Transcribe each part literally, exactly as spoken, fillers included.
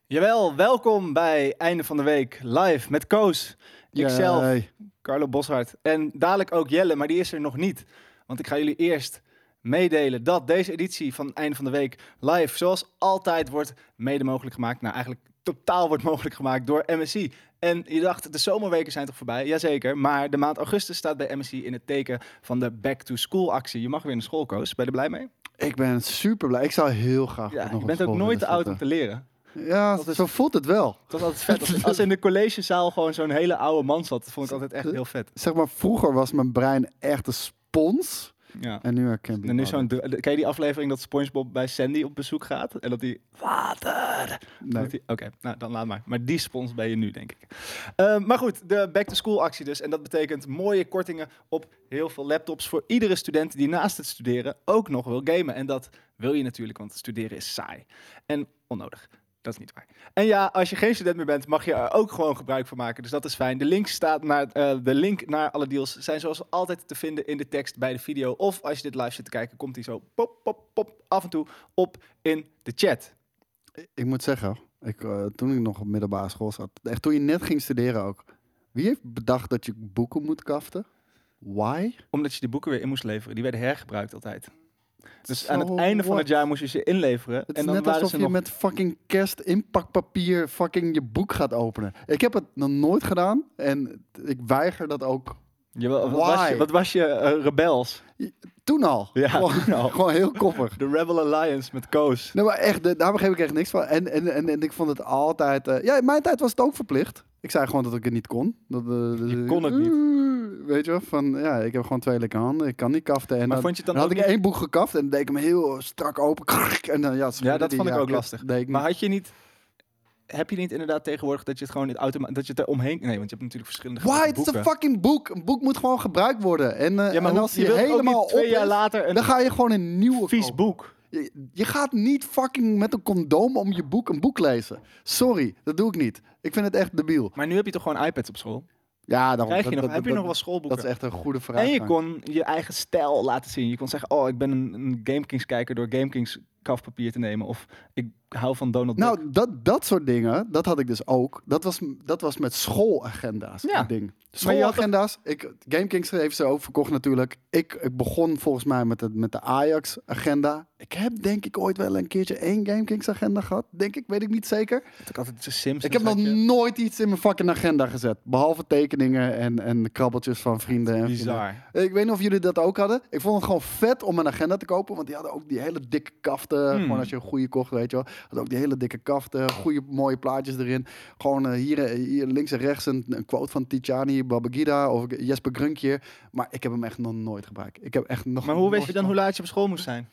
Jawel, welkom bij Einde van de Week live met Koos, ikzelf, Yay. Carlo Boshart en dadelijk ook Jelle, maar die is er nog niet. Want ik ga jullie eerst meedelen dat deze editie van Einde van de Week live zoals altijd wordt mede mogelijk gemaakt. Nou, eigenlijk totaal wordt mogelijk gemaakt door M S I. En je dacht, de zomerweken zijn toch voorbij? Jazeker, maar de maand augustus staat bij M S I in het teken van de Back to School actie. Je mag weer naar school, Koos. Ben je er blij mee? Ik ben super blij. Ik zou heel graag Ja, nog je op bent ook school nooit te willen oud om zitten. te leren. Ja, Dat is- zo voelt het wel. Het was altijd vet. Als, als in de collegezaal gewoon zo'n hele oude man zat, vond ik altijd echt heel vet. Zeg maar, vroeger was mijn brein echt een spons. Ja. En nu herken ik En nu zo'n, dr- ken je die aflevering dat SpongeBob bij Sandy op bezoek gaat? En dat hij water. Nee. Dat hij- Oké, nou dan laat maar. Maar die spons ben je nu, denk ik. Uh, maar goed, de Back to School actie dus. En dat betekent mooie kortingen op heel veel laptops voor iedere student die naast het studeren ook nog wil gamen. En dat wil je natuurlijk, want studeren is saai. En onnodig. Dat is niet waar. En ja, als je geen student meer bent, mag je er ook gewoon gebruik van maken. Dus dat is fijn. De link, staat naar, uh, de link naar alle deals zijn zoals altijd te vinden in de tekst bij de video. Of als je dit live zit te kijken, komt die zo pop, pop, pop af en toe op in de chat. Ik moet zeggen, ik, uh, toen ik nog op middelbare school zat, echt toen je net ging studeren ook. Wie heeft bedacht dat je boeken moet kaften? Why? Omdat je de boeken weer in moest leveren. Die werden hergebruikt altijd. Dus aan het So einde van what? het jaar moest je ze inleveren. Het is en dan net waren alsof ze je nog... met fucking kerst inpakpapier fucking je boek gaat openen. Ik heb het nog nooit gedaan en ik weiger dat ook. Jawel, wat, was je, Why? wat was je uh, rebels? Toen al. Ja, gewoon, toen al. gewoon heel koppig. De Rebel Alliance met Koos. Nee, maar echt, de- daar begreep ik echt niks van. En, en, en, en ik vond het altijd... eh, ja, in mijn tijd was het ook verplicht. Ik zei gewoon dat ik het niet kon. Dat, eh, dus- Je kon het niet. Weet je wel, van ja, ik heb gewoon twee lekke handen. Ik kan niet kaften. En Maar dan, vond je het dan dan had ook ik niet- één boek gekaft en dan deed ik hem heel strak open. En dan, ja, Ja, dat die- vond ik ook kut, lastig. deed ik Maar niet. had je niet... Heb je niet inderdaad tegenwoordig dat je het gewoon in automa- dat je het er omheen... Nee, want je hebt natuurlijk verschillende Why? grote Het is een boeken. fucking boek. Een boek moet gewoon gebruikt worden. En, eh, Ja, maar en hoe- als je hij wilt ook helemaal niet twee op jaar is, later een dan ga je gewoon een nieuwe vies kopen. boek. Je, je gaat niet fucking met een condoom om je boek een boek lezen. Sorry, dat doe ik niet. Ik vind het echt debiel. Maar nu heb je toch gewoon iPads op school? Ja, daarom. Krijg je dat- nog, dat- heb je dat- nog wel schoolboeken? Dat is echt een goede En vraag. je kon je eigen stijl laten zien. Je kon zeggen, oh, ik ben een, een GameKings kijker door GameKings kafpapier te nemen. Of ik hou van Donald Duck. Nou, dat, dat soort dingen, dat had ik dus ook. Dat was, dat was met schoolagenda's. Ja. Een ding. Maar je had Schoolagenda's. Ik, GameKings heeft ze ook verkocht natuurlijk. Ik, ik begon volgens mij met de, met de Ajax-agenda. Ik heb denk ik ooit wel een keertje één GameKings-agenda gehad. Denk ik, weet ik niet zeker. Ik altijd de Sims. Ik heb nog nooit iets in mijn fucking agenda gezet. Behalve tekeningen en, en krabbeltjes van vrienden. En Bizar. vrienden. Ik weet niet of jullie dat ook hadden. Ik vond het gewoon vet om een agenda te kopen. Want die hadden ook die hele dikke kaften. Hmm. Gewoon als je een goede kocht, weet je wel. Had ook die hele dikke kaften. Goede mooie plaatjes erin. Gewoon eh, hier, eh, hier links en rechts een, een quote van Tijani Babagida of Jesper Grunkje. Maar ik heb hem echt nog nooit gebruikt. Ik heb echt nog Maar hoe weet nooit je dan hoe laat je op school moest zijn?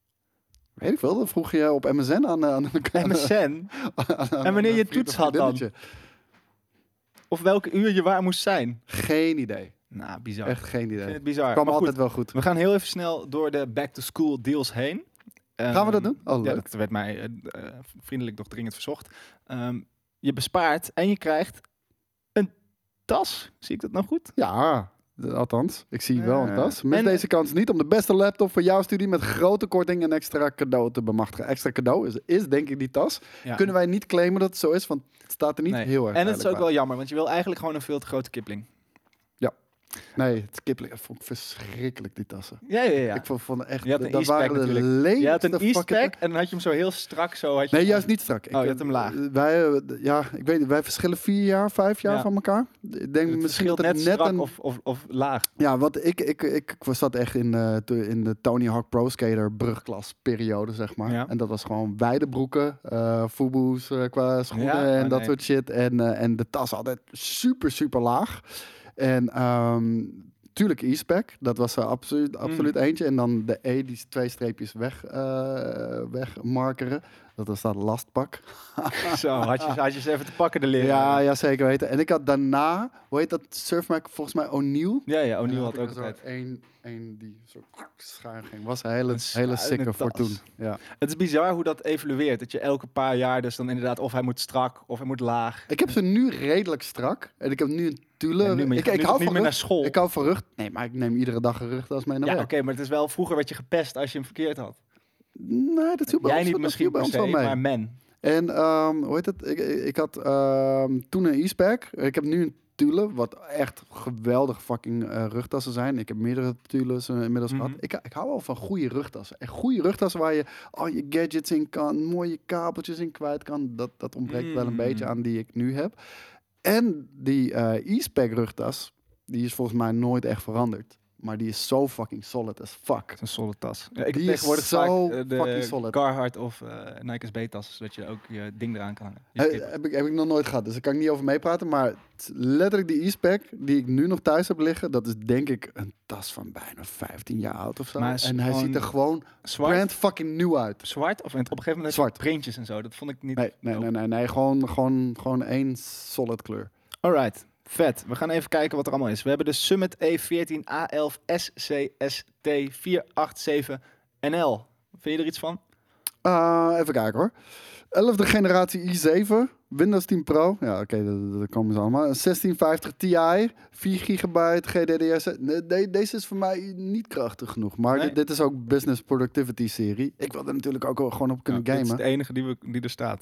Weet ik veel. Dat vroeg je op M S N aan, aan, aan, M S N? aan- En wanneer je aan een toets had dan? vriendinnetje. Of welke uur je waar moest zijn? Geen idee. Nou, bizar. Echt geen Ik vind idee. het bizar. Kwam Maar goed, altijd wel goed. we gaan heel even snel door de back-to-school deals heen. Gaan we dat doen? Oh, Ja, leuk. dat werd mij eh, eh, vriendelijk doch dringend verzocht. Ehm, je bespaart en je krijgt een tas. Zie ik dat nou goed? Ja, d- althans. Ik zie wel een Ja. tas. Mis En- deze kans niet om de beste laptop voor jouw studie met grote korting en extra cadeau te bemachtigen. Extra cadeau is, is denk ik die tas. Ja. Kunnen wij niet claimen dat het zo is, want het staat er niet Nee. heel erg En het is ook duidelijk wel jammer, want je wil eigenlijk gewoon een veel te grote kipling. bij. Nee, het kipling dat vond ik verschrikkelijk, die tassen. Ja, ja, ja. Ik vond, vond het echt, Je had een dat e-spec waren de natuurlijk. lelijkste Je had een fucking- e-spec en dan had je hem zo heel strak zo. Had je Nee, juist niet strak. Ik, Oh, je had hem laag. eh, Wij, eh, d- ja, ik weet niet, wij verschillen vier jaar, vijf jaar Ja. van elkaar. Ik denk Het misschien verschilt dat net het net strak een... of, of, of laag. Ja, wat ik, ik, ik, ik zat echt in, eh, te- in de Tony Hawk Pro Skater brugklas periode, zeg maar. Ja. En dat was gewoon wijde broeken, eh Fubu's eh, qua schoenen Ja, en oh, dat nee. soort shit. En, eh, en de tas altijd super, super laag. En ehm tuurlijk e-spec, dat was er absoluut, absoluut Mm. eentje. En dan de E, die twee streepjes weg, eh wegmarkeren. Dat was dat lastpak. Zo, had je, had je ze even te pakken de leren. Ja, ja, zeker weten. En ik had daarna, hoe heet dat surfmerk? Volgens mij O'Neill. ja, ja O'Neill Ja, had ook zo altijd. één, één die zo schuin ging. Was een hele, Een hele schuine sikke voor tas. toen. Ja. Het is bizar hoe dat evolueert. Dat je elke paar jaar dus dan inderdaad of hij moet strak of hij moet laag. Ik heb ze nu redelijk strak. En ik heb nu een tule. En nu, maar je ik, gaat ik nu hou niet van meer naar rug. school. Ik hou van rug. Nee, maar ik neem iedere dag een rugtas mee naar Ja, oké, werk. maar het is wel vroeger werd je gepest als je hem verkeerd had. Nee, dat viel bij Jij ons, niet dat misschien viel bij per ons wel se, mee. maar men. En um, hoe heet het? Ik, ik had um, toen een e-spec. Ik heb nu een Thule, wat echt geweldige fucking uh, rugtassen zijn. Ik heb meerdere Thules uh, inmiddels Mhm. gehad. Ik, ik hou wel van goede rugtassen. Echt goede rugtassen waar je al je gadgets in kan, mooie kabeltjes in kwijt kan. Dat, dat ontbreekt wel een Mm. beetje aan die ik nu heb. En die uh, e-spec rugtas, die is volgens mij nooit echt veranderd. Maar die is zo fucking solid as fuck. Het is een solid tas. Ja, ik Die heb is tegenwoordig zo vaak uh, fucking de solid. Carhartt of uh, Nike S B-tas, zodat je ook je ding eraan kan hangen. Je He, skip. heb, ik, heb ik nog nooit gehad, dus daar kan ik niet over meepraten. Maar t- letterlijk die e-spec die ik nu nog thuis heb liggen, dat is denk ik een tas van bijna vijftien jaar oud of zo. Maar is En hij gewoon ziet er gewoon Zwart? brand fucking nieuw uit. Zwart? Of op een gegeven moment Zwart. printjes en zo. Dat vond ik niet... Nee, nee, nee, nee, nee. Gewoon, gewoon, gewoon één solid kleur. Alright, vet. We gaan even kijken wat er allemaal is. We hebben de Summit E veertien A elf S C S T vier acht zeven N L. Vind je er iets van? Uh, even kijken hoor. elfde generatie i zeven, Windows tien Pro. Ja, oké, okay, dat komen ze allemaal. Een zestienvijftig Ti, vier gigabyte G D D R. Nee, de, deze is voor mij niet krachtig genoeg. Maar Nee. dit, dit is ook Business Productivity serie. Ik wil er natuurlijk ook wel gewoon op kunnen Nou, dit gamen. is de enige die, we, die er staat.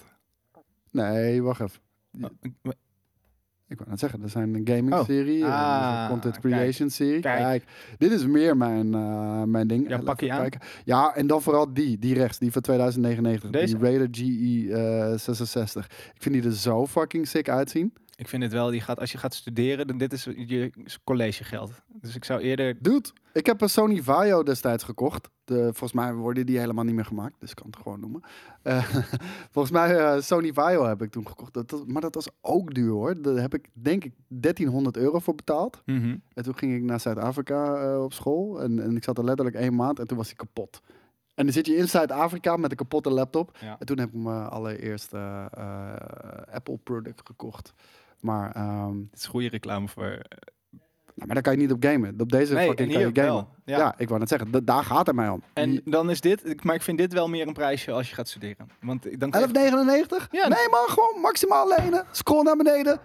Nee, wacht even. Oh, ik- Ik wou net zeggen, er zijn een gaming Oh. serie, Ah, en er is een content kijk. creation serie. Kijk. Kijk. dit is meer mijn, uh, mijn ding. Ja, En pak je even aan. kijken. Ja, en dan vooral die, die rechts, die van tweeduizend negenennegentig. Deze? Die Raider G E uh, zesenzestig. Ik vind die er zo fucking sick uitzien. Ik vind het wel, die gaat, als je gaat studeren, dan dit is je collegegeld. Dus ik zou eerder... Dude, ik heb een Sony Vaio destijds gekocht. De, volgens mij worden die helemaal niet meer gemaakt, dus ik kan het gewoon noemen. Uh, volgens mij uh, Sony Vaio heb ik toen gekocht. Dat, dat, maar dat was ook duur hoor. Daar heb ik denk ik dertienhonderd euro voor betaald. Mhm. En toen ging ik naar Zuid-Afrika uh, op school. En, en ik zat er letterlijk één maand en toen was hij kapot. En dan zit je in Zuid-Afrika met een kapotte laptop. Ja. En toen heb ik mijn allereerste uh, Apple product gekocht. Maar, um, Het is goede reclame voor... nou, maar daar kan je niet op gamen. Op deze Nee, fucking en kan je hier gamen. wel. Ja. Ja. ik wou net zeggen, da- daar gaat het mij om. En dan is dit... ik- Maar ik vind dit wel meer een prijsje als je gaat studeren. Want dan krijg elf je- negenennegentig? Ja. Nee man, gewoon maximaal lenen. Scroll naar beneden.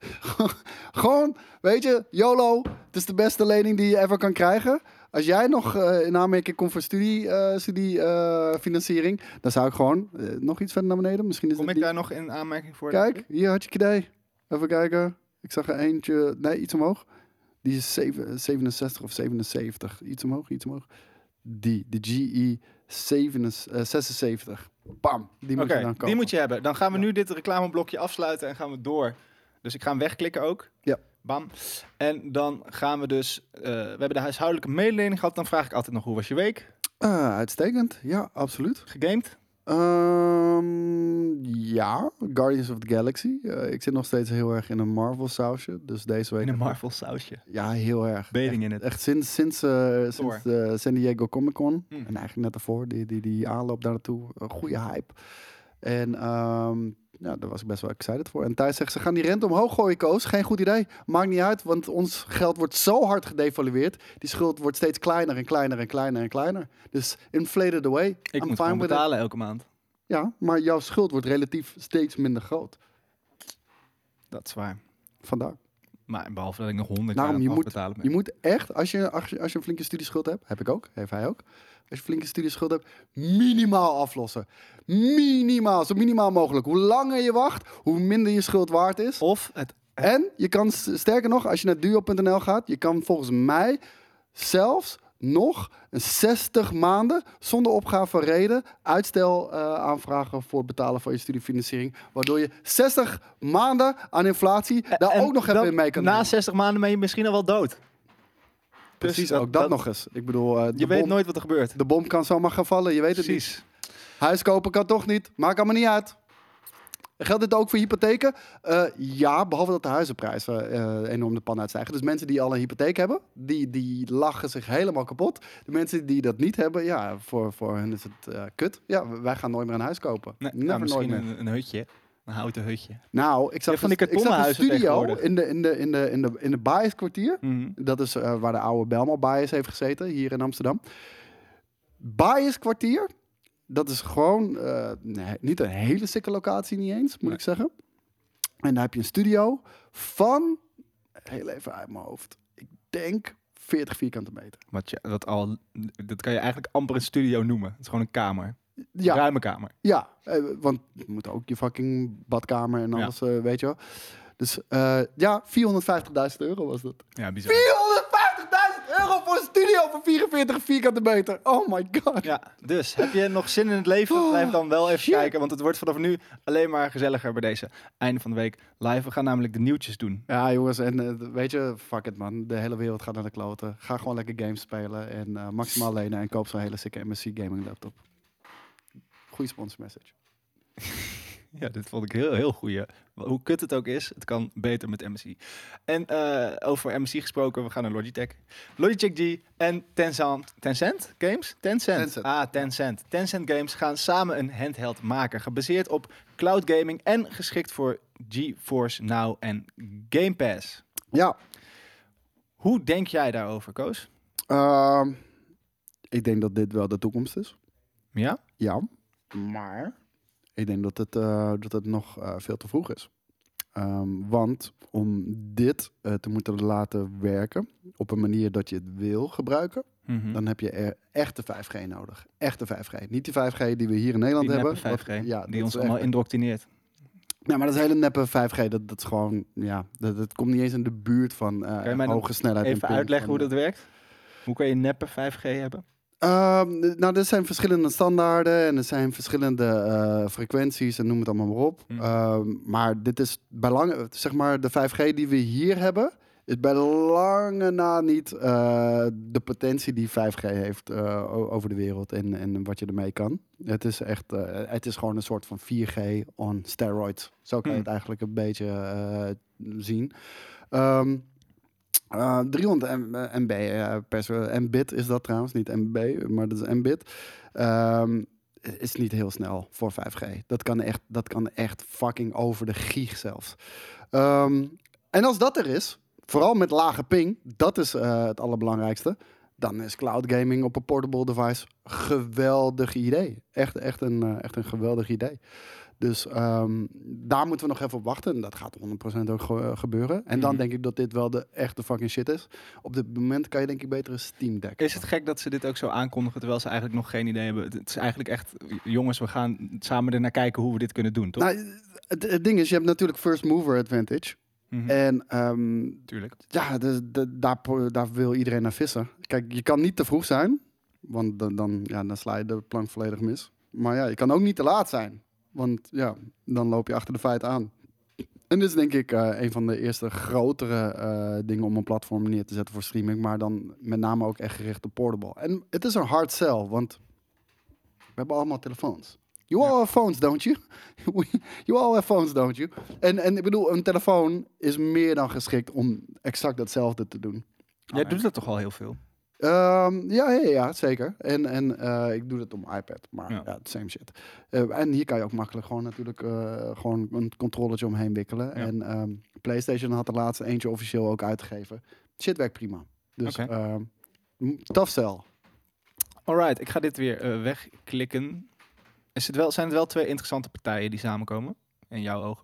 Gewoon, weet je, YOLO. Het is de beste lening die je ever kan krijgen. Als jij nog uh, in aanmerking komt voor studie, uh, studie uh, financiering, dan zou ik gewoon uh, nog iets verder naar beneden. Misschien is Kom het ik die- daar nog in aanmerking voor? Kijk, hier had je idee. Even kijken. Ik zag er eentje. Nee, iets omhoog. Die is zeven, zevenenzestig of zevenenzeventig. Iets omhoog, iets omhoog. Die, de G E zesenzeventig. Bam, die moet Oké, je dan kopen. die moet je hebben. Dan gaan we Ja. nu dit reclameblokje afsluiten en gaan we door. Dus ik ga hem wegklikken ook. Ja. Bam. En dan gaan we dus... Uh, we hebben de huishoudelijke mededeling gehad. Dan vraag ik altijd nog, hoe was je week? Uh, uitstekend, ja, absoluut. Gegamed? Um, ja, Guardians of the Galaxy. Uh, ik zit nog steeds heel erg in een Marvel sausje. Dus deze week... In een Marvel sausje. Ja, heel erg. Beding in echt, het. echt sinds, sinds, uh, sinds de San Diego Comic Con. Mm. En eigenlijk net daarvoor, die, die, die aanloop daar naartoe. Een goede hype. En um, ja, daar was ik best wel excited voor. En Thijs zegt, ze gaan die rente omhoog gooien, Koos. Geen goed idee. Maakt niet uit, want ons geld wordt zo hard gedevalueerd. Die schuld wordt steeds kleiner en kleiner en kleiner en kleiner. Dus inflated away. Ik I'm moet fine gewoon with it. betalen elke maand. Ja, maar jouw schuld wordt relatief steeds minder groot. Dat is waar. Vandaar. Maar behalve dat ik nog honderd Daarom, jaar je af moet- betalen ben. Je moet echt, als je, als, je, als je een flinke studieschuld hebt, heb ik ook, heeft hij ook. Als je een flinke studieschuld hebt, minimaal aflossen. Minimaal, zo minimaal mogelijk. Hoe langer je wacht, hoe minder je schuld waard is. Of het... En je kan, s- sterker nog, als je naar duo punt n l gaat, je kan volgens mij zelfs nog een zestig maanden zonder opgave van reden uitstel uh, aanvragen voor het betalen van je studiefinanciering. Waardoor je zestig maanden aan inflatie daar en ook nog even dan in mee kan Na nemen. zestig maanden ben je misschien al wel dood. Precies, Dus ook dat, nog eens. Ik bedoel, uh, de, Je weet bom, nooit wat er gebeurt. de bom kan zomaar gaan vallen, je weet het niet. Precies. Huis kopen kan toch niet, maakt allemaal niet uit. Geldt dit ook voor hypotheken? Uh, ja, behalve dat de huizenprijzen uh, enorm de pan uitstijgen. Dus mensen die al een hypotheek hebben, die, die lachen zich helemaal kapot. De mensen die dat niet hebben, ja, voor, voor hen is het uh, kut. Ja, wij gaan nooit meer een huis kopen. Nee, Never nou, nooit misschien meer. een, een hutje. Een houten hutje. Nou, ik zag, Ja, van die dus- ik zag kartonnen een huizen studio tegenwoordig. in de, in de, in de, in de, in de Baes kwartier. Mhm. Dat is uh, waar de oude Belmo Baes heeft gezeten, hier in Amsterdam. Baes kwartier, dat is gewoon uh, nee, niet een hele sikke locatie, niet eens, moet Nee. ik zeggen. En daar heb je een studio van, heel even uit mijn hoofd, ik denk veertig vierkante meter. Wat je, dat, al, dat kan je eigenlijk amper een studio noemen. Het is gewoon een kamer. Ja, ruime kamer. ja eh, want je moet ook je fucking badkamer en alles, eh, weet je wel. Dus uh, ja, vierhonderdvijftigduizend euro was dat. Ja, bizar. vierhonderdvijftigduizend euro voor een studio van vierenveertig vierkante meter. Oh my god. Ja, dus heb je nog zin in het leven? Blijf dan wel even shit. kijken, want het wordt vanaf nu alleen maar gezelliger bij deze einde van de week live. We gaan namelijk de nieuwtjes doen. Ja, jongens, en uh, weet je, fuck it man. De hele wereld gaat naar de kloten. Ga gewoon lekker games spelen en uh, maximaal lenen en koop zo'n hele sikke M S C gaming laptop. Goeie sponsor message. Ja, dit vond ik heel, heel goeie. Hoe kut het ook is, het kan beter met M S I. En uh, over M S I gesproken, we gaan naar Logitech. Logitech G en Tencent, Tencent Games? Tencent. Tencent. Ah, Tencent. Tencent Games gaan samen een handheld maken. Gebaseerd op cloud gaming en geschikt voor GeForce Now en Game Pass. Ja. Hoe denk jij daarover, Koos? Uh, ik denk dat dit wel de toekomst is. Ja? Ja. Maar ik denk dat het, uh, dat het nog uh, veel te vroeg is. Um, want om dit uh, te moeten laten werken op een manier dat je het wil gebruiken, Mm-hmm. dan heb je er echte vijf G nodig. Echte vijf G. Niet die vijf G die we hier in Nederland Die hebben. neppe vijf G, Wat, ja, die dat ons is allemaal echt- indoctrineert. Ja, maar dat is hele neppe vijf G. Dat, dat is gewoon, ja, dat, dat komt niet eens in de buurt van uh, Kan je mij dan hoge snelheid. en Even ping uitleggen van, hoe dat werkt? Hoe kan je neppe vijf G hebben? Ehm, nou, er zijn verschillende standaarden en er zijn verschillende eh, frequenties en noem het allemaal maar op. Hmm. Ehm, maar dit is bij lange, zeg maar, de vijf G die we hier hebben, is bij lange na niet eh, de potentie die vijf G heeft eh, o- over de wereld en, en wat je ermee kan. Het is echt, eh, het is gewoon een soort van vier G on steroids. Zo kan je Hmm. het eigenlijk een beetje eh, zien. Ehm Uh, driehonderd M B uh, per se- Mbit is dat trouwens, niet M B, maar dat is Mbit. Um, is niet heel snel voor vijf G. Dat kan echt, dat kan echt fucking over de gig zelfs. Um, en als dat er is, vooral met lage ping, dat is uh, het allerbelangrijkste. Dan is cloud gaming op een portable device geweldig idee. Echt, echt, een, uh, echt een geweldig idee. Dus um, daar moeten we nog even op wachten. En dat gaat honderd procent ook ge- gebeuren. En dan Mhm. denk ik dat dit wel de echte fucking shit is. Op dit moment kan je denk ik beter een Steam Deck. Is het gek dat ze dit ook zo aankondigen, terwijl ze eigenlijk nog geen idee hebben? Het is eigenlijk echt, jongens, we gaan samen er naar kijken hoe we dit kunnen doen, toch? Nou, het, het ding is, je hebt natuurlijk first mover advantage. Mhm. En um, Tuurlijk. ja, de, de, daar, pro- daar wil iedereen naar vissen. Kijk, je kan niet te vroeg zijn. Want dan, dan, ja, dan sla je de plank volledig mis. Maar ja, je kan ook niet te laat zijn. Want ja, dan loop je achter de feiten aan. En dit is denk ik uh, een van de eerste grotere uh, dingen om een platform neer te zetten voor streaming. Maar dan met name ook echt gericht op portable. En het is een hard sell, want we hebben allemaal telefoons. You all have phones, don't you? You all have phones, don't you? En, en ik bedoel, een telefoon is meer dan geschikt om exact datzelfde te doen. Jij doet dat toch al heel veel? Um, ja, ja, ja, zeker. En, en uh, ik doe dat op mijn iPad, maar Ja. ja, het same shit. Uh, en hier kan je ook makkelijk gewoon natuurlijk uh, gewoon een controllertje omheen wikkelen. Ja. En um, PlayStation had de laatste eentje officieel ook uitgegeven. Shit werkt prima. Dus Oké. okay. uh, tough sell. Alright, ik ga dit weer uh, wegklikken. Is het wel, zijn het wel twee interessante partijen die samenkomen? In jouw ogen?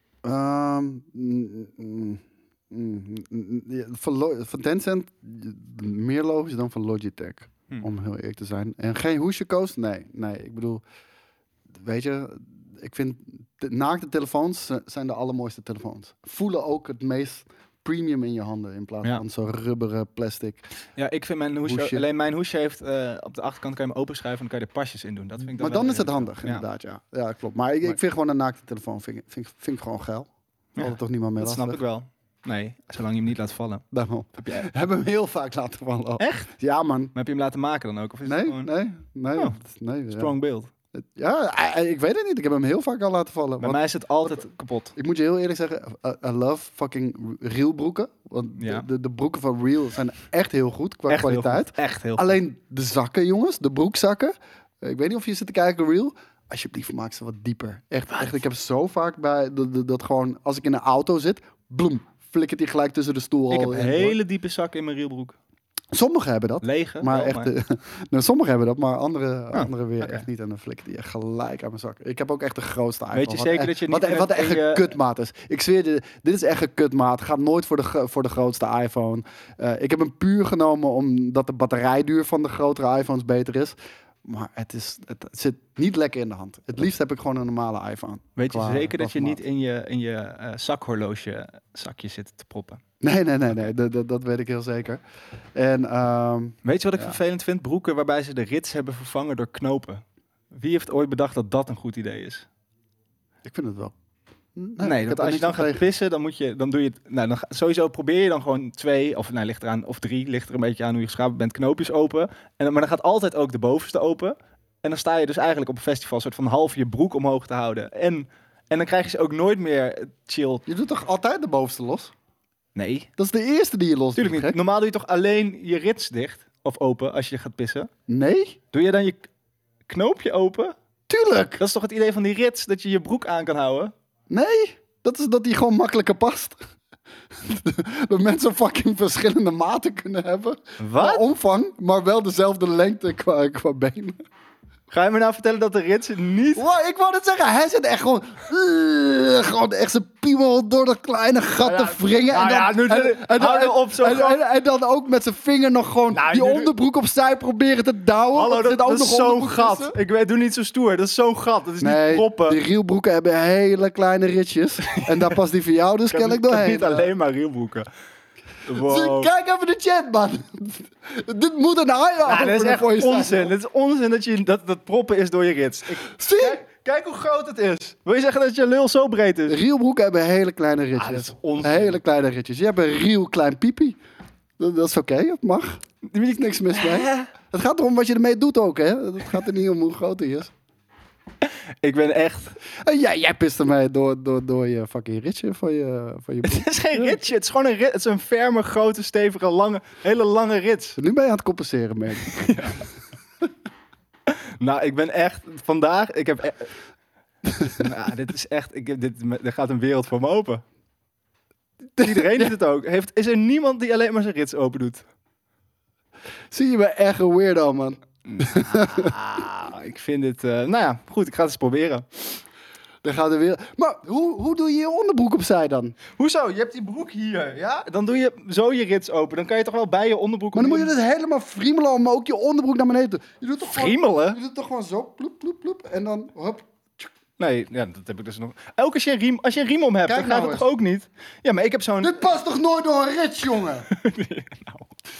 Um, mm, mm, mm, mm, ja, van, Lo- van Tencent meer logisch dan van Logitech. Hm. Om heel eerlijk te zijn. En geen hoesje koos? Nee, nee. Ik bedoel, weet je, ik vind de naakte telefoons eh, zijn de allermooiste telefoons. Voelen ook het meest premium in je handen in plaats Ja. van zo'n rubberen plastic. Ja, ik vind mijn hoesje, Hoesje. alleen mijn hoesje heeft uh, op de achterkant kan je hem openschuiven en dan kan je er pasjes in doen. Dat vind ik dan Maar dan wel is het weer handig, interessant. inderdaad, ja. Ja, klopt. Maar ik, Maar- ik vind gewoon een naakte telefoon vind, ik- vind, ik- vind ik gewoon geil. Ja, Zal er toch niemand Ja, meer dat snap lastig? ik wel. Nee, zolang je hem niet laat vallen. Daarom. Heb je, maar Hebben hem heel vaak laten vallen. Echt? Ja, man. heb je hem laten maken dan ook? Of is het Nee, gewoon nee, nee. Oh. nee ja. strong beeld? Ja, eh, ik weet het niet. Ik heb hem heel vaak al laten vallen. Bij Want mij is het altijd kapot. ik moet je heel eerlijk zeggen, I, I love fucking Real broeken. Want Ja. de, de, de broeken van Real zijn echt heel goed qua Echt heel kwaliteit. goed. Echt heel goed. Alleen de zakken, jongens, de broekzakken. Eh, Ik weet niet of je zit te kijken, Real. Alsjeblieft, maak ze wat dieper. Echt, echt ik heb zo vaak bij dat, dat, dat gewoon, als ik in een auto zit, bloem, flikkert die gelijk tussen de stoel. Ik al heb in. hele diepe zakken in mijn rielbroek. Sommigen hebben dat. Lege, Maar wel, echt, eh, nou, sommigen hebben dat, maar andere, Ah, andere weer oké. echt niet. En dan flikker die echt gelijk aan mijn zak. Ik heb ook echt de grootste iPhone. Weet je Wat zeker echt- dat je wat, niet in wat het- echt in een je- kutmaat is. Ik zweer je, dit is echt een kutmaat. Gaat nooit voor de, gro- voor de grootste iPhone. Uh, ik heb hem puur genomen omdat de batterijduur van de grotere iPhones beter is. Maar het, is, het, het zit niet lekker in de hand. Het liefst heb ik gewoon een normale iPhone. Weet je Qua- zeker qua dat je formaat. niet in je, in je uh, zakhorloge zakje zit te proppen? Nee, nee, nee, nee. Dat, dat, dat weet ik heel zeker. En ehm, Weet je wat ik Ja. vervelend vind? Broeken waarbij ze de rits hebben vervangen door knopen. Wie heeft ooit bedacht dat dat een goed idee is? ik vind het wel. Nee, ik heb want er als je niks dan op gaat tegen. pissen, dan moet je, dan doe je het. Nou, dan ga- sowieso probeer je dan gewoon twee, of nou, ligt eraan, of drie, ligt er een beetje aan hoe je geschapen bent, knoopjes open. En, dan- maar dan gaat altijd ook de bovenste open. En dan sta je dus eigenlijk op een festival soort van half je broek omhoog te houden. En, en dan krijg je ze ook nooit meer eh, chill. Je doet toch altijd de bovenste los? Nee, Dat is de eerste die je los natuurlijk doet, niet. gek? Normaal doe je toch alleen je rits dicht of open als je gaat pissen. Nee? Doe je dan je k- knoopje open? Tuurlijk! Dat is toch het idee van die rits, dat je je broek aan kan houden? Nee! Dat is dat die gewoon makkelijker past. Dat mensen fucking verschillende maten kunnen hebben. Qua omvang, maar wel dezelfde lengte qua, qua benen. Ga je me nou vertellen dat de rits niet... Wow, ik wou het zeggen, hij zit echt gewoon... Uh, gewoon echt zijn piemel door dat kleine gat Nou ja, te wringen. nou en dan, ja, nu- en, en, hou en- nou op, zo en, groot. en, en dan ook met zijn vinger nog gewoon Nou, die nu- onderbroek opzij proberen te douwen. Hallo, want er dat, zit ook dat is nog zo'n onderbroek gat. tussen. Ik weet, doe niet zo stoer. Dat is zo'n gat. Dat is niet Nee, proppen. die rielbroeken hebben hele kleine ritjes. En daar past die van jou dus Ik heb kennelijk niet- ik heb doorheen. niet alleen maar rielbroeken. Wow. Kijk even de chat, man. Dit moet een eye Ja, dat is echt voor je zijn. onzin. Het is onzin dat, je, dat dat proppen is door je rits. Ik, Zie? kijk, kijk hoe groot het is. Wil je zeggen dat je lul zo breed is? Rielbroeken hebben hele kleine Ah, ritjes. dat is onzin. Hele kleine ritjes. Je hebt een riel klein piepie. Dat, dat is oké, dat mag. Er is niks mis mee. Het gaat erom wat je ermee doet ook, hè. Het gaat er niet om hoe groot hij is. Ik ben echt... En jij, jij pist ermee door, door, door je fucking ritje van je, van je broek. Het is geen ritsje. Het is gewoon een rit. Het is een ferme, grote, stevige, lange, hele lange rits. Nu ben je aan het compenseren, man. Nou, ik ben echt... Vandaag... Ik heb... e- nou, dit is echt... Ik heb, dit, er gaat een wereld voor me open. Iedereen doet het ook. Heeft, is er niemand die alleen maar zijn rits open doet? Zie je me echt een weirdo, man. Ah, ik vind het... eh, nou ja, goed. Ik ga het eens proberen. Dan gaat er weer... Maar hoe, hoe doe je je onderbroek opzij dan? Hoezo? Je hebt die broek hier, ja? Dan doe je zo je rits open. Dan kan je toch wel bij je onderbroek... Maar dan op moet je die- dus helemaal friemelen om ook je onderbroek naar beneden te... Je doet toch gewoon, Friemelen? je doet toch gewoon zo, ploep, ploep, ploep. En dan, hop. Nee, ja, dat heb ik dus nog... Ook als je een riem, als je een riem om hebt, Kijk dan gaat nou het toch ook niet? Ja, maar ik heb zo'n... Dit past toch nooit door een rits, jongen? Nou.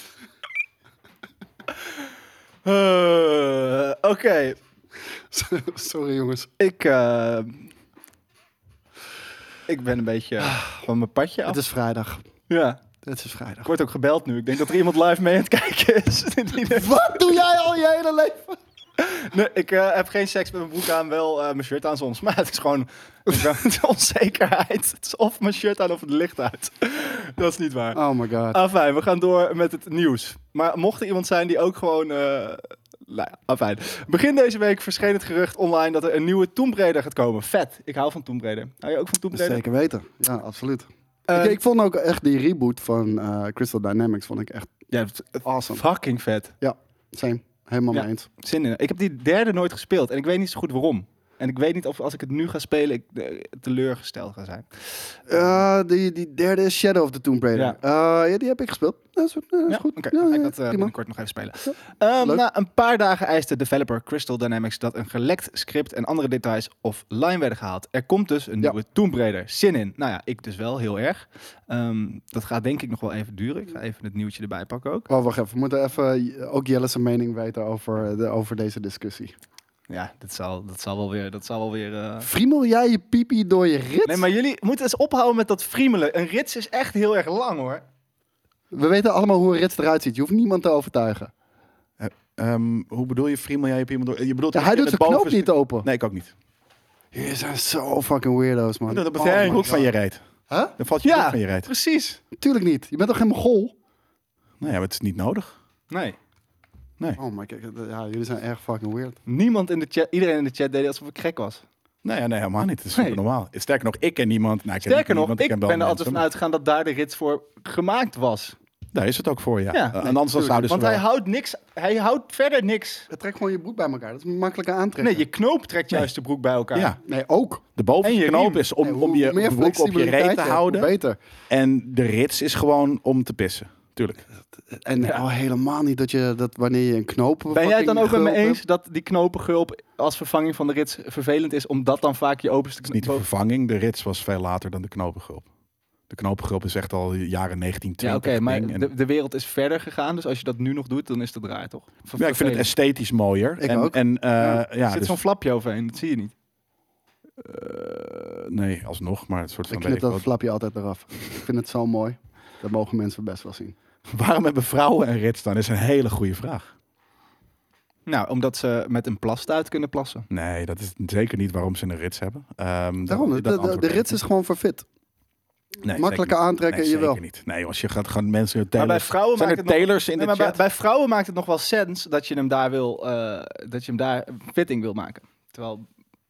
Eh, Oké, Sorry, jongens. ik... eh, ik ben een beetje van mijn padje af. Het is vrijdag. Ja, Het is vrijdag. ik word ook gebeld nu. Ik denk dat er iemand live mee aan het kijken is. Wat doe jij al je hele leven? Nee, ik eh, heb geen seks met mijn broek aan, wel eh, mijn shirt aan soms. Maar het is gewoon de onzekerheid. Het is of mijn shirt aan of het licht uit. Dat is niet waar. Oh my god. Afijn, we gaan door met het nieuws. Maar mocht er iemand zijn die ook gewoon... eh nou ja, afijn. Begin deze week verscheen het gerucht online dat er een nieuwe Tomb Raider gaat komen. Vet. Ik hou van Tomb Raider. Hou je ook van Tomb Raider? Zeker weten. Ja, absoluut. Eh, ik, ik vond ook echt die reboot van eh, Crystal Dynamics vond ik echt Ja, het- het- awesome. fucking vet. Ja, same. Helemaal Ja. mee eens. Zin in. Ik heb die derde nooit gespeeld en ik weet niet zo goed waarom. En ik weet niet of als ik het nu ga spelen, ik eh, teleurgesteld ga zijn. Eh, die, die derde is Shadow of the Tomb Raider. Ja. Ja, ja die heb ik gespeeld. Dat is, dat is Ja, goed. Oké, Ja, dan ga ik ja, dat eh, prima. binnenkort nog even spelen. Ja. Ehm, Leuk. na een paar dagen eiste developer Crystal Dynamics dat een gelekt script en andere details offline werden gehaald. Er komt dus een Ja. nieuwe Tomb Raider. Zin in. Nou ja, ik dus wel, heel erg. Ehm, dat gaat denk ik nog wel even duren. Ik ga even het nieuwtje erbij pakken ook. Oh, wacht even. We moeten even eh, ook Jelle zijn mening weten over, de, over deze discussie. Ja, dat zal, dat zal wel weer... Dat zal wel weer eh, Friemel jij je piepie door je rits? Nee, maar jullie moeten eens ophouden met dat friemelen. Een rits is echt heel erg lang, hoor. We weten allemaal hoe een rits eruit ziet. Je hoeft niemand te overtuigen. Ehm, hoe bedoel je, friemel jij je piemel door? Je bedoelt Ja, dat hij je doet het zijn knoop bovenste- niet open. Nee, ik ook niet. Jullie zijn zo fucking weirdo's, man. Dat Oh valt je my broek God. van je reet. Huh? Dan valt je Ja. broek van je reet. Precies. Tuurlijk niet. Je bent toch geen Mongool? Nou ja, maar het is niet nodig. Nee. Oh my god. Ja, jullie zijn erg fucking weird. Niemand in de chat, iedereen in de chat deed alsof ik gek was. Nee, ja, nee, helemaal niet. Het is super Nee. normaal. Sterker nog, ik ken niemand. Nou, ik ken Sterker nog, niemand, ik ken ben wel er altijd mensen, van uitgegaan dat daar de rits voor gemaakt was. maar Daar is het ook voor, ja. Ja, Uh, nee, en anders dan zouden ze Want hij wel... houdt niks, hij houdt verder niks. Het trekt gewoon je broek bij elkaar. Dat is een makkelijke aantrekken. Nee, je knoop trekt juist de broek bij elkaar. Ja, Nee, ook. de bovenste En je knoop riem. is om, Nee, om hoe je meer broek op je flexibiliteit reet te hebt, houden. hoe beter. En de rits is gewoon om te pissen. tuurlijk. En Ja. oh, helemaal niet dat je dat wanneer je een knoop. Ben jij het dan ook met me gulp eens hebt. dat die knopengulp als vervanging van de rits vervelend is, omdat dan vaak je openste Het is niet de knop... vervanging. De rits was veel later dan de knopengulp. De knopengulp is echt al jaren negentien Ja, twintig. oké, maar ding. En- de, de wereld is verder gegaan, dus als je dat nu nog doet, dan is dat raar, toch? Ver- ja, ik vind het vervelend. esthetisch mooier. Ik en, ook. En, eh, Ja. ja, Er zit dus, zo'n flapje overheen, dat zie je niet. eh, nee, alsnog. Maar het soort van Ik weet knip ik dat wel. flapje altijd eraf. Ik vind het zo mooi. Dat mogen mensen best wel zien. Waarom hebben vrouwen een rits dan? Is een hele goede vraag. Nou, omdat ze met een plastuit kunnen plassen. Nee, dat is zeker niet waarom ze een rits hebben. Ehm, Daarom, dat- de, dat de, antwoord de weet rits ik is gewoon voor fit. niet. Nee, Makkelijker zeker niet. aantrekken, Nee, jawel. zeker niet. Nee, als je gaat gaan mensen Maar bij tailors. vrouwen Zijn maakt er het nog... tailors in Nee, de maar bij, chat? bij vrouwen maakt het nog wel sens dat je hem daar wil, eh, dat je hem daar fitting wil maken. Terwijl,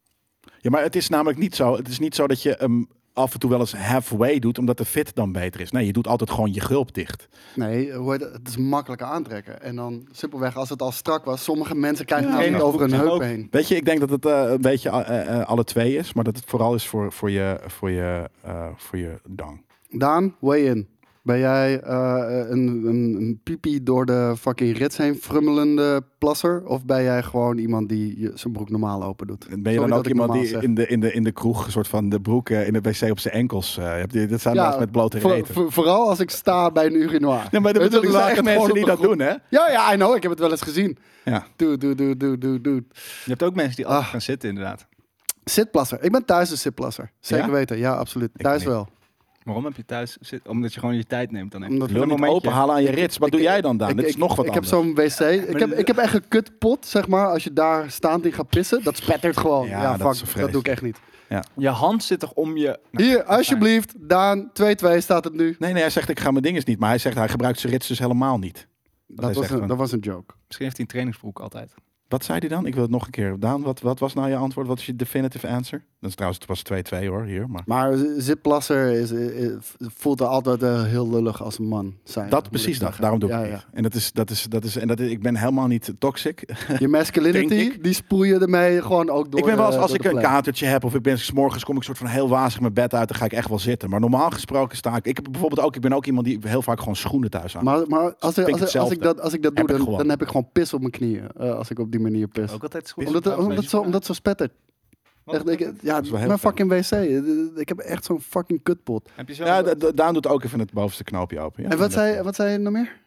Ja, maar het is namelijk niet zo. Het is niet zo dat je hem af en toe wel eens halfway doet, omdat de fit dan beter is. Nee, je doet altijd gewoon je gulp dicht. Nee, hoe heet het? Het is makkelijker aantrekken. En dan simpelweg, als het al strak was, sommige mensen krijgen Ja, het niet ja. over hun Ja, heupen ook. heen. Weet je, ik denk dat het eh, een beetje eh, eh, alle twee is, maar dat het vooral is voor, voor je, voor je, eh, voor je dang. Daan, weigh in. Ben jij eh, een, een, een pipi door de fucking rits heen frummelende plasser? Of ben jij gewoon iemand die je, zijn broek normaal open doet? Ben je Sorry dan dat ook ik iemand normaal die zeg. in de, in, de, in de kroeg een soort van de broek eh, in de wc op zijn enkels eh, hebt? Die- Dat zijn mensen met blote voor- reten. voor- vooral als ik sta bij een urinoir. Ja, maar dat Weet je, bedoel ik, er dan zijn sta echt ik het mensen gewoon die op dat de doen, hè? Ja, ja, I know. Ik heb het wel eens gezien. Ja. Doe, doe, doe, doe, doe, doe. je hebt ook mensen die altijd Ah. gaan zitten, inderdaad. Zitplasser. Ik ben thuis een zitplasser. Zeker Ja? weten. Ja, absoluut. Ik Thuis niet. wel. Waarom heb je thuis zitten? Omdat je gewoon je tijd neemt dan even. Omdat Je wil Een niet momentje. openhalen aan je rits. Wat Ik- doe jij dan, Daan? Ik, Dit is ik- nog wat ik heb anders. zo'n wc. Ik heb, ik heb echt een kutpot, zeg maar. Als je daar staand in gaat pissen, dat spettert gewoon. Ja, Ja, dat is fuck, zo dat doe ik echt niet. Je hand zit toch om je... Nou, Hier, alsjeblieft. Daan, twee twee staat het nu. Nee, nee, hij zegt ik ga mijn dinges niet. Maar hij zegt hij gebruikt zijn rits dus helemaal niet. Dat hij was, zegt een, van- dat was een joke. Misschien heeft hij een trainingsbroek altijd. Wat zei hij dan? Ik wil het nog een keer. Daan, wat, wat was nou je antwoord? Wat is je definitive answer? Dat is trouwens, het was twee twee hoor, hier. Maar Maar zitplasser is, is, voelt er altijd eh, heel lullig als een man zijn. dat moet precies ik dat. zeggen. Daarom doe ik ja, het ja. niet. En dat is, dat is, dat is, en dat is, ik ben helemaal niet toxic. Je masculinity, Denk die spoel je ermee gewoon ook door ik ben wel eens, de- als door ik de een plek. katertje heb of ik ben 's morgens kom ik soort van heel wazig mijn bed uit, dan ga ik echt wel zitten. Maar normaal gesproken sta ik. Ik heb bijvoorbeeld ook, ik ben ook iemand die heel vaak gewoon schoenen thuis aan. Maar, maar als, Vind ik, ik als, ik- als, ik hetzelfde. dat, als ik dat doe, Heb ik dan, gewoon. dan heb ik gewoon pis op mijn knieën. eh, als ik op die manier pis. Ook altijd goed. Omdat, het- omdat, het zo, omdat het zo spettert. Echt, ik, ja, is wel heel mijn fijn. fucking wc. Ik heb echt zo'n fucking kutpot. Heb je zo... Ja, da- da- Daan doet ook even het bovenste knoopje open. Ja, En wat dat- zei, wat zei je nog meer?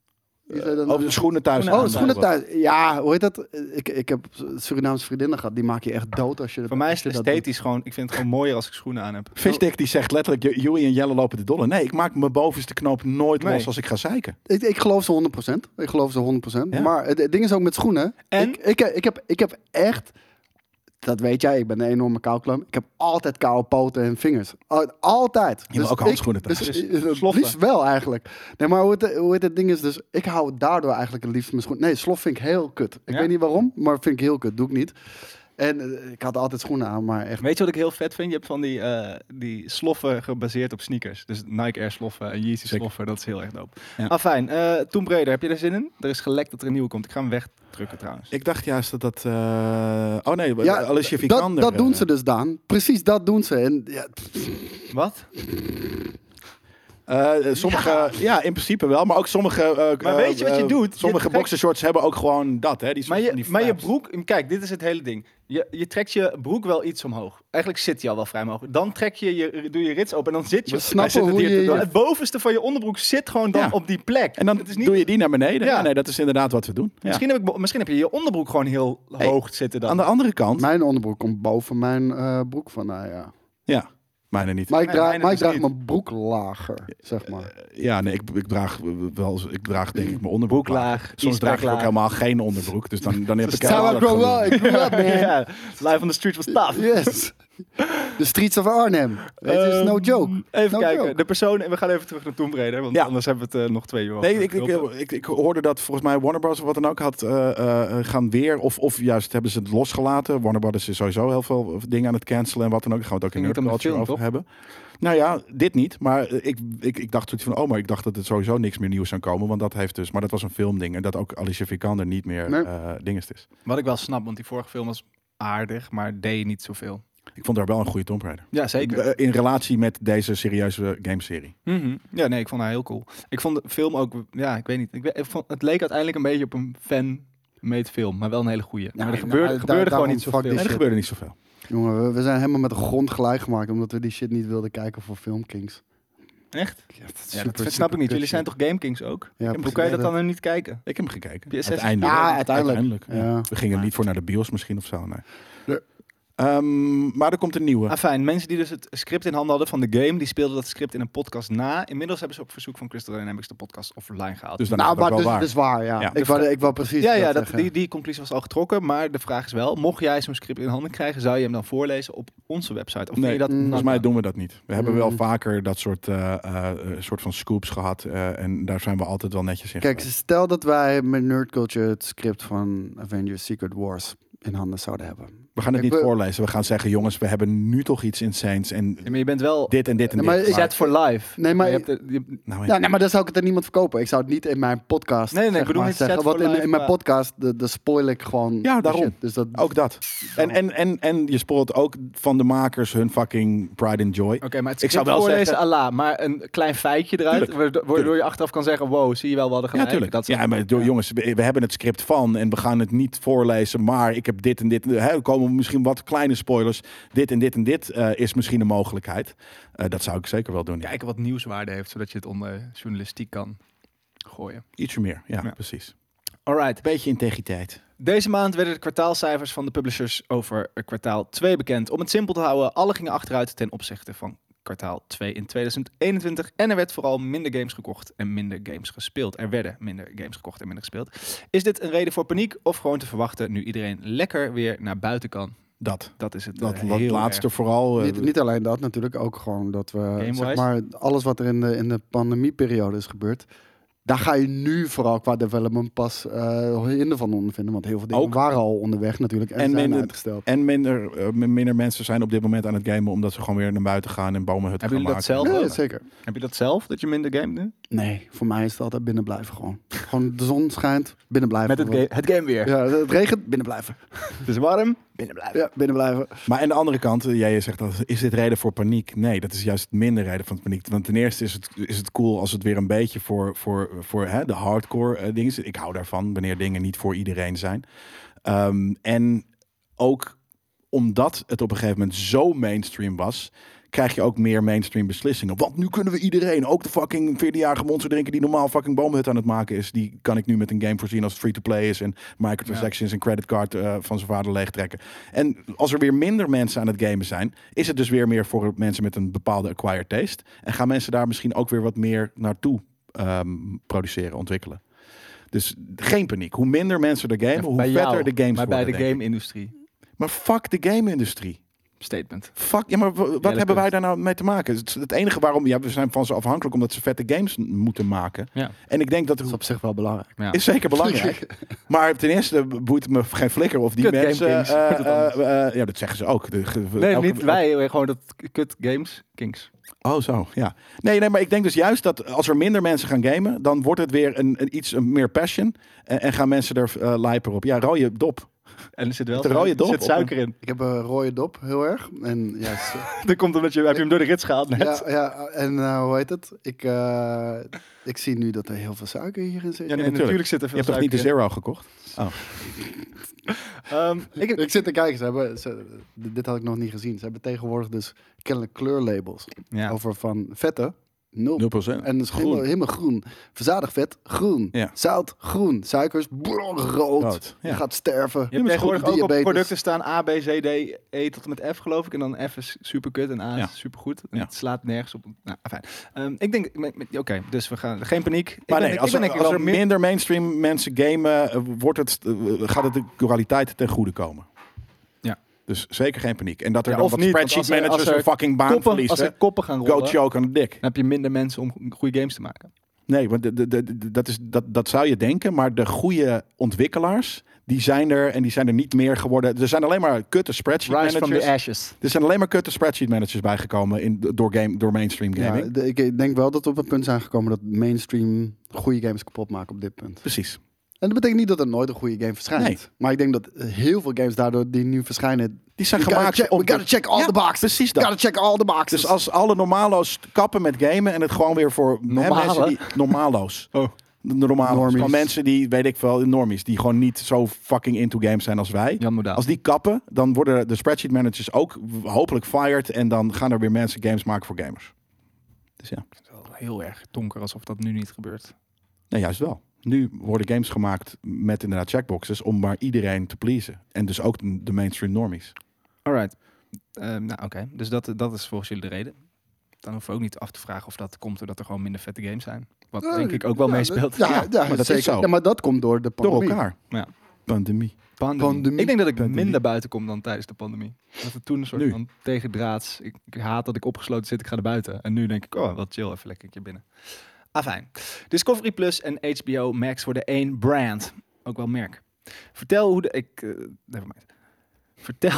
Je zei dan- Over de schoenen thuis. Schoenen Oh, aan. schoenen thuis. Ja, hoe heet dat? Ik, ik heb Surinaamse vriendinnen gehad. Die maak je echt dood als je Voor mij is als je het dat doet. esthetisch gewoon... Ik vind het gewoon mooier als ik schoenen aan heb. Fishstick die zegt letterlijk, Ju- Joey en Jelle lopen de dolle. Nee, ik maak mijn bovenste knoop nooit Nee. los als ik ga zeiken. Ik, ik geloof ze honderd procent. Ik geloof ze honderd procent. Ja? Maar het, het ding is ook met schoenen. En? Ik, ik, ik, heb, ik heb echt... Dat weet jij, ik ben een enorme kouklam. Ik heb altijd koude poten en vingers. Al- Altijd. Je wil ook ik- handschoenen Dus, thuis. dus, het sloffen. liefst wel eigenlijk. Nee, maar hoe het, hoe het, het ding is dus... Ik hou daardoor eigenlijk het liefst mijn schoenen... Nee, slof vind ik heel kut. Ik Ja? weet niet waarom, maar vind ik heel kut. Doe ik niet. En eh, ik had altijd schoenen aan, maar echt... Weet je wat ik heel vet vind? Je hebt van die, eh, die sloffen gebaseerd op sneakers. Dus Nike Air sloffen en Yeezy Zeker. sloffen. Dat is heel erg dope. Ja. Ah, fijn. Eh Tomb Raider, heb je er zin in? Er is gelekt dat er een nieuwe komt. Ik ga hem wegdrukken trouwens. Ik dacht juist dat dat... eh, Oh nee, Ja, Alicia dat, Vikander... dat doen eh, ze dus, Daan. Precies dat doen ze. En ja, Wat? eh, sommige, ja. in principe wel, maar ook sommige... eh, Maar weet je wat je eh, doet? Je Sommige trekt- boxershorts hebben ook gewoon dat, hè? Die soort Maar van je, die maar je flaps. broek... Kijk, dit is het hele ding. Je, je trekt je broek wel iets omhoog. Eigenlijk zit hij al wel vrij omhoog. Dan trek je je, doe je rits open en dan zit je... We snappen Hij zit het hoe hier te je- doen. Het bovenste van je onderbroek zit gewoon dan Ja. op die plek. En dan Het is niet, doe je die naar beneden. Ja. Ja. nee, dat is inderdaad wat we doen. Ja. misschien, heb ik, misschien heb je je onderbroek gewoon heel Hey, hoog zitten dan. Aan de andere kant... mijn onderbroek komt boven mijn eh, broek van. Nou ja. Ja, mijne niet. Maar ik, Nee, draag, mijne maar ik dus draag niet. mijn broek lager, zeg maar. Ja, nee, ik, ik draag wel... Ik draag denk ik mijn onderbroek Broek laag, Soms iets draag ik ook laag. helemaal geen onderbroek. Dus dan, dan heb ik That's how I helemaal grow het up. Ik grew up, man. Ja, live on the street was tough. Yes. The streets of Arnhem. Het is no Ehm, joke. Even No kijken. joke. De persoon, en we gaan even terug naar Tomb Raider, want Ja. anders hebben we het eh, nog twee uur. Nee, over. ik, ik, Hulp. ik, ik hoorde dat volgens mij Warner Bros. of wat dan ook had eh, eh, gaan weer. Of, of juist hebben ze het losgelaten. Warner Bros. is sowieso heel veel dingen aan het cancelen en wat dan ook. Daar gaan we het ook in Ging het Nerd om de Culture film, over hebben. Nou ja, dit niet. Maar eh, ik, ik, ik dacht zoiets van, oh, maar ik dacht dat het sowieso niks meer nieuws zou komen. Want dat heeft dus, maar dat was een filmding. En dat ook Alicia Vikander niet meer Nee. eh dinges is. Wat ik wel snap, want die vorige film was aardig, maar deed niet zoveel. Ik vond haar wel een goede Tomb Raider. Ja, zeker. Uh, in relatie met deze serieuze gameserie. Mm-hmm. Ja, nee, ik vond haar heel cool. Ik vond de film ook, ja, ik weet niet. Ik, weet, ik vond, het leek uiteindelijk een beetje op een fan-made film, maar wel een hele goeie. Ja, maar er nou, gebeurde, daar- gebeurde daarom gewoon niet fuck zoveel. die Nee, er shit. gebeurde niet zoveel. Jongen, we, we zijn helemaal met de grond gelijk gemaakt omdat we die shit niet wilden kijken voor Filmkings. Echt? Ja, dat, is Ja, super, dat snap ik niet. super Jullie zijn kut toch GameKings ook? shit. Ja, Hoe kan je dat dan nog niet kijken? Ik heb hem gekeken. Heb je zes- Uiteindelijk. Ja, uiteindelijk. ja. Ja. We gingen er niet voor naar de bios misschien of zo. Nee. Nee. Ehm, maar er komt een nieuwe. Ah, fijn. Mensen die dus het script in handen hadden van de game, die speelden dat script in een podcast na. Inmiddels hebben ze op verzoek van Crystal Dynamics de podcast offline gehaald. Dus dan Nou, is het maar ook dus, wel waar. dus waar, ja. Ja. Ik, wou, ik wou precies ja, dat ja dat, zeggen. die, die conclusie was al getrokken. Maar de vraag is wel, mocht jij zo'n script in handen krijgen, zou je hem dan voorlezen op onze website? Of Nee, vind je dat mm, Volgens mij doen we dat niet. We hebben wel Mm. vaker dat soort, eh, eh, eh, soort van scoops gehad. eh, en daar zijn we altijd wel netjes in Kijk, geweest. stel dat wij met Nerd Culture het script van Avengers Secret Wars in handen zouden hebben. We gaan het ik niet wil- voorlezen. We gaan zeggen, jongens, we hebben nu toch iets insanes. En Ja, maar je bent wel dit en dit en Nee, maar dit. ik- set for life. Nee, maar- je hebt de- je- nou, Ja, nee, maar dan zou ik het aan niemand verkopen. Ik zou het niet in mijn podcast Nee, nee, zeg ik bedoel maar, niet zeggen. set Want for in, life, in mijn maar- podcast, de, de spoil ik gewoon Ja, de daarom. shit. Dus dat, ook dat. En, en, en, en je spoort ook van de makers hun fucking pride and joy. Oké, maar het Ik script zou wel voorlezen, zeggen- Allah, maar een klein feitje eruit, Tuurlijk, waardoor, waardoor je achteraf kan zeggen, wow, zie je wel, we hadden Ja, gelijk. natuurlijk. Dat is Ja, een- maar door, ja. jongens, we, we hebben het script van en we gaan het niet voorlezen, maar ik heb dit en dit. Hè, er komen misschien wat kleine spoilers. Dit en dit en dit eh, is misschien een mogelijkheid. Eh, dat zou ik zeker wel doen. Ja. Kijken wat nieuwswaarde heeft, zodat je het onder journalistiek kan gooien. Ietsje meer, ja, Ja. precies. Alright. Beetje integriteit. Deze maand werden de kwartaalcijfers van de publishers over eh, kwartaal twee bekend. Om het simpel te houden, alle gingen achteruit ten opzichte van kwartaal twee in tweeduizend eenentwintig. En er werd vooral minder games gekocht en minder games gespeeld. Er werden minder games gekocht en minder gespeeld. Is dit een reden voor paniek of gewoon te verwachten nu iedereen lekker weer naar buiten kan? Dat. Dat is het. Dat, eh, dat heel laatste erg. vooral. eh, niet, niet alleen dat, natuurlijk ook gewoon dat we, Game-wise? zeg maar, alles wat er in de, in de pandemieperiode is gebeurd, daar ga je nu vooral qua development pas uh, hinder van ondervinden. Want heel veel dingen Ook. waren al onderweg natuurlijk en, En zijn minder- uitgesteld. En minder, eh, minder mensen zijn op dit moment aan het gamen omdat ze gewoon weer naar buiten gaan en bomenhutten gaan Hebben jullie maken. dat zelf Nee, ook? zeker. Heb je dat zelf, dat je minder game nu? Nee, voor mij is het altijd binnen blijven gewoon. Gewoon de zon schijnt, binnen blijven. Met het, ga- het game weer. Ja, het regent, binnen blijven. Het is warm, binnen blijven. Ja, binnen blijven. Maar aan de andere kant, eh, jij zegt dat, is dit reden voor paniek? Nee, dat is juist minder reden van paniek. Want ten eerste is het, is het cool als het weer een beetje voor, voor, voor hè, de hardcore uh, dingen is. Ik hou daarvan, wanneer dingen niet voor iedereen zijn. Um, en ook omdat het op een gegeven moment zo mainstream was, krijg je ook meer mainstream beslissingen. Want nu kunnen we iedereen, ook de fucking veertienjarige monster drinken die normaal fucking boomhut aan het maken is, die kan ik nu met een game voorzien als het free-to-play is en microtransactions en creditcard uh, van zijn vader leegtrekken. En als er weer minder mensen aan het gamen zijn, is het dus weer meer voor mensen met een bepaalde acquired taste. En gaan mensen daar misschien ook weer wat meer naartoe um, produceren, ontwikkelen. Dus geen paniek. Hoe minder mensen er gamen, hoe Bij vetter jou, de games maar worden. bij de denk ik. game-industrie. Maar fuck de game-industrie. Statement. Fuck, ja, maar w- wat dat hebben wij punt. daar nou mee te maken? Het, het enige waarom, ja, we zijn van ze afhankelijk omdat ze vette games n- moeten maken. Ja. En ik denk dat Dat is het op zich wel belangrijk. Ja. is zeker belangrijk. Maar ten eerste boeit het me geen flikker of die Kut Game mensen. Kings. eh, Wordt het anders. eh, eh, ja, dat zeggen ze ook. De, ge- Nee, elke- niet wij, gewoon dat kut games, Kings. Oh, zo, ja. Nee, nee, maar ik denk dus juist dat als er minder mensen gaan gamen, dan wordt het weer een, een iets een meer passion. En, en gaan mensen er uh, lijper op. Ja, rode dop. En er zit wel Met de rode er dop zit op, suiker in. Ik heb een rode dop, heel erg. En ja, s- Dat komt omdat je, heb je hem door de rits gehaald net. ja, ja en uh, hoe heet het? Ik, uh, ik zie nu dat er heel veel suiker hierin zit. Ja, nee, natuurlijk. natuurlijk zit er Je veel hebt toch niet de suiker Zero gekocht? Oh. in. Um, ik, Ik zit te kijken, ze hebben, ze, dit had ik nog niet gezien. Ze hebben tegenwoordig dus kennelijk kleurlabels ja. over van vette, nul. nul procent. En dus Groen. helemaal, helemaal groen. Verzadigd vet, groen. Ja. Zout, groen. Suikers, brrr, rood. Rood, ja. Je gaat sterven. Je hebt tegenwoordig ook op diabetes. producten staan A, B, C, D, E tot en met F, geloof ik. En dan F is super kut en A Ja. is super goed. En Ja. het slaat nergens op. Nou, fijn. Um, ik denk, met- met- oké, dus we gaan, geen paniek. Ik Maar ben- nee, ik als ben er, denk ik als wel er meer- minder mainstream mensen gamen, uh, wordt het, uh, gaat het de kwaliteit ten goede komen. Ja. Dus zeker geen paniek. En dat er Ja, dan of wat niet, want spreadsheet als er- managers als er een fucking baan koppen, als verliezen. er koppen gaan Go rollen, choke aan de dik. dan heb je minder mensen om goede games te maken. Nee, want de, de, de, de- dat, is, dat, dat zou je denken. Maar de goede ontwikkelaars, die zijn er en die zijn er niet meer geworden. Er zijn alleen maar kutte spreadsheet Rise from managers. the ashes. Er zijn alleen maar kutte spreadsheet managers bijgekomen in, door, game, door mainstream gaming. Ja, de- ik denk wel dat we op het punt zijn gekomen dat mainstream goede games kapot maken op dit punt. Precies. En dat betekent niet dat er nooit een goede game verschijnt. Nee. Maar ik denk dat heel veel games daardoor die nu verschijnen... Die zijn we gotta gemaakt check, om... we gotta check all Ja, the boxes. precies We dat. gotta check all the boxes. Dus als alle normalo's kappen met gamen en het gewoon weer voor hè, Normale? mensen die... Normalo's. Oh. De normalo's. Normies. Van mensen die, weet ik veel, normies, die gewoon niet zo fucking into games zijn als wij. Jan Modaal. Als die kappen, dan worden de spreadsheet managers ook hopelijk fired en dan gaan er weer mensen games maken voor gamers. Dus ja. Het is wel heel erg donker alsof dat nu niet gebeurt. Nee, juist wel. Nu worden games gemaakt met inderdaad checkboxes om maar iedereen te pleasen. En dus ook de mainstream normies. Alright. Um, nou, oké. Dus dat, dat is volgens jullie de reden. Dan hoeven we ook niet af te vragen of dat komt doordat er gewoon minder vette games zijn. Wat Ja, denk ik ook wel ja, meespeelt. Ja, ja, maar dat is zeker. zo. Ja, maar dat komt door de Door pandemie. elkaar. Ja. Pandemie. Pandemie. Pandemie. Ik denk dat ik Pandemie. minder buiten kom dan tijdens de pandemie. Dat het toen een soort Nu. van tegendraads. Ik, ik haat dat ik opgesloten zit, ik ga naar buiten. En nu denk ik, oh, wat chill, even lekker een keer binnen. Afijn. Discovery Plus en H B O Max worden één brand. Ook wel merk. Vertel hoe de... Ik, uh, never mind. Vertel.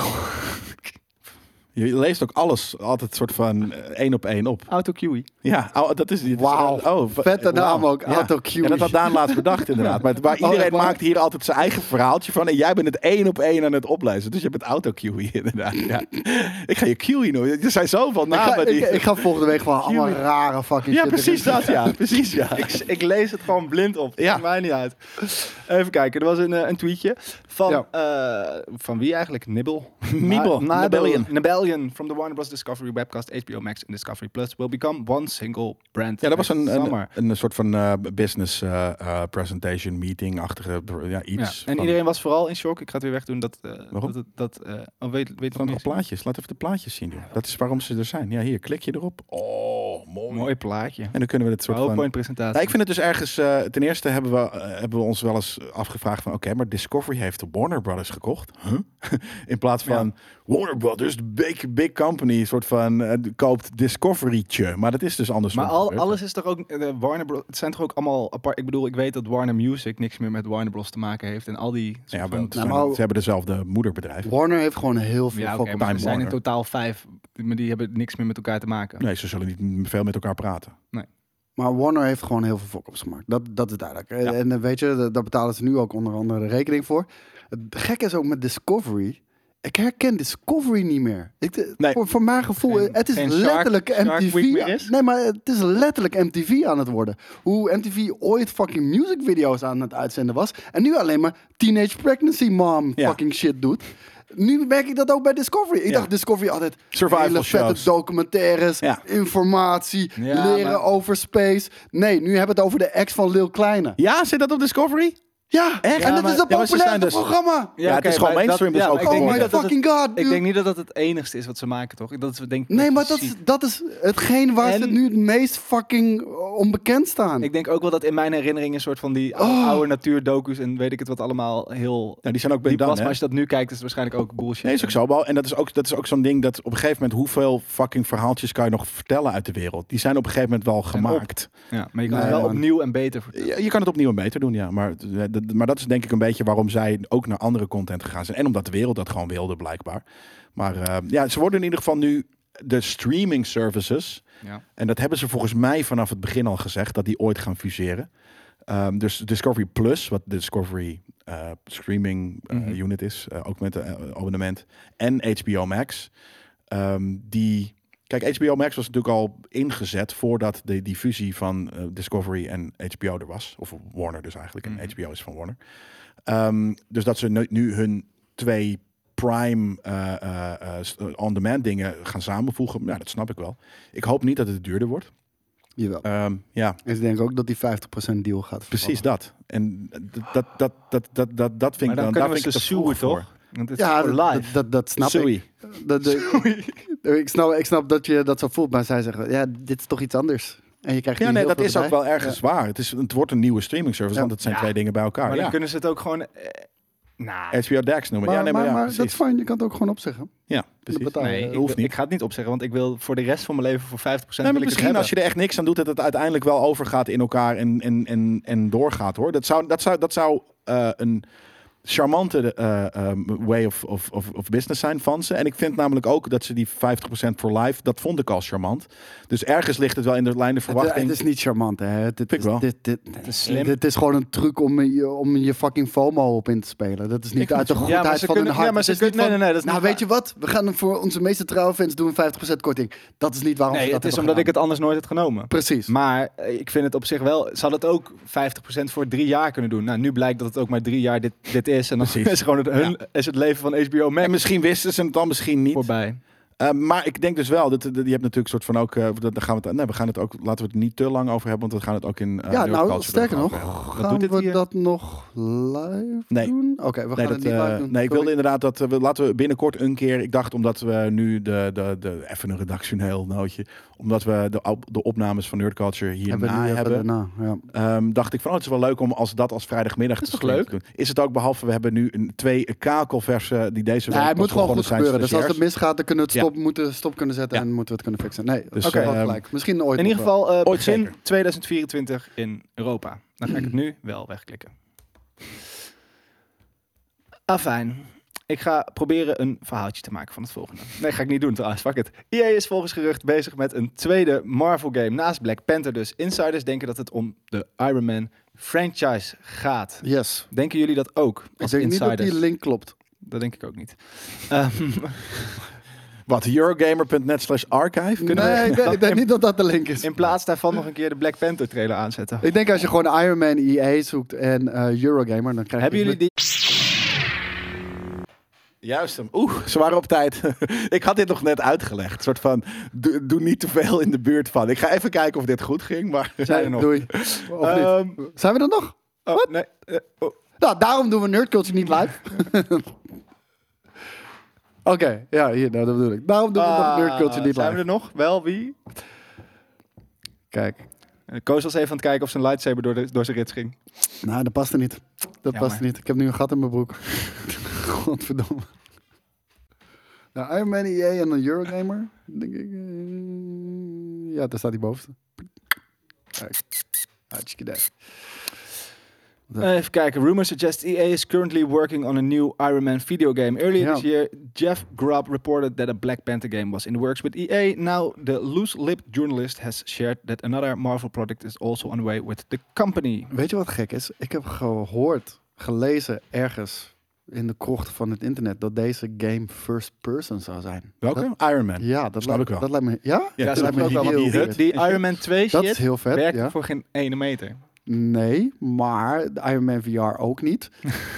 Je leest ook alles altijd soort van eh, één op één op. AutoQE. Ja, oh, dat is niet. Wauw. Oh, v- Vette naam wauw. ook, Ja. AutoQE. En dat had Daan laatst bedacht inderdaad. Maar, maar Oh, iedereen echt waar? maakt hier altijd zijn eigen verhaaltje van. En jij bent het één op één aan het oplezen. Dus je bent AutoQE inderdaad. Ja. Ik ga je Q E noemen. Er zijn zoveel Ik ga, namen die... ik, ik ga volgende week gewoon allemaal Kiwi. rare fucking Ja, shit precies erin. dat. Ja, precies ja. ik, ik lees het gewoon blind op. Ja. Maakt mij niet uit. Even kijken. Er was een, eh, een tweetje van... Ja. eh, van wie eigenlijk? Nibbel? Nibbel. Na- Nibellion. Nibellion from the Warner Bros. Discovery webcast H B O Max en Discovery Plus will become one single brand. Ja, dat was een, next een, summer. een soort van eh, business eh, eh, presentation, meeting-achtige ja, Ja. iets. En van- iedereen was vooral in shock. Ik ga het weer wegdoen. Dat, eh Waarom? dat, dat eh, oh, weet, weet Van nog nog plaatjes. Laat even de plaatjes zien. Joh. Dat is waarom ze er zijn. Ja, hier, klik je erop. Oh, mooi. Mooi plaatje. En dan kunnen we het soort van... PowerPoint presentatie. Nou, ik vind het dus ergens... eh, ten eerste hebben we, eh, hebben we ons wel eens afgevraagd van... Oké, maar Discovery heeft de Warner Brothers gekocht. Huh? In plaats van Warner Brothers, de big, big company... soort van eh, koopt Discovery'tje. Maar dat is dus andersom. Maar al, gebeurd. alles is toch ook eh, Warner Bros. Het zijn toch ook allemaal apart. Ik bedoel, ik weet dat Warner Music niks meer met Warner Bros. Te maken heeft en al die. soort Ja, van- want Nou, ze, maar- ze hebben dezelfde moederbedrijf. Warner heeft gewoon heel veel ja, oké, fucking maar er Time zijn in Warner. totaal vijf, maar die hebben niks meer met elkaar te maken. Nee, ze zullen niet veel met elkaar praten. Maar Warner heeft gewoon heel veel fuck-ups gemaakt. Dat, dat is duidelijk. Ja. En eh, weet je, da- daar betalen ze nu ook onder andere de rekening voor. Het gekke is ook met Discovery. Ik herken Discovery niet meer. Ik, de- Nee. voor, voor mijn gevoel, Geen- het is geen Shark- letterlijk Shark M T V. Week meer is? Nee, maar het is letterlijk M T V aan het worden. Hoe M T V ooit fucking music video's aan het uitzenden was. En nu alleen maar Teenage Pregnancy Mom Ja. fucking shit doet. Nu merk ik dat ook bij Discovery. Ik Ja. dacht Discovery altijd Survival hele vette shows. documentaires, Ja. informatie, Ja, leren maar- over space. Nee, nu hebben we het over de ex van Lil Kleine. Ja, zit dat op Discovery? Ja, Echt? en Ja, dat maar- is het ja, maar ze zijn populairste dus- programma. Ja, het is gewoon maar mainstream, dat- dus ja, ook maar ik denk Oh gewoon- my niet dat het- fucking god, Ik dude. denk niet dat dat het enigste is wat ze maken, toch? Dat is denk ik Nee, maar dat is, precies- dat is hetgeen waar ze En- nu het meest fucking onbekend staan. Ik denk ook wel dat in mijn herinnering een soort van die Oh. oude, oude natuurdocus en weet ik het wat allemaal heel Ja, die zijn ook bij diep was. dan, Maar hè? als je dat nu kijkt, is het waarschijnlijk ook bullshit. Nee, is ook zo. Wel. En dat is ook, dat is ook zo'n ding dat op een gegeven moment... hoeveel fucking verhaaltjes kan je nog vertellen uit de wereld? Die zijn op een gegeven moment wel Zijn op. gemaakt. Ja, maar je kan Nee, het wel man. opnieuw en beter vertellen. Ja, je kan het opnieuw en beter doen, ja. Maar, eh, dat- maar dat is denk ik een beetje waarom zij ook naar andere content gegaan zijn. En omdat de wereld dat gewoon wilde, blijkbaar. Maar eh, ja, ze worden in ieder geval nu de streaming services... Ja. En dat hebben ze volgens mij vanaf het begin al gezegd, dat die ooit gaan fuseren. Ehm, dus Discovery Plus, wat de Discovery eh, streaming eh, Mhm. unit is, eh, ook met een abonnement. En H B O Max. Ehm, die, kijk, H B O Max was natuurlijk al ingezet voordat de, die fusie van eh, Discovery en H B O er was. Of Warner dus eigenlijk. Mhm. En H B O is van Warner. Ehm, dus dat ze nu, nu hun twee prime eh, eh, eh, st- on-demand dingen gaan samenvoegen. Ja, dat snap ik wel. Ik hoop niet dat het duurder wordt. Jawel. Ehm, ja, En ik denk ook dat die vijftig procent deal gaat precies dat. En dat, dat, dat, dat, dat, dat, dat vind Maar ik dan dan, daar kunnen we vind ik ze te vroeg suwen, voor. toch? Want het is Ja, voor dat, live. dat, dat, dat snap Sorry. ik. Dat, de- ik, snap, ik snap dat je dat zo voelt, maar zij zeggen, ja, dit is toch iets anders. En je krijgt Ja, hier nee, heel dat veel is ook erbij. wel ergens waar. Het, is, het wordt een nieuwe streaming service, Ja. want het zijn Ja. twee dingen bij elkaar. maar dan Ja. kunnen ze het ook gewoon... eh, nou, H B O Dex noemen. Maar, ja, nee, maar, maar, ja, maar dat precies. is fijn, je kan het ook gewoon opzeggen. Ja, Dan precies. betaal je- nee, dat ik, hoeft niet. ik ga het niet opzeggen, want ik wil voor de rest van mijn leven voor vijftig procent Nee, maar wil ik het misschien hebben. als je er echt niks aan doet, dat het uiteindelijk wel overgaat in elkaar en, en, en, en doorgaat, hoor. Dat zou, dat zou, dat zou uh, een charmante uh, um, way of, of, of, of business zijn van ze. En ik vind namelijk ook dat ze die vijftig procent voor life, dat vond ik al charmant. Dus ergens ligt het wel in de lijn de verwachting. Het, het is niet charmant, hè. Het, het, Vind ik wel. Dit, dit, Het is slim. dit is gewoon een truc om je, om je fucking FOMO op in te spelen. Dat is niet Ik vind uit de het- goedheid ja, maar ze van kunnen- hun hart. ja, maar ze Het is niet kunnen- van, nee, nee, nee, dat is nou, niet weet je wat? We gaan voor onze meeste trouwe fans doen een vijftig procent korting. Dat is niet waarom Nee, ze dat het is hebben omdat ik gedaan. het anders nooit had genomen. Precies. Maar eh, ik vind het op zich wel... Ze hadden het ook vijftig procent voor drie jaar kunnen doen. Nou, nu blijkt dat het ook maar drie jaar dit, dit is. En dan Precies. is, gewoon het, hun, is het leven van H B O Max En misschien wisten ze het dan, misschien niet. voorbij. Uh, maar ik denk dus wel, dat, dat, je hebt natuurlijk een soort van ook, uh, dat, daar gaan we het, nee, we gaan het ook, laten we het niet te lang over hebben, want we gaan het ook in uh, ja, Nerd nou, Culture sterker nog nog, over hebben. gaan doet dit we hier? dat nog live Nee. doen? Oké, we gaan Nee, het dat, niet uh, live doen. nee, ik Sorry. wilde inderdaad dat uh, we laten we binnenkort een keer. Ik dacht omdat we nu de, de, de even een redactioneel nootje, omdat we de, op- de opnames van Nerd Culture hierna Hebben we hebben. die even daarna, ja. Um, dacht ik van, oh, het is wel leuk om als dat als vrijdagmiddag Is te toch leuk? te doen. Is het ook, behalve we hebben nu een, twee kakelversen die deze week Nee, het pas moet gewoon begonnen goed zijn, gebeuren. Dus als het stagiairs. misgaat, dan kunnen we het Ja. stop, moeten stop kunnen zetten Ja. en moeten we het kunnen fixen. Nee, Dus, oké, ehm, gelijk. Misschien ooit In nog ieder wel. geval uh, Ooit begin zeker. tweeduizend vierentwintig in Europa. Dan ga ik het nu wel wegklikken. Afijn. Ik ga proberen een verhaaltje te maken van het volgende. Nee, ga ik niet doen trouwens. Fuck it. E A is volgens gerucht bezig met een tweede Marvel game naast Black Panther dus. Insiders denken dat het om de Iron Man franchise gaat. Yes. Denken jullie dat ook? Ik Als denk niet insiders? dat die link klopt. Dat denk ik ook niet. Ehm, Wat, Eurogamer.net slash archive? Kunnen we- Nee, ik denk, ik denk niet dat dat de link is. in plaats daarvan nog een keer de Black Panther trailer aanzetten. Ik denk als je gewoon Iron Man E A zoekt en eh, Eurogamer, dan krijg je... Hebben jullie die... Juist hem. Oeh, ze waren op tijd. Ik had dit nog net uitgelegd. Een soort van, doe, doe niet te veel in de buurt van. Ik ga even kijken of dit goed ging, maar... Zijn er nog? Doei. Of Ehm, niet? Zijn we er nog? oh, nee. eh, oh. Nou, daarom doen we Nerd Culture niet live. Oké, ja, hier, nou, dat bedoel ik. Daarom doen we nog Ah, Nerd Culture niet zijn we live. er nog? Wel, wie? Kijk, Eh, Koos was even aan het kijken of zijn lightsaber door, de, door zijn rits ging. nou, dat past er niet. Dat Jammer. past er niet. Ik heb nu een gat in mijn broek. Godverdomme. Nou, Iron Man E A en een Eurogamer, denk ik. eh, ja, daar staat die bovenste. Kijk. Hartstikke idee. Eh, even kijken. Rumors suggest E A is currently working on a new Iron Man video game. Earlier Ja. this year, Jeff Grubb reported that a Black Panther game was in the works with E A. Now, the loose-lipped journalist has shared that another Marvel project is also on the way with the company. Weet je wat gek is? Ik heb gehoord, gelezen ergens in de krochten van het internet dat deze game first person zou zijn. Welke? Dat- Iron Man. ja, dat Snap lijkt, ik wel. dat lijkt me... Ja? Ja, Ja, dat snap lijkt ik me ook wel. heel Want die, weird. die Iron Man twee Dat shit is heel vet, werkt ja. voor geen ene meter. Nee, maar de Iron Man V R ook niet.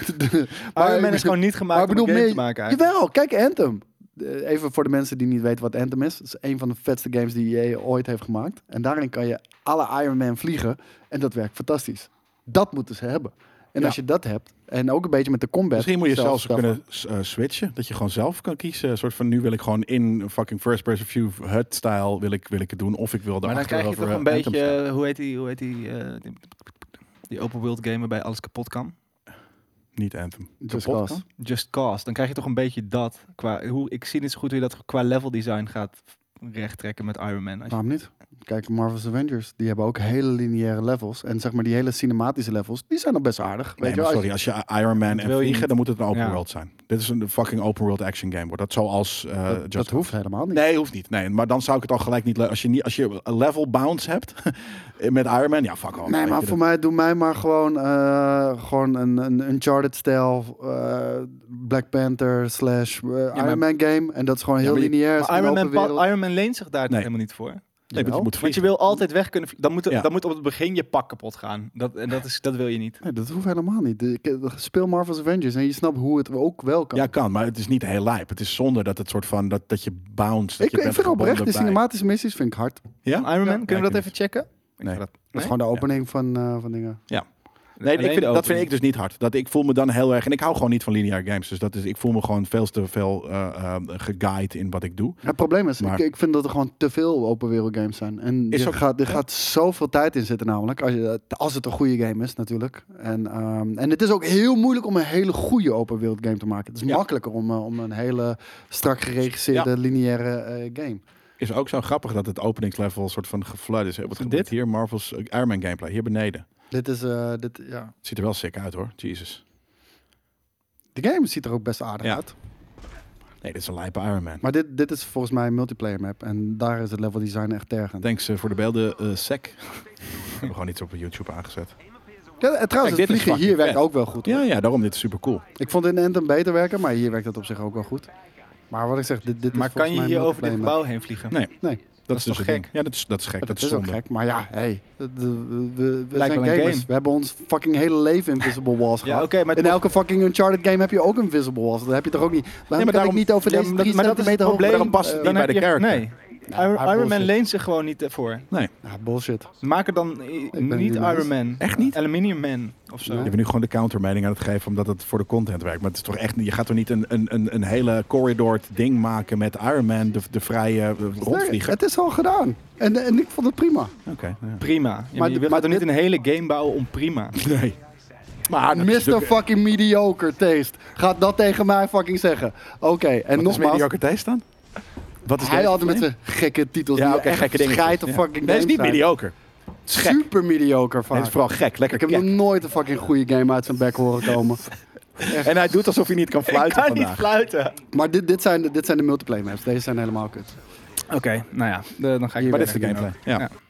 Maar Iron Man ik- is gewoon niet maar gemaakt ik om bedoel, een game meer- te maken eigenlijk. Jawel, kijk Anthem. Eh, Even voor de mensen die niet weten wat Anthem is. Het is een van de vetste games die E A ooit heeft gemaakt. En daarin kan je alle Iron Man vliegen. En dat werkt fantastisch. Dat moeten ze hebben. En Ja. als je dat hebt, en ook een beetje met de combat. Misschien moet je zelfs zelfs kunnen uh, switchen. Dat je gewoon zelf kan kiezen. Een soort van, nu wil ik gewoon in fucking first person view H U D-style wil ik, wil ik het doen. Of ik wil Maar dan daarachter krijg je over toch een Anthem beetje, staan. eh, hoe heet die, hoe heet die, eh, die, die open world game waarbij alles kapot kan? Niet Anthem. Just Kapot Cause. kan? Just Cause. Dan krijg je toch een beetje dat. Qua, hoe, ik zie niet zo goed hoe je dat qua level design gaat recht trekken met Iron Man. Als je- Waarom niet? Kijk, Marvel's Avengers, die hebben ook hele lineaire levels. En zeg maar die hele cinematische levels, die zijn nog best aardig. Nee, Weet je maar wel, sorry, als je Iron Man Dat en wil je vliegen, niet. dan moet het een open Ja. world zijn. Dit is een fucking open world action game. Wordt dat zoals uh, dat, Just dat hoeft helemaal niet. Nee, hoeft niet. Nee, maar dan zou ik het al gelijk niet leuk. Als je niet, als je een level bounce hebt met Iron Man, ja, fuck off. Nee, Weet maar je, voor dat- mij, doe mij maar gewoon, eh, gewoon een, een Uncharted-stijl eh, Black Panther slash eh, maar- Iron Man game. En dat is gewoon heel maar je- lineair. het is Maar Iron een Man, open pa- wereld. Iron Man leent zich daar Nee. helemaal niet voor. Nee, want je moet Want je vliegen. wil altijd weg kunnen vlie- dan moet, er- Ja. dan moet op het begin je pak kapot gaan. Dat, en dat, is, dat wil je niet. Nee, dat hoeft helemaal niet. Ik, eh, speel Marvel's Avengers en je snapt hoe het ook wel kan. Ja, kan, maar het is niet heel lijp. Het is zonder dat het soort van dat, dat je bounce. Dat ik, je ik bent vind oprecht, de gebonden bij- cinematische missies vind ik hard. Ja? Iron Man, Ja. kunnen we Ja, dat ik even checken? Ik Nee. ga dat, Dat is gewoon de opening van, eh, van dingen. Nee, ik Alleen vind, de dat vind opening. ik dus niet hard. Dat ik voel me dan heel erg. En ik hou gewoon niet van lineaire games. Dus dat is, ik voel me gewoon veel te veel uh, uh, geguide in wat ik doe. Het probleem is, Maar- ik, ik vind dat er gewoon te veel open wereld games zijn. En Is er, ook- gaat, er ja. gaat zoveel tijd in zitten namelijk. Als, je, als het een goede game is natuurlijk. En, ehm, en het is ook heel moeilijk om een hele goede open wereld game te maken. Het is Ja. makkelijker om, uh, om een hele strak geregisseerde Ja. lineaire uh, game. Is ook zo grappig dat het openingslevel soort van geflood is. Hè? Wat gebeurt Dit? hier? Marvel's uh, Iron Man gameplay. Hier beneden. Dit is, uh, dit, ja. Het ziet er wel sick uit hoor. Jesus. De game ziet er ook best aardig Ja. uit. Nee, dit is een lijpe Iron Man. Maar dit, dit is volgens mij een multiplayer map. En daar is het level design echt tergend. Thanks uh, voor de beelden, uh, Sec. We hebben gewoon iets op YouTube aangezet. Ja, en trouwens, Kijk, het dit is vliegen hier fucking werkt vet. ook wel goed. Hoor. Ja, ja, daarom dit is super cool. Ik vond het in Anthem beter werken, maar hier werkt het op zich ook wel goed. Maar wat ik zeg, dit, dit Maar is kan volgens je mij hier een over dit multiplayer gebouw heen vliegen? Nee, Nee. dat, is is dus toch het gek? ding. Ja, dat is, dat is gek. map. Dat, Dat is is ook zonde. gek, maar ja, hey, we, we, we, we Lijkt zijn wel een gamers. game. We hebben ons fucking hele leven Invisible Walls Ja, gehad. oké, maar In toch- elke fucking Uncharted game heb je ook Invisible Walls. Dat heb je toch ook niet. Waarom maar kan daarom- ik niet over Ja, deze maar dat- drie maar dat is het centimeter hoog... probleem. daarom past het Eh, niet dan bij de heb je- character. Nee. Ja, Iron, maar Iron Man bullshit. leent zich gewoon niet ervoor. Nee, Ja, bullshit. Maak er dan i- ben niet niet Iron eens. Man. Echt niet? Aluminium Man of zo. Nee. je bent nu gewoon de countermening aan het geven omdat het voor de content werkt. Maar het is toch echt, je gaat toch niet een, een, een, een hele corridor ding maken met Iron Man, de, de vrije uh, Nee, rondvlieger. het is al gedaan. En, en ik vond het prima. Oké, ja. Prima. Ja, Maar maar je dit- wil maar toch niet dit- een hele game bouwen om prima? Nee. Maar dat is mister natuurlijk- fucking mediocre taste. Gaat dat tegen mij fucking zeggen. Oké, en Wat is nogmaals... mediocre taste dan? Wat is Hij deze had met game? zijn gekke titels. Ja, die oké, echt gekke dingen. schijt op fucking Nee, het is niet games zijn. mediocre. Het is gek. Super mediocre Nee, vaak. het is vooral gek. Lekker Ik heb nog kek. nooit een fucking goede game uit zijn bek horen komen. En hij doet alsof hij niet kan fluiten Ik kan niet vandaag. fluiten. Maar dit, dit, zijn, de- dit zijn de multiplayer maps. Deze zijn helemaal kut. Oké, nou ja. de- dan ga ik Hier Maar verder. dit is de gameplay. Ja. Ja.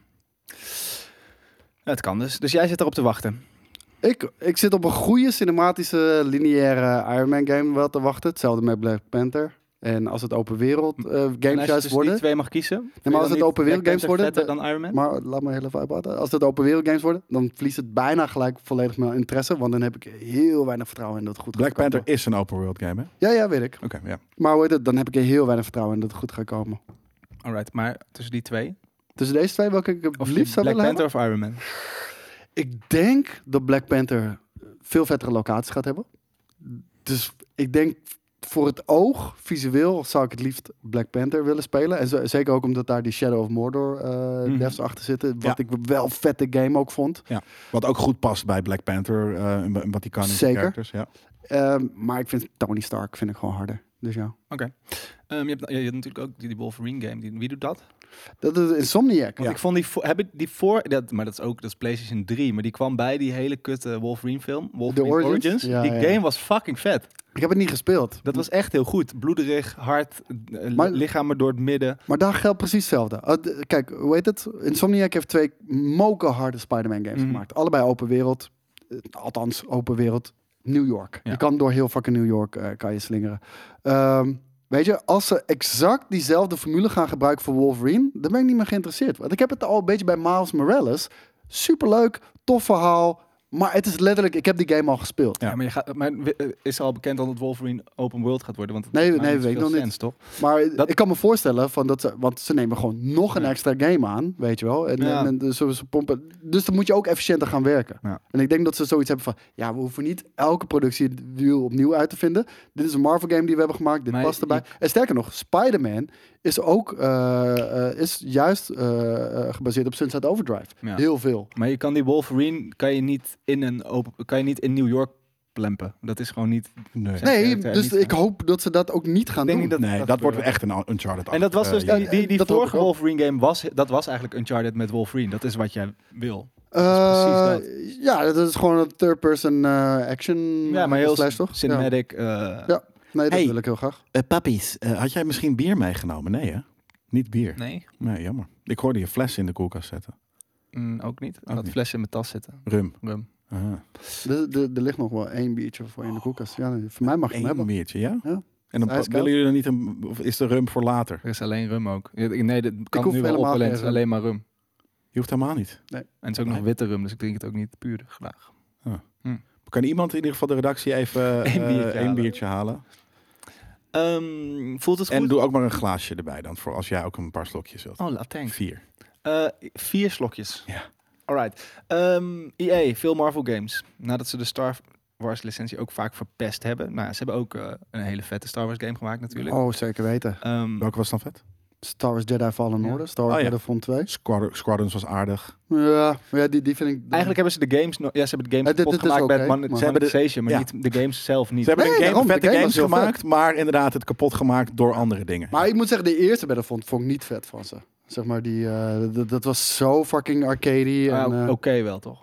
Het kan dus. Dus jij zit erop te wachten. Ik, ik zit op een goede cinematische lineaire Iron Man game wel te wachten. Hetzelfde met Black Panther. En als het open wereld eh, En als games je juist dus worden... die twee mag kiezen. vind je maar als dan het niet open wereld Black games Panther worden, vetter dan Iron Man? Maar laat me heel even uitpraten. Als het open wereld games worden, dan verliest het bijna gelijk volledig mijn interesse. Want dan heb ik heel weinig vertrouwen in dat het goed Black gaat komen. Panther is een open world game, hè? Ja, ja, weet ik. Oké, ja. Maar hoe heet het? Dan heb ik er heel weinig vertrouwen in dat het goed gaat komen. Alright, maar tussen die twee? Tussen deze twee, welke ik het Of liefst zou Black willen Panther hebben? of Iron Man? Ik denk dat Black Panther veel vettere locaties gaat hebben. Dus ik denk voor het oog, visueel, zou ik het liefst Black Panther willen spelen. En zo- zeker ook omdat daar die Shadow of Mordor eh Mhm. devs achter zitten. Wat Ja. ik wel vette game ook vond. Wat ook goed past bij Black Panther. uh, en wa- wat hij kan in zijn Zeker. characters. Ja. Ehm, maar ik vind Tony Stark vind ik gewoon harder. Dus ja. Ehm, je, hebt, je hebt natuurlijk ook die, die Wolverine game. Die, wie doet dat? Dat is Insomniac. Want ik vond die voor, heb ik die voor dat, maar dat is ook dat is PlayStation drie, maar die kwam bij die hele kutte Wolverine film, Wolverine Origins? Origins. Ja, die ja. game was fucking vet. Ik heb het niet gespeeld. Dat was echt heel goed. Bloederig, hard, eh, Maar- lichamen door het midden. Maar daar geldt precies hetzelfde. Uh, d- kijk, hoe heet het? Insomniac heeft twee mokerharde Spider-Man games Mhm. gemaakt. Allebei open wereld. Uh, althans, open wereld. New York. Ja. Je kan door heel fucking New York uh, kan je slingeren. Ehm, weet je, als ze exact diezelfde formule gaan gebruiken voor Wolverine, dan ben ik niet meer geïnteresseerd. Want ik heb het al een beetje bij Miles Morales. Superleuk, tof verhaal. Maar het is letterlijk, ik heb die game al gespeeld. Ja, maar, je gaat, maar eh, is er al bekend dat het Wolverine open world gaat worden? Want het Nee, maakt nee, niet weet ik zoveel nog niet. sens, toch? Maar Dat- ik kan me voorstellen, van dat ze, want ze nemen gewoon nog een Ja. extra game aan, weet je wel. En, Ja. en, en dus ze, ze pompen. Dus dan moet je ook efficiënter gaan werken. Ja. En ik denk dat ze zoiets hebben van, ja, we hoeven niet elke productie het wiel opnieuw uit te vinden. Dit is een Marvel game die we hebben gemaakt, dit Maar past erbij. je- En sterker nog, Spider-Man is ook, uh, uh, is juist uh, uh, gebaseerd op Sunset Overdrive. Ja. Heel veel. Maar je kan die Wolverine kan je niet in een open, kan je niet in New York plempen. Dat is gewoon niet. Nee. Zijn Nee, character dus niet- ik hoop dat ze dat ook niet gaan Ik denk doen. niet dat- nee, dat dat wordt gebeurt. echt een Uncharted. En dat was dus uh, die, die, die dat hoop vorige ik ook. Wolverine game was dat was eigenlijk Uncharted met Wolverine. Dat is wat jij wil. Uh, precies ja, dat is gewoon een third-person uh, action Ja, maar heel slash, toch? Ja. cinematic. eh, Ja. Nee, dat Hey. wil ik heel graag. Uh, papies, uh, had jij misschien bier meegenomen? Nee, hè? Niet bier. Nee, Nee, jammer. Ik hoorde je fles in de koelkast zetten. mm, ook niet. Ik Ook had niet. flessen in mijn tas zitten. Rum. Rum. Aha. Er, er, er ligt nog wel één biertje voor je in de koelkast. Ja, nee, voor mij mag je hem Eén hebben. biertje, ja? Ja. En dan Ijskoud. willen jullie er niet een... Of is de rum voor later? Er is alleen rum ook. Ja, ik- Nee, dat kan hoef nu wel helemaal op, alleen, geen het is rum. alleen maar rum. Je hoeft helemaal niet. En het is ook nog Nee. witte rum, dus ik drink het ook niet puur graag. Kan iemand in ieder geval de redactie even uh, Eén biertje één halen. biertje halen? Ehm, voelt het goed? En doe ook maar een glaasje erbij dan, voor als jij ook een paar slokjes wilt. Oh, la thanks. Vier. Eh, vier slokjes. Ja. Alright. Ehm E A, veel Marvel games. Nadat ze de Star Wars licentie ook vaak verpest hebben. Nou, ja, ze hebben ook eh, een hele vette Star Wars game gemaakt natuurlijk. Oh, zeker weten. Ehm, Welke was dan vet? Star Wars Jedi Fallen Ja. Order, Star Wars Oh, ja. Battlefront twee. Squad- Squadrons was aardig. Ja, maar ja die, die vind ik... Eigenlijk hebben ze de games nog... Ja, ze hebben de games Eh, dit- kapot dit is gemaakt oké, met maar- mon- Ze hebben de- monetization, maar ja. niet de games zelf niet. Ze hebben Nee, een game, daarom, de vette game games was heel gemaakt, maar inderdaad het kapot gemaakt door andere dingen. Maar ik moet zeggen, de eerste Battlefront vond ik niet vet van ze. Zeg maar, die, eh, dat- dat was zo fucking arcadey. Ah, en, eh, Oké wel, toch?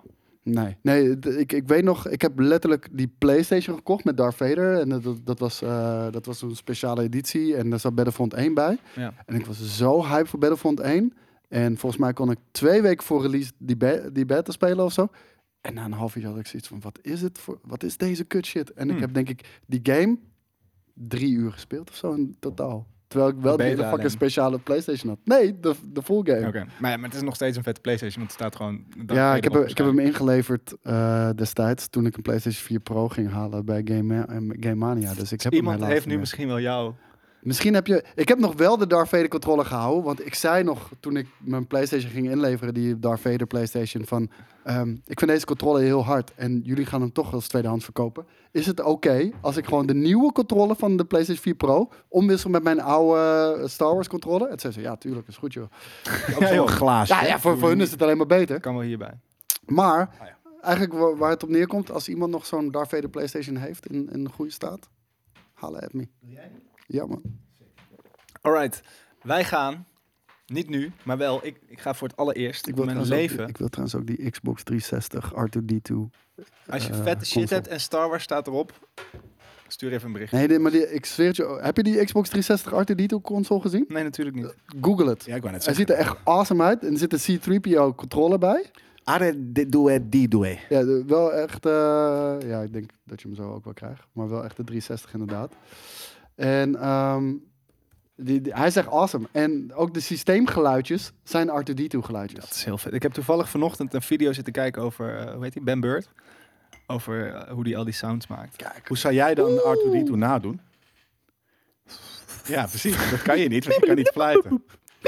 Nee, nee d- ik, ik weet nog, ik heb letterlijk die PlayStation gekocht met Darth Vader. En dat, dat, dat was, uh, dat was een speciale editie. En daar zat Battlefront één bij. Ja. En ik was zo hyped voor Battlefront één. En volgens mij kon ik twee weken voor release die, be- die beta spelen of zo. En na een half uur had ik zoiets van, wat is het voor, wat is deze kut shit? En Hmm. ik heb denk ik die game drie uur gespeeld of zo in totaal. Terwijl ik wel De de beta hele fucking alleen. speciale PlayStation had. Nee, de, de full game. Oké. Maar, ja, maar het is nog steeds een vette PlayStation, want het staat gewoon... Ja, ik heb, hem- ik heb hem ingeleverd uh, destijds toen ik een PlayStation vier Pro ging halen bij Game, uh, Game Mania. Dus ik heb hem Iemand helaas heeft nu niet. misschien wel jou... Misschien heb je... Ik heb nog wel de Darth Vader controller gehouden. Want ik zei nog, toen ik mijn PlayStation ging inleveren, die Darth Vader PlayStation, van... Um, ik vind deze controller heel hard en jullie gaan hem toch als tweedehands verkopen. Is het oké okay als ik gewoon de nieuwe controller van de PlayStation vier Pro omwissel met mijn oude Star Wars controller? Het zei ze, ja, tuurlijk, is goed joh. Ook zo'n glaasje. Ja, ja voor, voor hun is het alleen maar beter. Kan wel hierbij. Maar Ah, ja. eigenlijk waar, waar het op neerkomt, als iemand nog zo'n Darth Vader PlayStation heeft in, in een goede staat, halen at me. Ja, man. Alright, wij gaan, niet nu, maar wel, ik, ik ga voor het allereerst Ik wil, in mijn trouwens leven. ook, ik wil trouwens ook die Xbox driehonderdzestig R twee D twee. Als je eh, vette shit console. hebt en Star Wars staat erop, stuur even een bericht. Nee, dit- maar die, ik zweer het je. Heb je die Xbox driehonderdzestig R twee D twee console gezien? Nee, natuurlijk niet. Google het. Ja, ik wou net Hij zeggen. ziet er echt awesome uit. En er zit een C drie P O controller bij. Are dit doe die doe. Ja, de- wel echt... eh, ja, ik denk dat je hem zo ook wel krijgt. Maar wel echt de driehonderdzestig inderdaad. En ehm, die, die- hij zegt awesome. En ook de systeemgeluidjes zijn R twee D twee geluidjes. Dat is heel vet. Ik heb toevallig vanochtend een video zitten kijken over, uh, hoe heet die, Ben Bird. Over uh, hoe die al die sounds maakt. Kijk. Hoe zou jij dan R twee D twee nadoen? Ja, precies. Dat kan je niet, want je kan niet fluiten.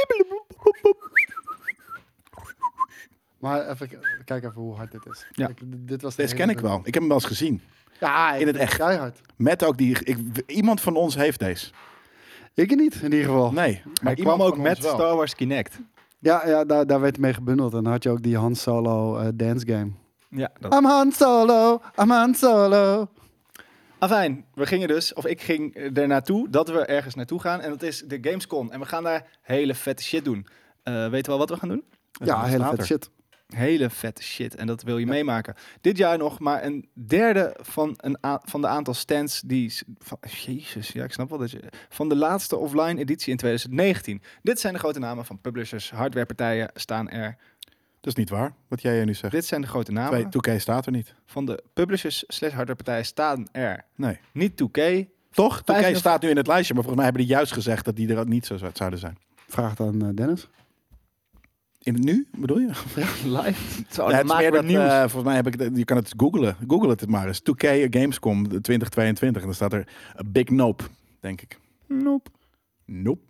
Maar even, kijk even hoe hard dit is. Ja. Kijk, dit- dit was de Deze hele- ken ik wel. Ik heb hem wel eens gezien. Ja, In het echt. Keihard. Met ook die... Ik, iemand van ons heeft deze. Ik niet, in ieder geval. Nee. Maar Maar ik kwam iemand ook van met ons wel. Star Wars Kinect. Ja, ja daar, daar werd mee gebundeld. En dan had je ook die Han Solo eh, dance game. Ja, dat... I'm Han Solo, I'm Han Solo. Afijn, we gingen dus, of ik ging er naartoe, dat we ergens naartoe gaan. En dat is de Gamescom. En we gaan daar hele vette shit doen. Uh, weten we al wat we gaan doen? Ja, hele staat vet er. shit. Hele vette shit. En dat wil je meemaken. Dit jaar nog maar een derde van, een a- van de aantal stands die... s- Van, Jezus, ja, ik snap wel dat je... Van de laatste offline editie in twintig negentien. Dit zijn de grote namen van publishers, hardwarepartijen staan er. Dat is niet waar, wat jij nu zegt. Dit zijn de grote namen. twee K staat er niet. Van de publishers slash hardwarepartijen staan er. Nee. Niet twee K. Toch? twee K Vijf- staat nu in het lijstje, maar volgens mij hebben die juist gezegd dat die er niet zo zou- zouden zijn. Vraag dan uh, Dennis. In het nu, bedoel je? Live. Zo, Ja, dat het is maken meer we dat, nieuws. eh, volgens mij heb ik, het- je kan het googlen. Google het maar eens. twee K Gamescom twintig tweeëntwintig. En dan staat er a big nope, denk ik. Nope. Nope.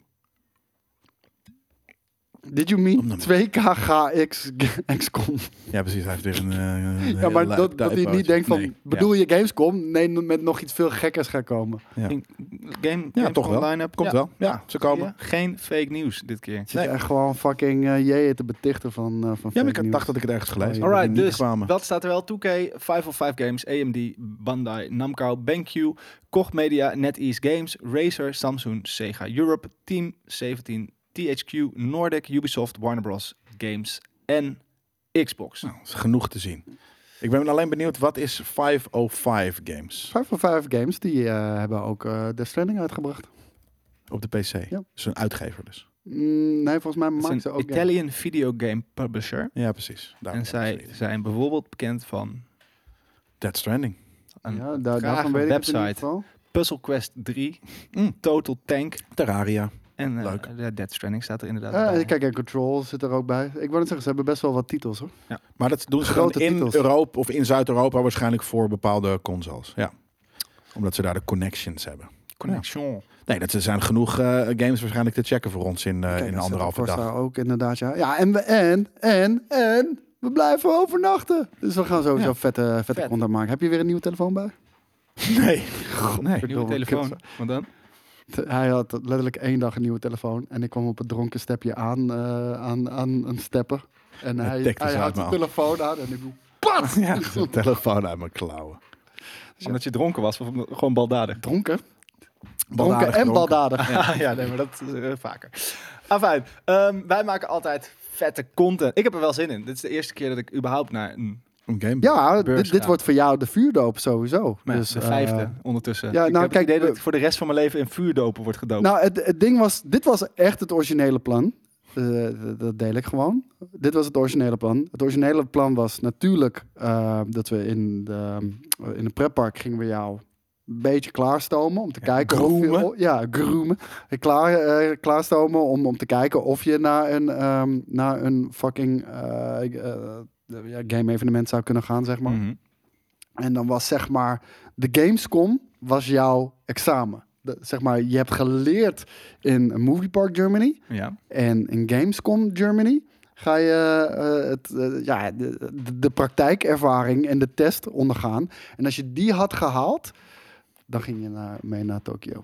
Did you Om mean dan- twee K G X XCOM? Ja, precies. Hij heeft weer een... eh, een Ja, hele maar lui- dat, dat hij typootje. niet denkt van, Nee. bedoel je Gamescom? Nee, met nog iets veel gekkers gaat komen. Ja, ja. In- Game, Ja, Gamescom toch wel. line-up. Komt Ja. wel. Ja, ze komen. Ja, geen fake nieuws dit keer. Zit Nee. echt gewoon fucking uh, J te betichten van, uh, van Ja, maar fake ik news. dacht dat ik het ergens gelezen Oh, had. ja. dat die Alright, niet dus kwamen. wat staat er wel? twee K, vijf of vijf Games, A M D, Bandai, Namco, BenQ, Koch Media, NetEase Games, Razer, Samsung, Sega Europe, Team zeventien, T H Q, Nordic, Ubisoft, Warner Bros. Games en Xbox. Nou, is genoeg te zien. Ik ben alleen benieuwd, wat is vijfhonderdvijf Games vijf van vijf games, die uh, hebben ook uh, Death Stranding uitgebracht. op de P C? Ja. Dus een uitgever dus. Mm, nee, volgens mij Het maken is ze een ook games. Italian video game publisher. Ja, precies. Daarom En zij precies. zijn bijvoorbeeld bekend van Death Stranding. een Ja, daar, trage daarvan weet ik het in ieder website, geval. Puzzle Quest drie, Mm. Total Tank Terraria. en uh, Leuk. ja, Death Stranding staat er inderdaad Uh, bij. kijk, en Control zit er ook bij. Ik wou net zeggen, ze hebben best wel wat titels hoor. Maar dat doen ze Grote dan in titels. Europa of in Zuid-Europa waarschijnlijk voor bepaalde consoles. Ja. Omdat ze daar de connections hebben. Connection. Nee, dat zijn genoeg eh, games waarschijnlijk te checken voor ons in, eh, Kijk, in daar zit anderhalve Forza dag. ook inderdaad, ja. Ja, en, we, en, en, en, we blijven overnachten. Dus we gaan sowieso Ja. vette, vette Vet. content maken. Heb je weer een nieuwe telefoon bij? Nee. nee. Nieuwe Verdomme, telefoon. Wat dan? Hij had letterlijk één dag een nieuwe telefoon. En ik kwam op het dronken stepje aan, uh, aan, aan een stepper. En Het hij, dekte hij ze had uit zijn mijn telefoon aan. En ik doe, pat! Ja, de telefoon uit mijn klauwen. Omdat je dronken was of omdat- gewoon baldadig? Dronken? Dronken Baldadig en dronken. baldadig. Ja, ja, nee, maar dat is uh, vaker. Afijn, um, wij maken altijd vette content. Ik heb er wel zin in. Dit is de eerste keer dat ik überhaupt naar een Een game. Ja, Beurs dit, dit gaan. wordt voor jou de vuurdoop sowieso. Maar ja, dus, de eh, vijfde ondertussen. ja, ik nou, heb kijk, het idee dat we- ik voor de rest van mijn leven in vuurdopen wordt gedoopt. Nou, het, het ding was, dit was echt het originele plan. Eh, d- dat deel ik gewoon. Dit was het originele plan. Het originele plan was natuurlijk eh, dat we in de, in een pretpark gingen we jou een beetje klaarstomen om te kijken of je, groomen. o- ja, groomen. Klaar, eh, klaarstomen om, om te kijken of je naar een, ehm, naar een fucking eh, eh, ja, game evenement zou kunnen gaan, zeg maar. Mhm. En dan was zeg maar, de Gamescom was jouw examen. De, zeg maar, je hebt geleerd in Movie Park Germany Ja. en in Gamescom Germany ga je eh, het, eh, ja, de, de, de praktijkervaring en de test ondergaan. En als je die had gehaald, dan ging je naar, mee naar Tokio.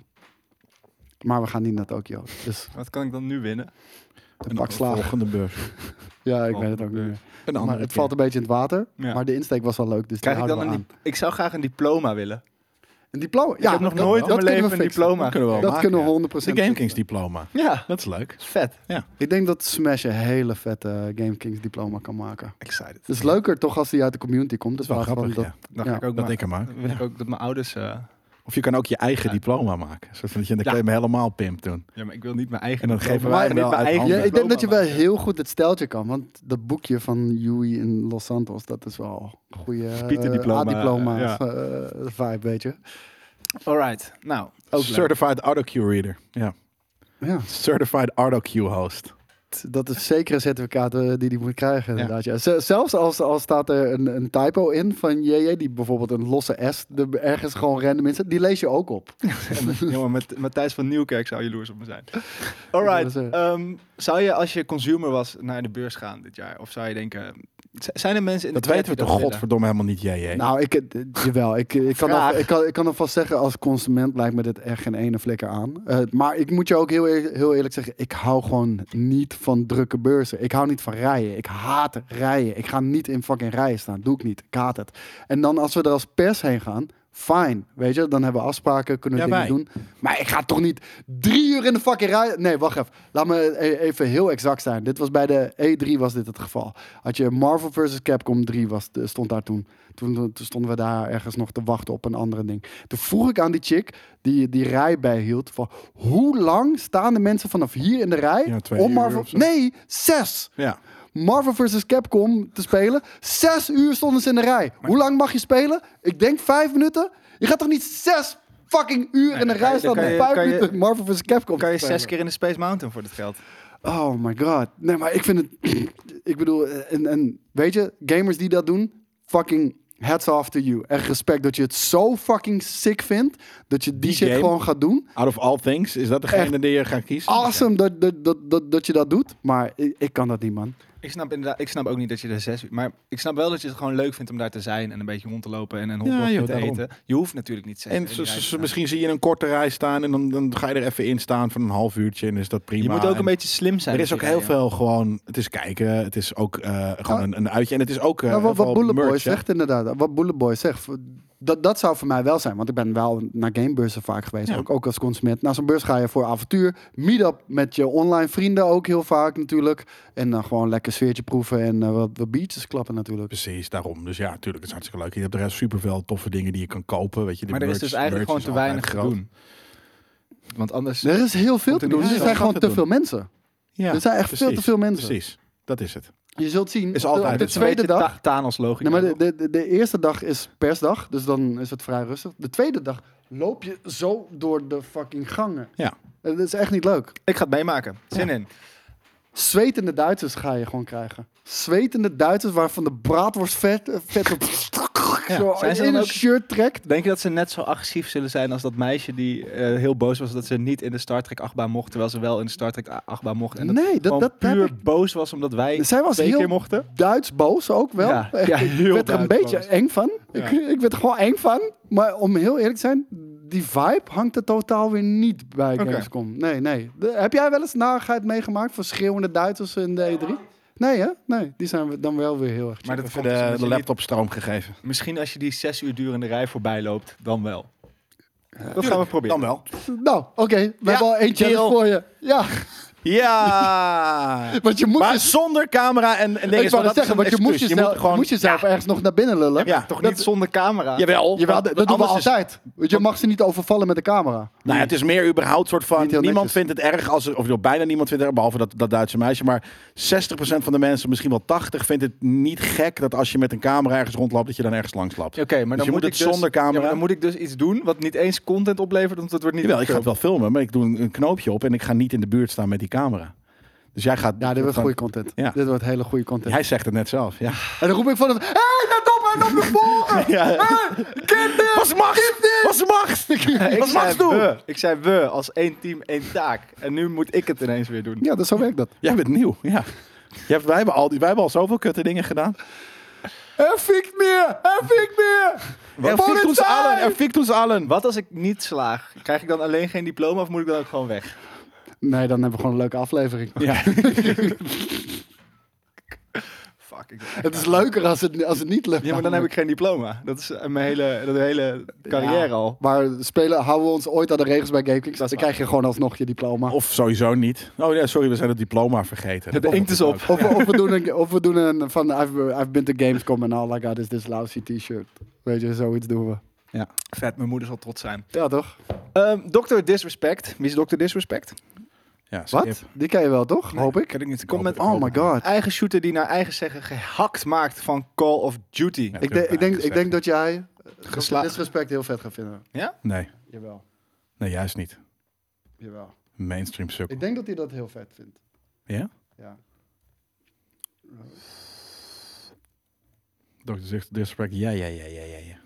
Maar we gaan niet naar Tokio. Dus Wat kan ik dan nu winnen? een pak slaag. volgende beurs. Ja, ik Oh, weet het ook niet eh, meer. Een Maar andere het keer. valt een beetje in het water. Ja. Maar de insteek was wel leuk. Dus Krijg die ik dan een houden we dip- ik zou graag een diploma willen. aan. Een diploma? Ik heb nog dat- nooit in dat mijn kunnen leven we een fixen. diploma. Dat kunnen we wel Dat maken, kunnen we ja. honderd procent De Game fixen. Kings diploma. Ja, Dat is leuk. dat is vet. Ik denk dat Smash een hele vette Game Kings diploma kan maken. Excited. Het is leuker toch als die uit de community komt. Dat is wel in plaats van grappig, ja. Dan Ja, ga ik ook Dat maar- ik hem maak. dan wil ik ook dat mijn ouders... eh, Of je kan ook je eigen Ja. diploma maken. Zodat je, dan Ja. kan je me helemaal pimp doen. ja, maar ik wil niet mijn eigen... En dan diploma geven wij maken, hem niet wel mijn uit eigen Ja, ik denk dat je wel diploma maken. heel goed het steltje kan. Want dat boekje van Yui in Los Santos, dat is wel een goede Pieter diploma, diploma ja. vibe, weet je. Alright, nou, ook leuk. Certified Autocue Reader. Ja. Ja, Certified Autocue Host. t- dat is zeker een certificaat eh, die die moet krijgen, inderdaad. Ja. Z- zelfs als, als staat er een, een typo in van J J, die bijvoorbeeld een losse S er ergens gewoon random in zet, die lees je ook op. Jongen, met Matthijs van Nieuwkerk zou jaloers op me zijn. Ik Alright, wou ehm, zou je als je consumer was naar de beurs gaan dit jaar? Of zou je denken... z- Zijn er mensen in de Dat chat weten we die toch willen? godverdomme helemaal niet, jij. Nou, ik, eh, jawel, ik, ik, kan Vraag. al, ik, kan, ik kan alvast zeggen, als consument lijkt me dit echt geen ene flikker aan. Eh, maar ik moet je ook heel, eer- heel eerlijk zeggen, ik hou gewoon niet van drukke beurzen. Ik hou niet van rijden. Ik haat rijden. Ik ga niet in fucking rijen staan. Doe ik niet. Ik haat het. En dan als we er als pers heen gaan, fijn. Weet je, dan hebben we afspraken, kunnen we Ja, dingen wij. doen. Maar ik ga toch niet drie uur in de fucking rij... Nee, wacht even. Laat me e- even heel exact zijn. Dit was bij de E drie was dit het geval. Had je Marvel versus. Capcom drie was, stond daar toen. Toen, toen stonden we daar ergens nog te wachten op een andere ding. Toen vroeg ik aan die chick die die rij bijhield van hoe lang staan de mensen vanaf hier in de rij Ja, twee om uur Marvel? of zo. Nee, zes. Ja. Marvel versus. Capcom te spelen. Zes uur stonden ze in de rij. Hoe lang mag je spelen? Ik denk vijf minuten. Je gaat toch niet zes fucking uur in de dan kan rij je- staan dan om kan je- vijf kan je- minuten Marvel versus. Capcom Kan je te spelen? zes keer in de Space Mountain voor dit geld? Oh my god. Nee, maar ik vind het... ik bedoel, en, en weet je, gamers die dat doen, fucking hats off to you. Echt respect dat je het zo fucking sick vindt, dat je die, Die shit game? gewoon gaat doen. Out of all things, is dat degene Echt die je gaat kiezen? Awesome dat, dat, dat, dat, dat je dat doet, maar ik, ik kan dat niet, man. Ik snap inderdaad, ik snap ook niet dat je er zes uur... Maar ik snap wel dat je het gewoon leuk vindt om daar te zijn en een beetje rond te lopen en een hotdogje joh, te daarom. eten. Je hoeft natuurlijk niet zes uur En in die zo- rij te zo- staan. misschien zie je een korte rij staan en dan, dan ga je er even in staan van een half uurtje en is dat prima. Je moet ook En een beetje slim zijn. er is met ook die heel rijen. veel gewoon, het is kijken, het is ook eh, gewoon Ja. een, een uitje en het is ook eh, Nou, wat wat vooral Bullet Boy merch, hè. zegt inderdaad, wat Bullet Boy zegt, dat, dat zou voor mij wel zijn. Want ik ben wel naar gamebeurzen vaak geweest, Ja. ook, ook als consument. Naar zo'n beurs ga je voor avontuur, meet-up met je online vrienden ook heel vaak natuurlijk. En dan gewoon lekker sfeertje proeven en eh, wat, wat beaches klappen natuurlijk. Precies, daarom. Dus ja, natuurlijk, het is hartstikke leuk. Je hebt er rest superveel toffe dingen die je kan kopen. Weet je, de Maar er is merch- dus eigenlijk gewoon merch te is weinig te altijd groot. doen. Want anders... Er is heel veel Komt te er doen, niet dus er uit. zijn gewoon Wat te te veel mensen. Ja, Er zijn echt veel precies, te veel mensen. Precies, dat is het. Je zult zien, Is altijd de, de het. tweede dag... Ta Thanos logica. Nee, maar de, de, de, de eerste dag is persdag, dus dan is het vrij rustig. De tweede dag loop je zo door de fucking gangen. Ja. Dat is echt niet leuk. Ik ga het meemaken. Zin in. Zwetende Duitsers ga je gewoon krijgen. Zwetende Duitsers waarvan de braadworst vet, eh, vet op zo Zijn ze in dan een ook- shirt trekt. Denk je dat ze net zo agressief zullen zijn als dat meisje die eh, heel boos was dat ze niet in de Star Trek achtbaan mocht, terwijl ze wel in de Star Trek a- achtbaan mocht? En dat Nee, dat, gewoon dat puur heb ik. boos was omdat wij Zij was twee keer heel mochten? Duits boos ook wel. Ja, Echt, ja, ik heel werd er een Duits beetje boos. eng van. Ja. Ik, ik werd er gewoon eng van. Maar om heel eerlijk te zijn, die vibe hangt er totaal weer niet bij Oké. Gamescom. Nee, nee. De- heb jij wel eens narigheid meegemaakt van schreeuwende Duitsers in de E drie? Nee, hè? Nee, die zijn we dan wel weer heel erg. Maar dat Even komt dus de, omdat de je laptop stroom gegeven. niet- misschien als je die zes uur durende rij voorbij loopt, dan wel. Dat gaan we proberen. Dan wel. Nou, oké. we Ja, hebben al eentje deal. voor je. Ja. Ja! Want je moet Maar je- zonder camera en, en dingen. Ik wou want het zeggen, want je moest excuus. jezelf, moet gewoon, moest jezelf ergens nog naar binnen lullen. Ja, Toch Dat- niet zonder camera? Jawel. Jawel, want- dat want doen we anders is- altijd. Want je mag ze niet overvallen met de camera. Nou ja, het is meer überhaupt soort van... Niet heel Niemand netjes. vindt het erg, als er, of joh, bijna niemand vindt het erg, behalve dat, dat Duitse meisje. Maar zestig procent van de mensen, misschien wel tachtig, vindt het niet gek dat als je met een camera ergens rondloopt, dat je dan ergens langs loopt. Oké, maar Dus dan je moet moet ik het dus, zonder camera. Ja, maar dan moet ik dus iets doen wat niet eens content oplevert, want het wordt niet Jawel, ik ga het gefilmd. wel filmen, maar ik doe een, een knoopje op en ik ga niet in de buurt staan met die camera. Dus jij gaat... Ja, dit wordt van- goede content. Ja. Dit wordt hele goede content. Hij zegt het net zelf, ja. En dan roep ik van het... Hé, hey, let op, hij loopt me volgen! ja. Was Max? Was Max? Ik Was zei Max doen? we. Ik zei we, als één team, één taak. En nu moet ik het ineens weer doen. Ja, dat zo werkt dat. Jij bent nieuw, ja. Je hebt, wij, hebben al, wij hebben al zoveel kutte dingen gedaan. Er fikt meer! Er fikt meer! Er fikt ons allen, er fikt ons allen. Wat als ik niet slaag? Krijg ik dan alleen geen diploma of moet ik dan ook gewoon weg? Nee, dan hebben we gewoon een leuke aflevering. Ja. Fuck. Ik Het is leuker als het, als het niet lukt. Ja, maar dan heb ik geen diploma. Dat is eh, mijn hele, dat hele carrière Ja, al. Maar spelen, houden we ons ooit aan de regels bij GameKings, dan waar. krijg je gewoon alsnog je diploma. Of sowieso niet. Oh ja, sorry, we zijn het diploma vergeten. De inkt is op. Of, we- of, we doen een, of we doen een van I've, I've been to Gamescom and all I got is this lousy t-shirt. Weet je, zoiets doen we. Vet, mijn moeder zal trots zijn. Ja, toch? Um, dokter Disrespect. Wie is dokter Disrespect? Ja, Wat? skip. Die ken je wel, toch? Hoop ik. Ken ik niet. Hoop Komt met ik. Oh my god. eigen shooter die naar eigen zeggen gehakt maakt van Call of Duty. Ja. Ik, de- ik, denk, ik denk dat jij Gesla- Disrespect heel vet gaat vinden. Nee, Jawel. nee, juist niet. Jawel. Mainstream sukkel. Ik denk dat hij dat heel vet vindt. Ja? Ja. dokter zegt disrespect. Ja, ja, ja, ja, ja, ja.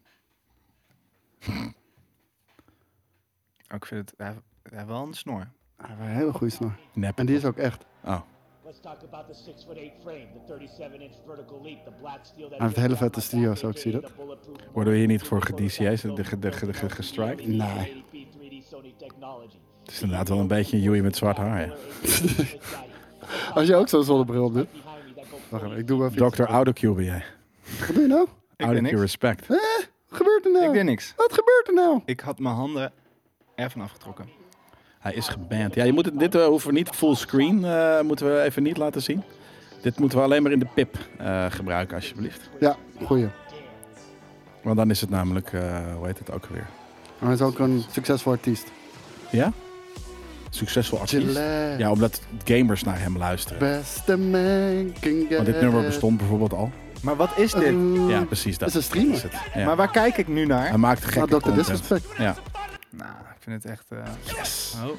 Oh, ik vind het hij, hij heeft wel een snor. Hij heeft een hele goede snor. Nep. En die is ook echt. Oh. Let's talk about the six foot eight frame, the thirty-seven inch vertical leap, the black steel that Hij heeft hele vette studio, zo ik zie dat. Worden we hier niet voor ge-D C A's, de, de, de, de, de, gestrikt? Nee. Het is inderdaad wel een beetje een joeie met zwart haar, ja. Als je ook zo'n zonnebril op doet. Wacht even, ik doe even iets. dokter Autocue ben jij. Wat doe je nou? Ik deed Autocue niks. respect. Wat gebeurt er nou? Ik deed niks. Wat gebeurt er nou? Ik had mijn handen ervan afgetrokken. Hij is geband. Ja, je moet het, dit uh, hoeven we niet fullscreen, uh, moeten we even niet laten zien. Dit moeten we alleen maar in de pip uh, gebruiken, alsjeblieft. Ja, goeie. Want dan is het namelijk, uh, hoe heet het ook alweer? Hij is ook een succesvol artiest. Ja? Succesvol artiest? Gillette, Ja, omdat gamers naar hem luisteren. beste man can get. Want dit nummer bestond bijvoorbeeld al. Maar wat is dit? Uh, Ja, precies dat. is een streamer. Dat is het. Ja. Maar waar kijk ik nu naar? Hij maakt gekke Nou, dokter content. Disrespect. Ja. Nou, ik vind het echt... eh, Yes. Oh.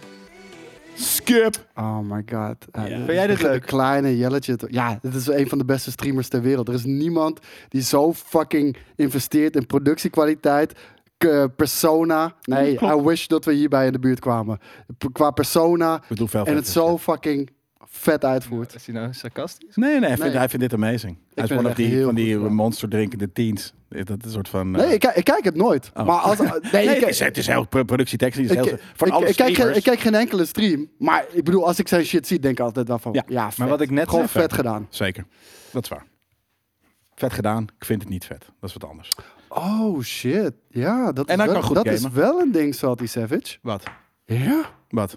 Skip! Oh my god. Ja. Uh, Vind jij dit de- leuk? De kleine jelletje. Ja, dit is een van de beste streamers ter wereld. Er is niemand die zo fucking investeert in productiekwaliteit. K- persona. Nee, I wish dat we hierbij in de buurt kwamen. P- Qua persona. Ik bedoel veel En het vetter. zo fucking vet uitvoert. Is hij nou sarcastisch? Nee, nee, hij vindt, Nee. hij vindt dit amazing. Hij is vind one het of die, echt van heel die goed gedaan. monster drinkende teens. Dat is een soort van... uh, Nee, ik, ki- ik kijk het nooit. Oh. Maar als, nee, nee, ik, het, is, het is heel pro- productietechnisch. ik, heel, ik, van alle ik, kijk geen, streamers. ik kijk geen enkele stream. Maar ik bedoel, als ik zijn shit zie, denk ik altijd wel van... Ja, Ja, Maar vet. wat ik net Gewoon zei... vet gedaan. Zeker. Dat is waar. Vet gedaan. Ik vind het niet vet. Dat is wat anders. Oh shit. Ja, dat, En is hij wel, kan goed dat is gamen. wel een ding, Salty Savage. Wat? Ja, Wat?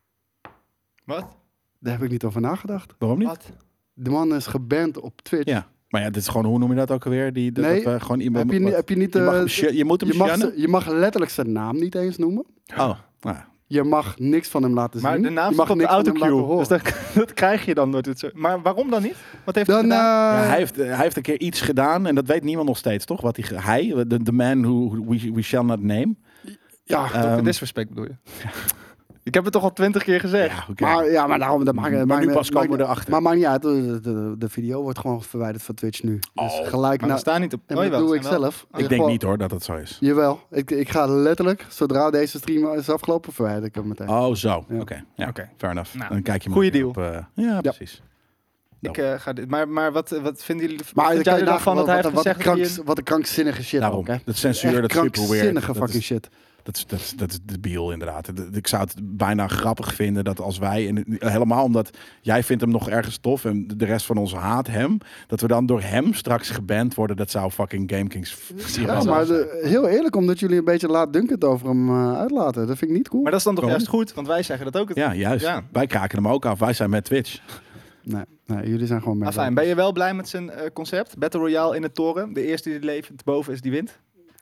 Wat? daar heb ik niet over nagedacht. Waarom niet? Wat? De man is geband op Twitch. Ja. Maar ja, dit is gewoon, hoe noem je dat ook alweer? Die, dat, Nee, dat we gewoon iemand... Heb je, niet- wat- heb je niet... je, mag eh, hem shi- je moet hem je, mag, shannen? ze- je mag letterlijk zijn naam niet eens noemen. Oh, nou ja. Je mag niks van hem laten zien. Maar de naam je staat mag op de niks van hem laten autocue. horen. Dus dat, dat krijg je dan door dit soort... Maar waarom dan niet? Wat heeft hij Dan, gedaan? eh, Ja, hij, heeft, hij heeft een keer iets gedaan en dat weet niemand nog steeds, toch? Wat hij, ge- hij de, de man who we, we shall not name. ja, eh, Dokter ehm, Disrespect bedoel je? Ik heb het toch al twintig keer gezegd? Ja, oké. maar, ja, maar daarom... Dat maakt, Maar maakt- nu pas maakt- komen we erachter. Maar maakt niet uit. De, de, de video wordt gewoon verwijderd van Twitch nu. Dus Oh, gelijk Maar na... we staan niet op... En Oh, dat jawel, doe we ik zijn wel- zelf. ik denk niet hoor dat het zo is. Jawel. Ik, ik ga letterlijk, zodra deze stream is afgelopen, verwijder ik hem meteen. Oh, zo. Ja. Oké, ja, Oké. fair enough. Nou, Dan kijk je goeie maar weer op, uh, ja, precies. Ik eh, ga dit... Maar, maar wat, wat vinden jullie... Maar wat dan vind kan jij je er dan van nagaan dat hij wat, heeft wat, gezegd... dat kranks, hij wat een krankzinnige shit Daarom. ook, hè. Dat censuur, Echt dat super weird. krankzinnige Dat fucking is- shit. Dat is, dat, is, dat is debiel inderdaad. D- Ik zou het bijna grappig vinden dat als wij, en helemaal omdat jij vindt hem nog ergens tof en de rest van ons haat hem, dat we dan door hem straks geband worden. Dat zou fucking GameKings Ja, maar de- heel eerlijk, omdat jullie een beetje laatdunkend over hem uh, uitlaten. Dat vind ik niet cool. Maar dat is dan toch Waarom? juist goed, want wij zeggen dat ook. Het... Ja, juist. Ja. Wij kraken hem ook af. Wij zijn met Twitch. Nee, nee, jullie zijn gewoon Ah, mensen. fijn. Ben je wel blij met zijn eh, concept? Battle Royale in de toren. De eerste die levend boven is, die wint.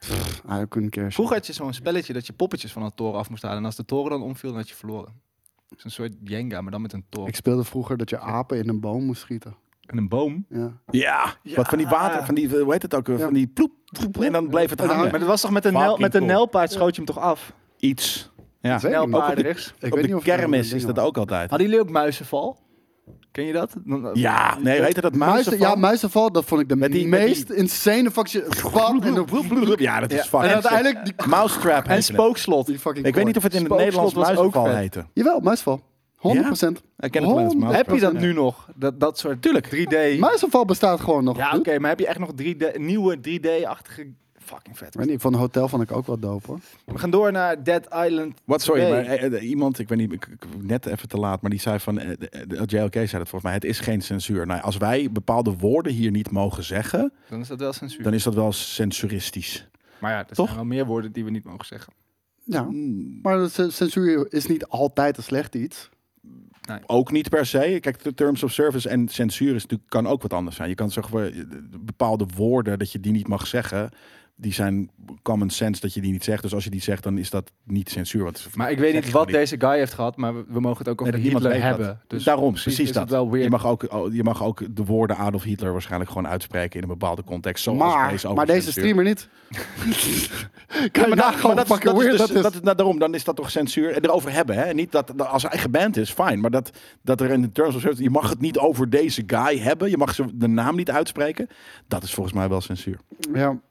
I couldn't care. Vroeger had je zo'n spelletje dat je poppetjes van een toren af moest halen. En als de toren dan omviel, dan had je verloren. Het is een soort Jenga, maar dan met een toren. Ik speelde vroeger dat je apen in een boom moest schieten. En een boom. Ja. Ja, Ja. wat van die water, van die, hoe heet het ook, Ja. van die ploep, ploep, en dan bleef het En dan- hangen. Maar dat was toch met een, nel, Fucking met een cool. nelpaard schoot je hem toch af? Iets. Ja. Dat weet ik niet. Nelpaardrigs. Ik Op weet de niet of het kermis een is ding dat was. ook altijd. Hadden jullie ook muizenval? Ken je dat? Dan- Ja, nee, weet je dat Muizen, muizenval? ja, muizenval, dat vond ik de Met die- met die- meest insane fucking... en dan- Ja, dat is Ja. fucking En uiteindelijk die, Mousetrap. En spookslot. die fucking Ik weet niet of het in het Nederlands Spookslot was ook muizenval vet. heette. Jawel, muizenval. honderd procent. Ik ken het alleen als honderd muizenval. Heb je dat Ja. nu nog? Dat, dat soort Tuurlijk. drie D... Muizenval bestaat gewoon nog. Ja, dude. oké, maar heb je echt nog drie D, nieuwe drie D-achtige... Fucking vet. Ik weet niet, ik vond een hotel vond ik ook wel dope hoor. We gaan door naar Dead Island Wat, sorry, twee. maar eh, eh, iemand, ik weet niet, ik, ik- net even te laat, maar die zei van, eh, de- de J L K zei het volgens mij, het is geen censuur. Nou, als wij bepaalde woorden hier niet mogen zeggen, Dan is dat wel censuur. dan is dat wel censuristisch. Maar ja, er Toch? zijn wel meer woorden die we niet mogen zeggen. Ja, Mm, maar de c- censuur is niet altijd een slecht iets. Ook niet per se. Kijk, de terms of service en censuur is natuurlijk, kan ook wat anders zijn. Je kan zeggen, we- bepaalde woorden, dat je die niet mag zeggen, die zijn common sense dat je die niet zegt. Dus als je die zegt, dan is dat niet censuur. Want Maar ik weet zeg niet je wat niet. deze guy heeft gehad, maar we, we mogen het ook over Nee, dat Hitler niemand weet hebben. dat. Dus Daarom, misschien precies is dat. het wel weird. Je mag, ook, oh, je mag ook de woorden Adolf Hitler waarschijnlijk gewoon uitspreken in een bepaalde context. Zoals Maar, deze over maar deze censuur. streamer niet. Kan je maar, nagaan dat, maar hoe dat, is- fucking dat is weird dus- dat is? dat is- nou, daarom, dan is dat toch censuur. En erover hebben, hè? Niet dat, dat als eigen band is, fijn. Maar dat, dat er in de terms of service, je mag het niet over deze guy hebben. Je mag ze de naam niet uitspreken. Dat is volgens mij wel censuur. Ja.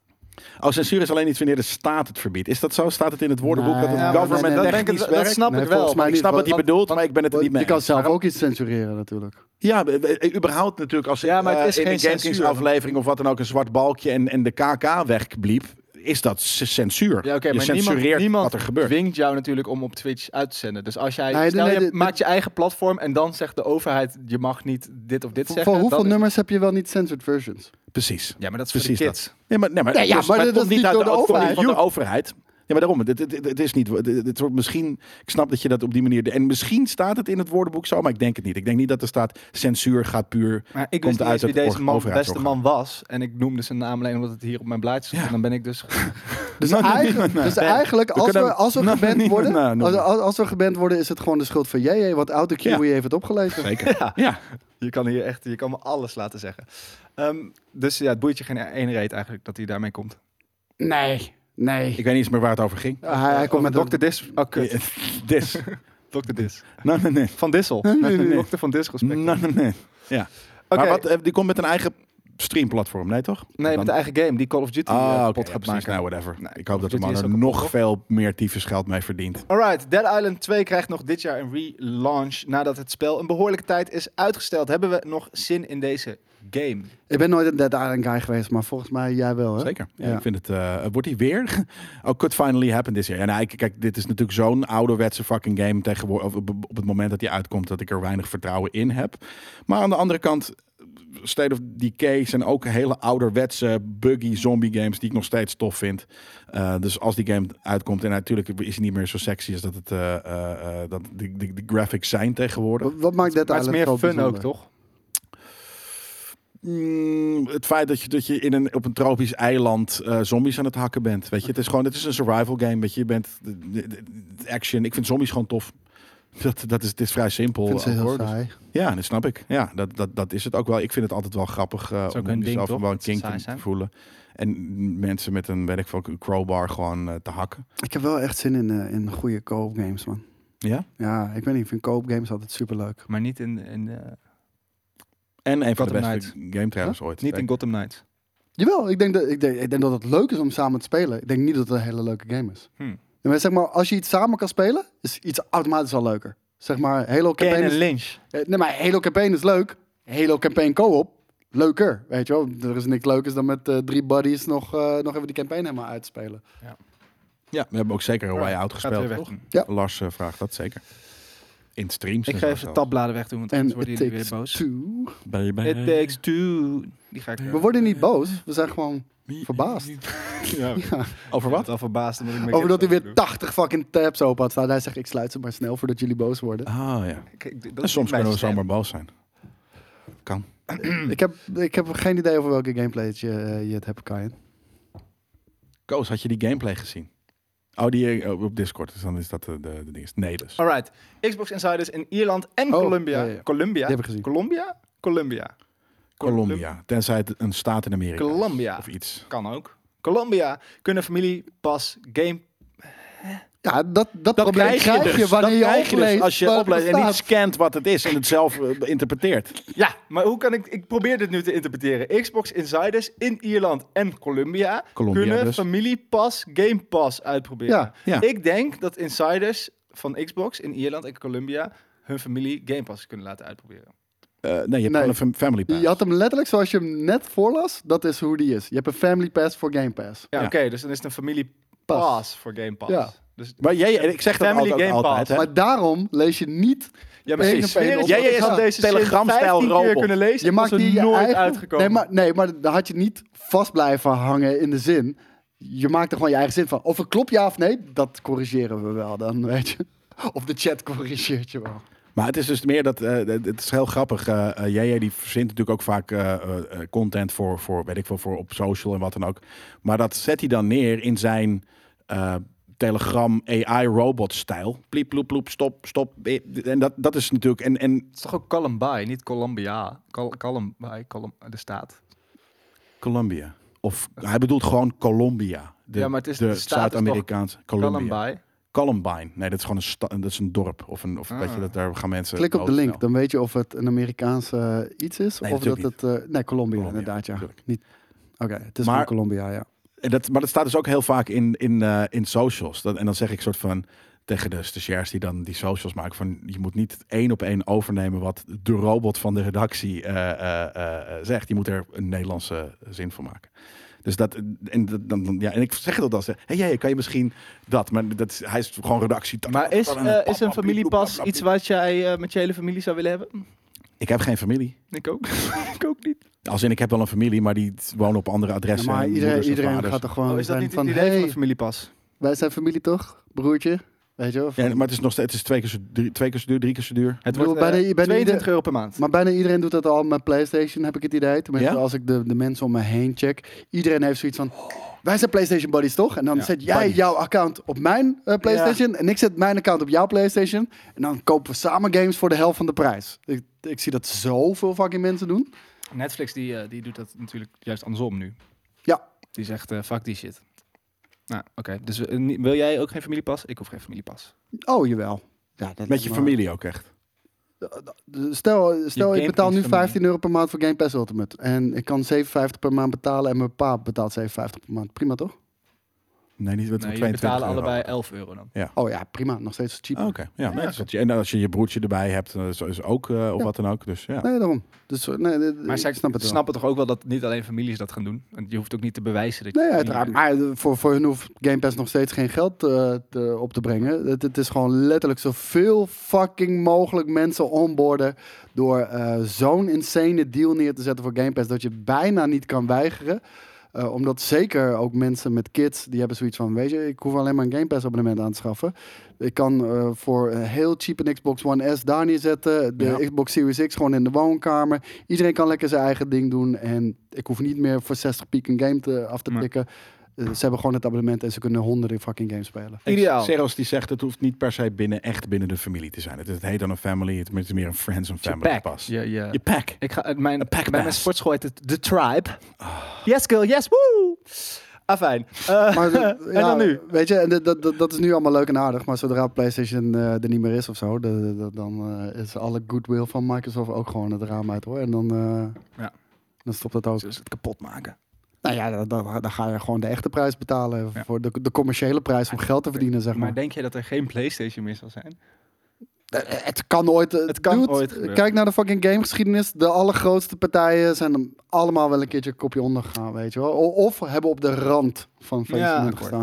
Oh, censuur is alleen iets wanneer de staat het verbiedt. Is dat zo? Staat het in het woordenboek Nee, dat het ja, maar government nee, nee, dat, denk ik, technisch dat werkt? snap Nee, ik wel. volgens mij Ik niet, snap wat hij want- bedoelt, maar ik ben het er niet mee Je kan eens. zelf Waarom? ook iets censureren natuurlijk. Ja, we- we- überhaupt natuurlijk als Ja, maar het eh, is in geen een GameKings censuur. aflevering of wat dan ook een zwart balkje en, en de K K wegbliep, is dat c- censuur. Ja, oké, je maar niemand, censureert niemand wat er gebeurt. dwingt jou natuurlijk om op Twitch uit te zenden. Dus als jij, Nee, stel nee, je dit- maakt je eigen platform en dan zegt de overheid, je mag niet dit of dit Voor, zeggen. voor hoeveel dan is- nummers heb je wel niet censored versions? Precies. Ja, maar dat is voor Precies de kids. Nee, maar, nee, maar, Nee, ja, dus- maar het dat komt is niet uit door de het komt niet overheid. van de overheid. Ja, maar daarom, het, het, het, het is niet, het, het wordt misschien, ik snap dat je dat op die manier, en misschien staat het in het woordenboek zo, maar ik denk het niet. Ik denk niet dat er staat, censuur gaat puur, Maar ik komt wist niet uit eens wie het deze man, beste overheidsorgaan. man was. En ik noemde zijn naam alleen omdat het hier op mijn blaadje stond. Ja. En dan ben ik dus... Dus, Nou, nee, eigenlijk, nee, nee. dus eigenlijk, als we, kunnen- als we Nou, geband niet- worden, nou, noem als, maar. als, als we geband worden, is het gewoon de schuld van J J, wat Auto Q Ja. heeft het opgelezen. Zeker. Ja. Ja. Je kan hier echt, je kan me alles laten zeggen. Ehm, dus ja, het boeit je geen ene reet eigenlijk dat hij daarmee komt. Nee, nee. Ik weet niet eens meer waar het over ging. Ja, hij, hij komt met dokter Dis. Oh, kut. Dis. dokter Dis. Nee, nee, nee. Van Dissel. Nee, nee, nee. Dokter van Dissel. Nee, nee, nee. Ja. Oké. Maar wat, eh, die komt met een eigen streamplatform, nee toch? Nee, Dan- met de eigen game, die Call of Duty Ah, eh, oké, pot ja, gaat precies. maken. Nou, whatever. Nee, Ik hoop dat de Call of man Duty er is ook nog kapot, veel meer tyfusgeld mee verdient. Alright, Dead Island twee krijgt nog dit jaar een relaunch. Nadat het spel een behoorlijke tijd is uitgesteld, hebben we nog zin in deze game. Ik ben nooit een Dead Island guy geweest, maar volgens mij jij wel, hè? Zeker. Ja, Ja. Ik vind het. eh, wordt hij weer? Oh, could finally happen this year. Ja, nou, kijk, kijk, dit is natuurlijk zo'n ouderwetse fucking game tegenwoordig. Op, op het moment dat hij uitkomt, dat ik er weinig vertrouwen in heb. Maar aan de andere kant, State of Decay zijn ook hele ouderwetse buggy zombie games die ik nog steeds tof vind. Uh, dus als die game uitkomt, en natuurlijk is hij niet meer zo sexy als dat het uh, uh, uh, dat de, de, de graphics zijn tegenwoordig. Wat, wat maakt Dead Maar het is Island meer zo fun ook, bijzonder? toch? Mm, het feit dat je, dat je in een, op een tropisch eiland uh, zombies aan het hakken bent. Weet je, het is gewoon, het is een survival game. Weet je, je bent de, de, de action. Ik vind zombies gewoon tof. Dat, dat is, het is vrij simpel. Ik vind ze heel hoor. Dus- saai. ja, dat snap ik. Ja, dat, dat, dat is het ook wel. Ik vind het altijd wel grappig uh, is ook om een ding, jezelf toch? wel een Dat ze kink saai te zijn. voelen. En mensen met een, weet ik veel, een crowbar gewoon uh, te hakken. Ik heb wel echt zin in, uh, in goede co-op games, man. Ja? Ja, ik weet niet, ik vind co-op games altijd super leuk. Maar niet in, in uh, En een van de Gotham beste game trailers ooit. niet in Gotham Knights. Jawel, ik denk, dat, ik, denk, ik denk dat het leuk is om samen te spelen. Ik denk niet dat het een hele leuke game is. Hmm. Ja, maar zeg maar, als je iets samen kan spelen, is iets automatisch al leuker. Zeg maar, Halo Kane Campaign en is, Lynch. eh, nee, maar Halo Campaign is leuk. Halo Campaign co-op, leuker. Weet je wel, er is niks leukers dan met uh, drie buddies nog, uh, nog even die campaign helemaal uitspelen. Ja. Ja, we hebben ook zeker een way out Gaat weer gespeeld, weg toch? doen. Ja. Lars uh, vraagt dat zeker. In streams. Ik en ga zo even de zelfs. tabbladen wegdoen, want En anders worden it jullie weer takes boos. two. Baby. It takes two. Die ga ik... We worden niet boos. We zijn gewoon verbaasd. Ja, Ja. Over wat? wat? Al verbaasd omdat ik mijn Over dat hij kids weer doe. tachtig fucking tabs open had staan. Hij zegt, ik sluit ze maar snel voordat jullie boos worden. Ah ja. Kijk, dat En is soms niet kunnen we mijn zomaar boos zijn. Kan. ik, heb, ik heb geen idee over welke gameplay je, uh, je het hebt, Kajen. Koos, had je die gameplay gezien? Oh, die uh, op Discord. Dus dan is dat de, de, de ding. Nee, dus. stem. Alright. Xbox Insiders in Ierland en Oh, Colombia. ja, ja, ja. Colombia? Die heb ik gezien. Colombia? Colombia. Colombia. Tenzij het een staat in Amerika is. Colombia. Of iets. Kan ook. Colombia kunnen familie pas game... Ja, dat, dat, Dat probleem krijg je krijg je dus. wanneer Dat je krijg je opleest. dus als je waar het opleest en niet bestaat. scant wat het is en het zelf uh, interpreteert. Ja, maar hoe kan ik... Ik probeer dit nu te interpreteren. Xbox Insiders in Ierland en Colombia, Colombia kunnen dus. familie pas Game Pass uitproberen. Ja, ja. Ik denk dat Insiders van Xbox in Ierland en Colombia hun familie Game Pass kunnen laten uitproberen. Uh, nee, je hebt Nee. gewoon een fam- family pass. Je had hem letterlijk zoals je hem net voorlas. Dat is hoe die is. Je hebt een Family Pass voor Game Pass. Ja, Ja. oké, dus dan is het een familie Pas. Pass voor Game Pass. Ja. Dus, Maar jij, ik zeg dat Family altijd, Game altijd Pass. hè? Maar daarom lees je niet... ja, maar één ik op zweer één het op- je, Jij- jij ik is had een deze zin Telegram-stijl vijftien keer robot. kunnen lezen. Je Het was maakt er die je nooit eigen... uitgekomen. Nee maar, nee, maar dan had je niet vast blijven hangen in de zin. Je maakt er gewoon je eigen zin van. Of het klopt ja of nee, dat corrigeren we wel dan, weet je. Of de chat corrigeert je wel. Maar het is dus meer dat, uh, het is heel grappig. Uh, uh, jij die verzint natuurlijk ook vaak uh, uh, content voor, voor, weet ik veel, voor op social en wat dan ook. Maar dat zet hij dan neer in zijn uh, Telegram A I-robot-stijl. Pliep, ploep, ploep, stop, stop. En dat, dat is natuurlijk... En, en Het is toch ook Columbia, niet Colombia. Col Columbia, Colum de staat. Colombia. Of hij bedoelt gewoon Colombia. De, Ja, maar het is- de de staat is Zuid-Amerikaanse Colombia. Columbia. Columbine. Nee, dat is gewoon een, sta- dat is een dorp. Of een, of Ah. weet je, dat, daar gaan mensen... Klik op de doodsnel. link, dan weet je of het een Amerikaanse uh, iets is. Nee, of dat natuurlijk het... Uh, nee, Colombia, Colombia, inderdaad, ja. natuurlijk. Niet. Oké, het is Maar- van Colombia, ja. En dat, maar dat staat dus ook heel vaak in, in, uh, in socials. Dat, en dan zeg ik soort van tegen de stagiairs die dan die socials maken van je moet niet één op één overnemen wat de robot van de redactie uh, uh, uh, zegt. Je moet er een Nederlandse zin van maken. Dus dat en dat- dan, dan ja en ik zeg het dan zeg, hey, jij kan je misschien dat, maar dat is, hij is gewoon redactie. Maar is, uh, is een familiepas iets wat jij uh, met je hele familie zou willen hebben? Ik heb geen familie. Ik ook. ik ook niet. Als in ik heb wel een familie, maar die wonen op andere Ja, adressen. maar en iedereen, moeders en iedereen vaders. gaat er gewoon Oh, is dat zijn niet van... het idee van Hey, een familiepas? wij zijn familie toch? Broertje? Weet je wel? Ja, maar het is nog steeds het is twee keer zo drie, twee keer zo duur, drie keer zo duur. Het bedoel, wordt uh, bijna- bijna tweeëntwintig ieder- euro per maand. Maar bijna iedereen doet dat al met PlayStation, heb ik het idee. Tenminste, Ja? als ik de, de mensen om me heen check. Iedereen heeft zoiets van, wij zijn PlayStation buddies toch? En dan Ja, zet jij buddies. jouw account op mijn uh, PlayStation en ik zet mijn account op jouw PlayStation. En dan kopen we samen games voor de helft van de prijs. Ik, ik zie dat zoveel fucking mensen doen. Netflix die, uh, die doet dat natuurlijk juist andersom nu. Ja. Die zegt, uh, fuck die shit. Nou, oké. Okay. Dus uh, niet- wil jij ook geen familiepas? Ik hoef geen familiepas. Oh, jawel. Ja, dat Met je maar- familie ook echt. Stel, stel Je ik betaal nu Game Pass vijftien euro per maand voor Game Pass Ultimate. En ik kan zevenenvijftig per maand betalen en mijn pa betaalt zevenenvijftig per maand. Prima toch? Nee, niet met Nee, je tweeëntwintig betalen euro. allebei elf euro dan. Oh ja, prima. Nog steeds cheap. Oh, Oké, ja. Ja, nee, dus dat je- en als je je broertje erbij hebt, dan is is ook, uh, of Ja. wat dan ook. Dus ja. Nee, daarom. Dus, eh, nee, nee, Maar zij ik snap het wel. snappen toch ook wel dat niet alleen families dat gaan doen? En je hoeft ook niet te bewijzen dat je... Nee, familie- uiteraard. Maar eh, voor, voor hun hoeft Game Pass nog steeds geen geld eh, te, op te brengen. Het, het is gewoon letterlijk zoveel fucking mogelijk mensen onboarden door eh, zo'n insane deal neer te zetten voor Game Pass dat je bijna niet kan weigeren. Uh, omdat zeker ook mensen met kids, die hebben zoiets van, weet je, ik hoef alleen maar een Game Pass abonnement aan te schaffen. Ik kan uh, voor een heel cheap een Xbox One S daar neerzetten. De Ja. Xbox Series X gewoon in de woonkamer. Iedereen kan lekker zijn eigen ding doen. En ik hoef niet meer voor zestig piek een game te, af te Nee. tikken. Uh, ze hebben gewoon het abonnement en ze kunnen honderden fucking games spelen. Ideaal. Seros die zegt, het hoeft niet per se binnen, echt binnen de familie te zijn. Het, het heet dan een family, het is meer een friends and Je family pack. pas. Je, je, Je pack. Ik ga, mijn, Een pack bij mijn bass. sportschool heet het The Tribe. Yes, girl, yes, woo! Ah, fijn. Uh, Maar de- en ja, dan nu? Weet je, en de- dat, dat, dat is nu allemaal leuk en aardig. Maar zodra PlayStation uh, er niet meer is of zo, de, de- de- dan uh, is alle goodwill van Microsoft ook gewoon het raam uit hoor. En dan, uh, Ja. dan stopt het ook. Dus het kapot maken. Nou ja, dan, dan, dan ga je gewoon de echte prijs betalen. Ja. Voor de, de commerciële prijs om geld te verdienen, zeg maar. Maar denk je dat er geen PlayStation meer zal zijn? Eh, Het kan ooit. eh, Het kan dude, ooit gebeuren. Kijk naar de fucking gamegeschiedenis. De allergrootste partijen zijn er allemaal wel een keertje een kopje onder gegaan, weet je wel. O- Of hebben op de rand van faillissement akkoord. gestaan.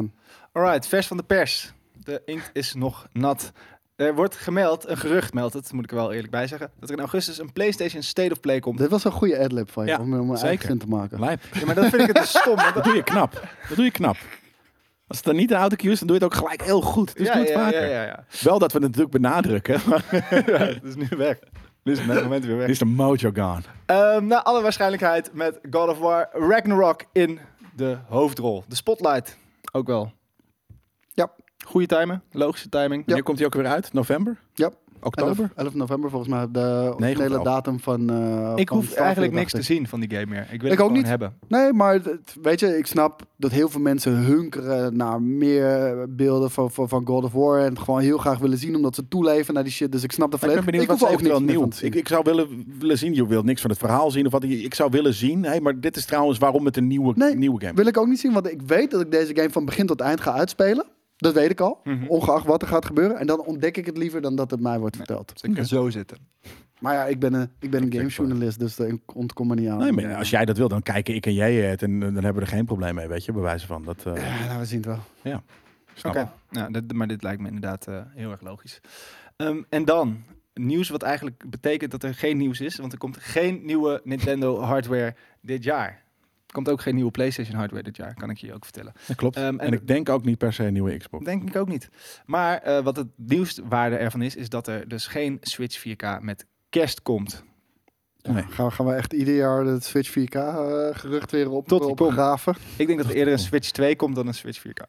Alright, vers van de pers. De inkt is nog nat. Er wordt gemeld, een gerucht meldt het, moet ik er wel eerlijk bij zeggen, dat er in augustus een PlayStation State of Play komt. Dit was een goede adlib van je, Ja, om, om een zeker. eigen zin te maken. Lijp. Ja, maar dat vind ik het dus stom. want Dat dat- doe je knap. Dat doe je knap. Als het dan niet een autocue is, dan doe je het ook gelijk heel goed. Dus ja, doe het ja, vaker. ja, ja, ja. Wel dat we het natuurlijk benadrukken. Ja, het is nu weg. Nu is het met het moment weer weg. is de mojo gone. Ehm, naar alle waarschijnlijkheid met God of War Ragnarok in de hoofdrol. De Spotlight ook wel. Ja. Goede timing, logische timing. Wanneer komt hij ook weer uit? November? Ja. Oktober? elf november volgens mij de negen hele of datum van... uh, Ik van hoef Starfield, eigenlijk niks dacht te ik. zien van die game meer. Ik wil Ik het ook gewoon niet. hebben. Nee, maar het- weet je, ik snap dat heel veel mensen hunkeren naar meer beelden van, van, van God of War en het gewoon heel graag willen zien omdat ze toeleven naar die shit. Dus ik snap dat Maar ik ben volledig. benieuwd wat hoef ze er ook eventueel niks meer nieuw. van te zien. Ik, ik zou willen, willen zien, je wilt niks van het verhaal zien of wat. Ik zou willen zien, hey, maar dit is trouwens waarom het een nieuwe, Nee, nieuwe game Wil ik ook niet zien, want ik weet dat ik deze game van begin tot eind ga uitspelen. Dat weet ik al, Mhm. ongeacht wat er gaat gebeuren. En dan ontdek ik het liever dan dat het mij wordt verteld. Dus ik kan zo zitten. Maar ja, ik ben een, ik ben een Ik zeg gamejournalist, dus daar ontkom er niet aan. Nee, maar als jij dat wil, dan kijken ik en jij het en dan hebben we er geen probleem mee, weet je, bij wijze van. Dat, uh, Ja, nou, we zien het wel. snap Oké, ik. nou, dit- maar dit lijkt me inderdaad eh, heel erg logisch. Ehm, en dan nieuws wat eigenlijk betekent dat er geen nieuws is, want er komt geen nieuwe Nintendo hardware dit jaar. Er komt ook geen nieuwe PlayStation hardware dit jaar, kan ik je ook vertellen. Dat klopt. Ehm, en en ik denk ook niet per se een nieuwe Xbox. Denk ik ook niet. Maar eh, wat het nieuwswaarde ervan is, is dat er dus geen Switch vier K met kerst komt. Ja, Nee. gaan, we, gaan we echt ieder jaar het Switch vier K eh, gerucht weer op, Tot die opgraven? Ik denk dat er eerder een Switch twee komt dan een Switch vier K.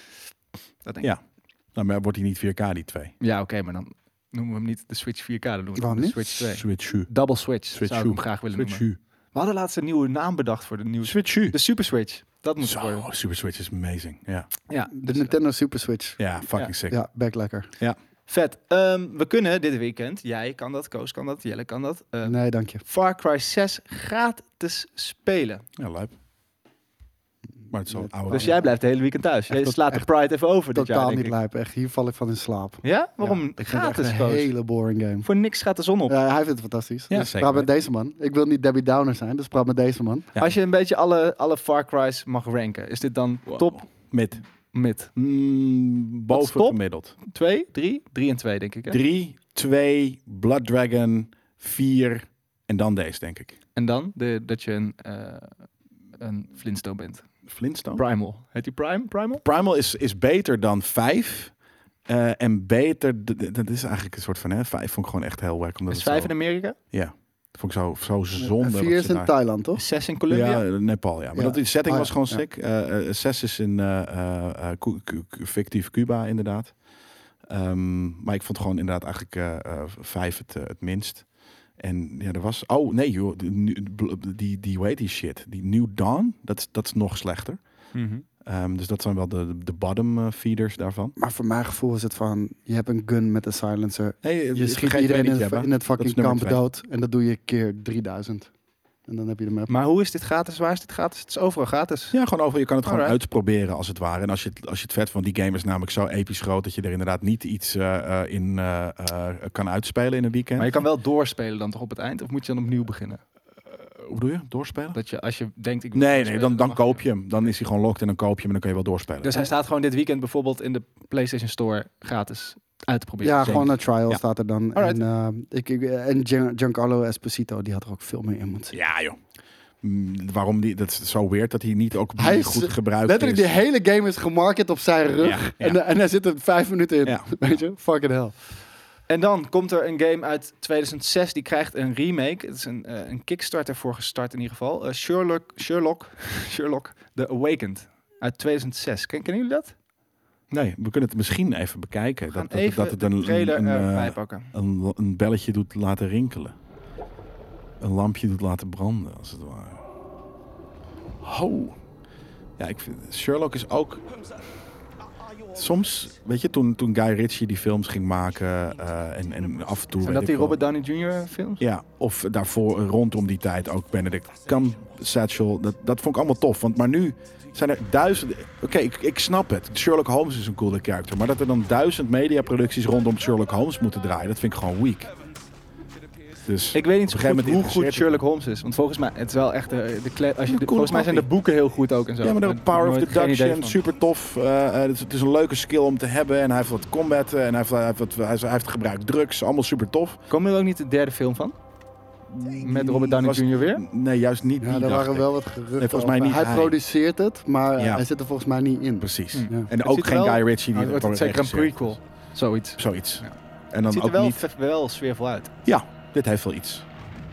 Dat denk ik. Ja. Nou, maar wordt hij niet vier K, die twee? Ja, oké, maar dan noemen we hem niet de Switch vier K, dan noemen we hem Waarom de niet? Switch twee. Switch U. Double Switch, Switch zou ik U. hem graag willen Switch noemen. U. We hadden laatst een nieuwe naam bedacht voor de nieuwe... Switch U. De Super Switch. Dat moet het worden. Zo, Super Switch is amazing. Ja, Ja, De dus, Nintendo Super Switch. ja fucking Ja. sick. Ja, back lekker. vet. Ehm, we kunnen dit weekend, jij kan dat, Koos kan dat, Jelle kan dat, eh, Nee, dank je. Far Cry zes gratis spelen. Ja, lijp. Maar het is zo Met- oude. Dus jij blijft de hele weekend thuis. Jij tot- slaat de echt Pride even over dit jaar, Totaal denk niet ik. lijp. Echt, hier val ik van in slaap. Ja? Waarom? Ja, ik vind het gratis, echt een Koos. hele boring game. Voor niks gaat de zon op. Ja, hij vindt het fantastisch. Ja, dus zeker praat met deze man. Ik wil niet Debbie Downer zijn, dus praat met deze man. Ja. Als je een beetje alle, alle Far Cry's mag ranken, is dit dan Wow. top, Mid. mid? Mm, Wat is boven top? gemiddeld. Twee, drie? Drie en twee, denk ik. Hè? Drie, twee, Blood Dragon, vier en dan deze, denk ik. En dan de, dat je een, eh een Flintstone bent. Flintstone? Primal. Heet die Prime? Primal? Primal is, is beter dan vijf. eh, en beter, d- d- dat is eigenlijk een soort van, hè, vijf vond ik gewoon echt heel wack. Omdat Is het vijf zo, in Amerika? Ja, dat vond ik zo, zo zonde. En wat vier is ze in daar- Thailand, toch? Zes in Colombia? Ja, Nepal, ja. Maar Ja. Dat, die setting Ah, was ja. gewoon Ja. sick. Eh, eh, zes is in eh, eh, eh, Cu- Cu- Cu- fictief Cuba, inderdaad. Ehm, maar ik vond gewoon inderdaad eigenlijk eh, eh, vijf het, eh, het minst. En ja, er was... Oh, nee joh. Die, die, die, die hoe heet die shit? Die New Dawn, dat, is- dat is nog slechter. Mhm. Ehm, dus dat zijn wel de, de bottom eh, feeders daarvan. Maar voor mijn gevoel is het van, je hebt een gun met een silencer. Hey, Je schiet iedereen in, het- in het fucking nummer kamp twee. dood. En dat doe je keer drieduizend. En dan heb je de map. Maar hoe is dit gratis? Waar is dit gratis? Het is overal gratis. Ja, gewoon over. Je kan het gewoon Alright. uitproberen als het ware. En als je het, als je het vet van die game is namelijk zo episch groot dat je er inderdaad niet iets eh, eh, in eh, eh, kan uitspelen in een weekend. Maar je kan wel doorspelen dan toch op het eind? Of moet je dan opnieuw beginnen? Hoe bedoel je? Doorspelen? Dat je als je denkt... Ik wil Nee, nee, spelen, dan, dan mag je. koop je hem. Dan is hij gewoon locked en dan koop je hem en dan kun je wel doorspelen. Dus hij staat gewoon dit weekend bijvoorbeeld in de PlayStation Store gratis uit te proberen. Ja, zeker. gewoon een trial Ja. staat er dan. Alright. En, eh, ik, ik, en Gian- Giancarlo Esposito, die had er ook veel meer in moeten zitten. Ja, joh. Mm, waarom die? Dat is zo weird dat hij niet ook Hij is goed gebruikt Letterlijk, is. die hele game is gemarket op zijn rug. Ja, ja. En, en hij zit er vijf minuten in. Ja. Weet je? Fucking hell. En dan komt er een game uit tweeduizend zes, die krijgt een remake. Het is een, eh, een Kickstarter voor gestart in ieder geval. Eh, Sherlock, Sherlock, Sherlock, The Awakened uit tweeduizend zes. Ken, kennen jullie dat? Nee, we kunnen het misschien even bekijken. We gaan Dat, dat, even dat het een, de trailer een, een, erbij eh, pakken. een, een belletje doet laten rinkelen. Een lampje doet laten branden, als het ware. Ho. Ja, ik vind, Sherlock is ook... Soms, weet je, toen, toen Guy Ritchie die films ging maken eh, en, en af en toe... Zijn weet dat ik die wel- Robert Downey junior films? Ja, of daarvoor rondom die tijd ook Benedict Cumberbatch. Dat, dat vond ik allemaal tof. Want maar nu zijn er duizenden... Oké, ik, ik snap het. Sherlock Holmes is een coole character. Maar dat er dan duizend mediaproducties rondom Sherlock Holmes moeten draaien, dat vind ik gewoon weak. Dus Ik weet niet zo op een goed gegeven hoe moment goed interesseert Sherlock Holmes is. Want volgens mij, het is wel echt de, de, kle- als je de, coole volgens mij zijn de koppie. boeken heel goed ook en zo. Ja, maar de Ik Power heb of nooit geen idee Deduction, van. super tof. Uh, uh, het, is, het is een leuke skill om te hebben. En hij heeft wat combat en hij heeft, hij heeft, wat, hij heeft, hij heeft gebruikt drugs. Allemaal super tof. Komen er ook niet de derde film van? Met Robert Downey Was- junior weer? Nee, juist niet. Ja, die, er dacht waren ik. wel wat geruchten Nee, volgens mij over. niet Hij hij. produceert het, maar Ja. hij zit er volgens mij niet in. Precies. Hm. Ja. En Het ook ziet er geen wel- Guy Ritchie die Oh, het wordt ervoor zeker een regisseert. prequel. Zoiets. Zoiets. Ja. En Het dan ziet er ook wel, niet... ve- wel sfeervol uit. Ja, dit heeft wel iets.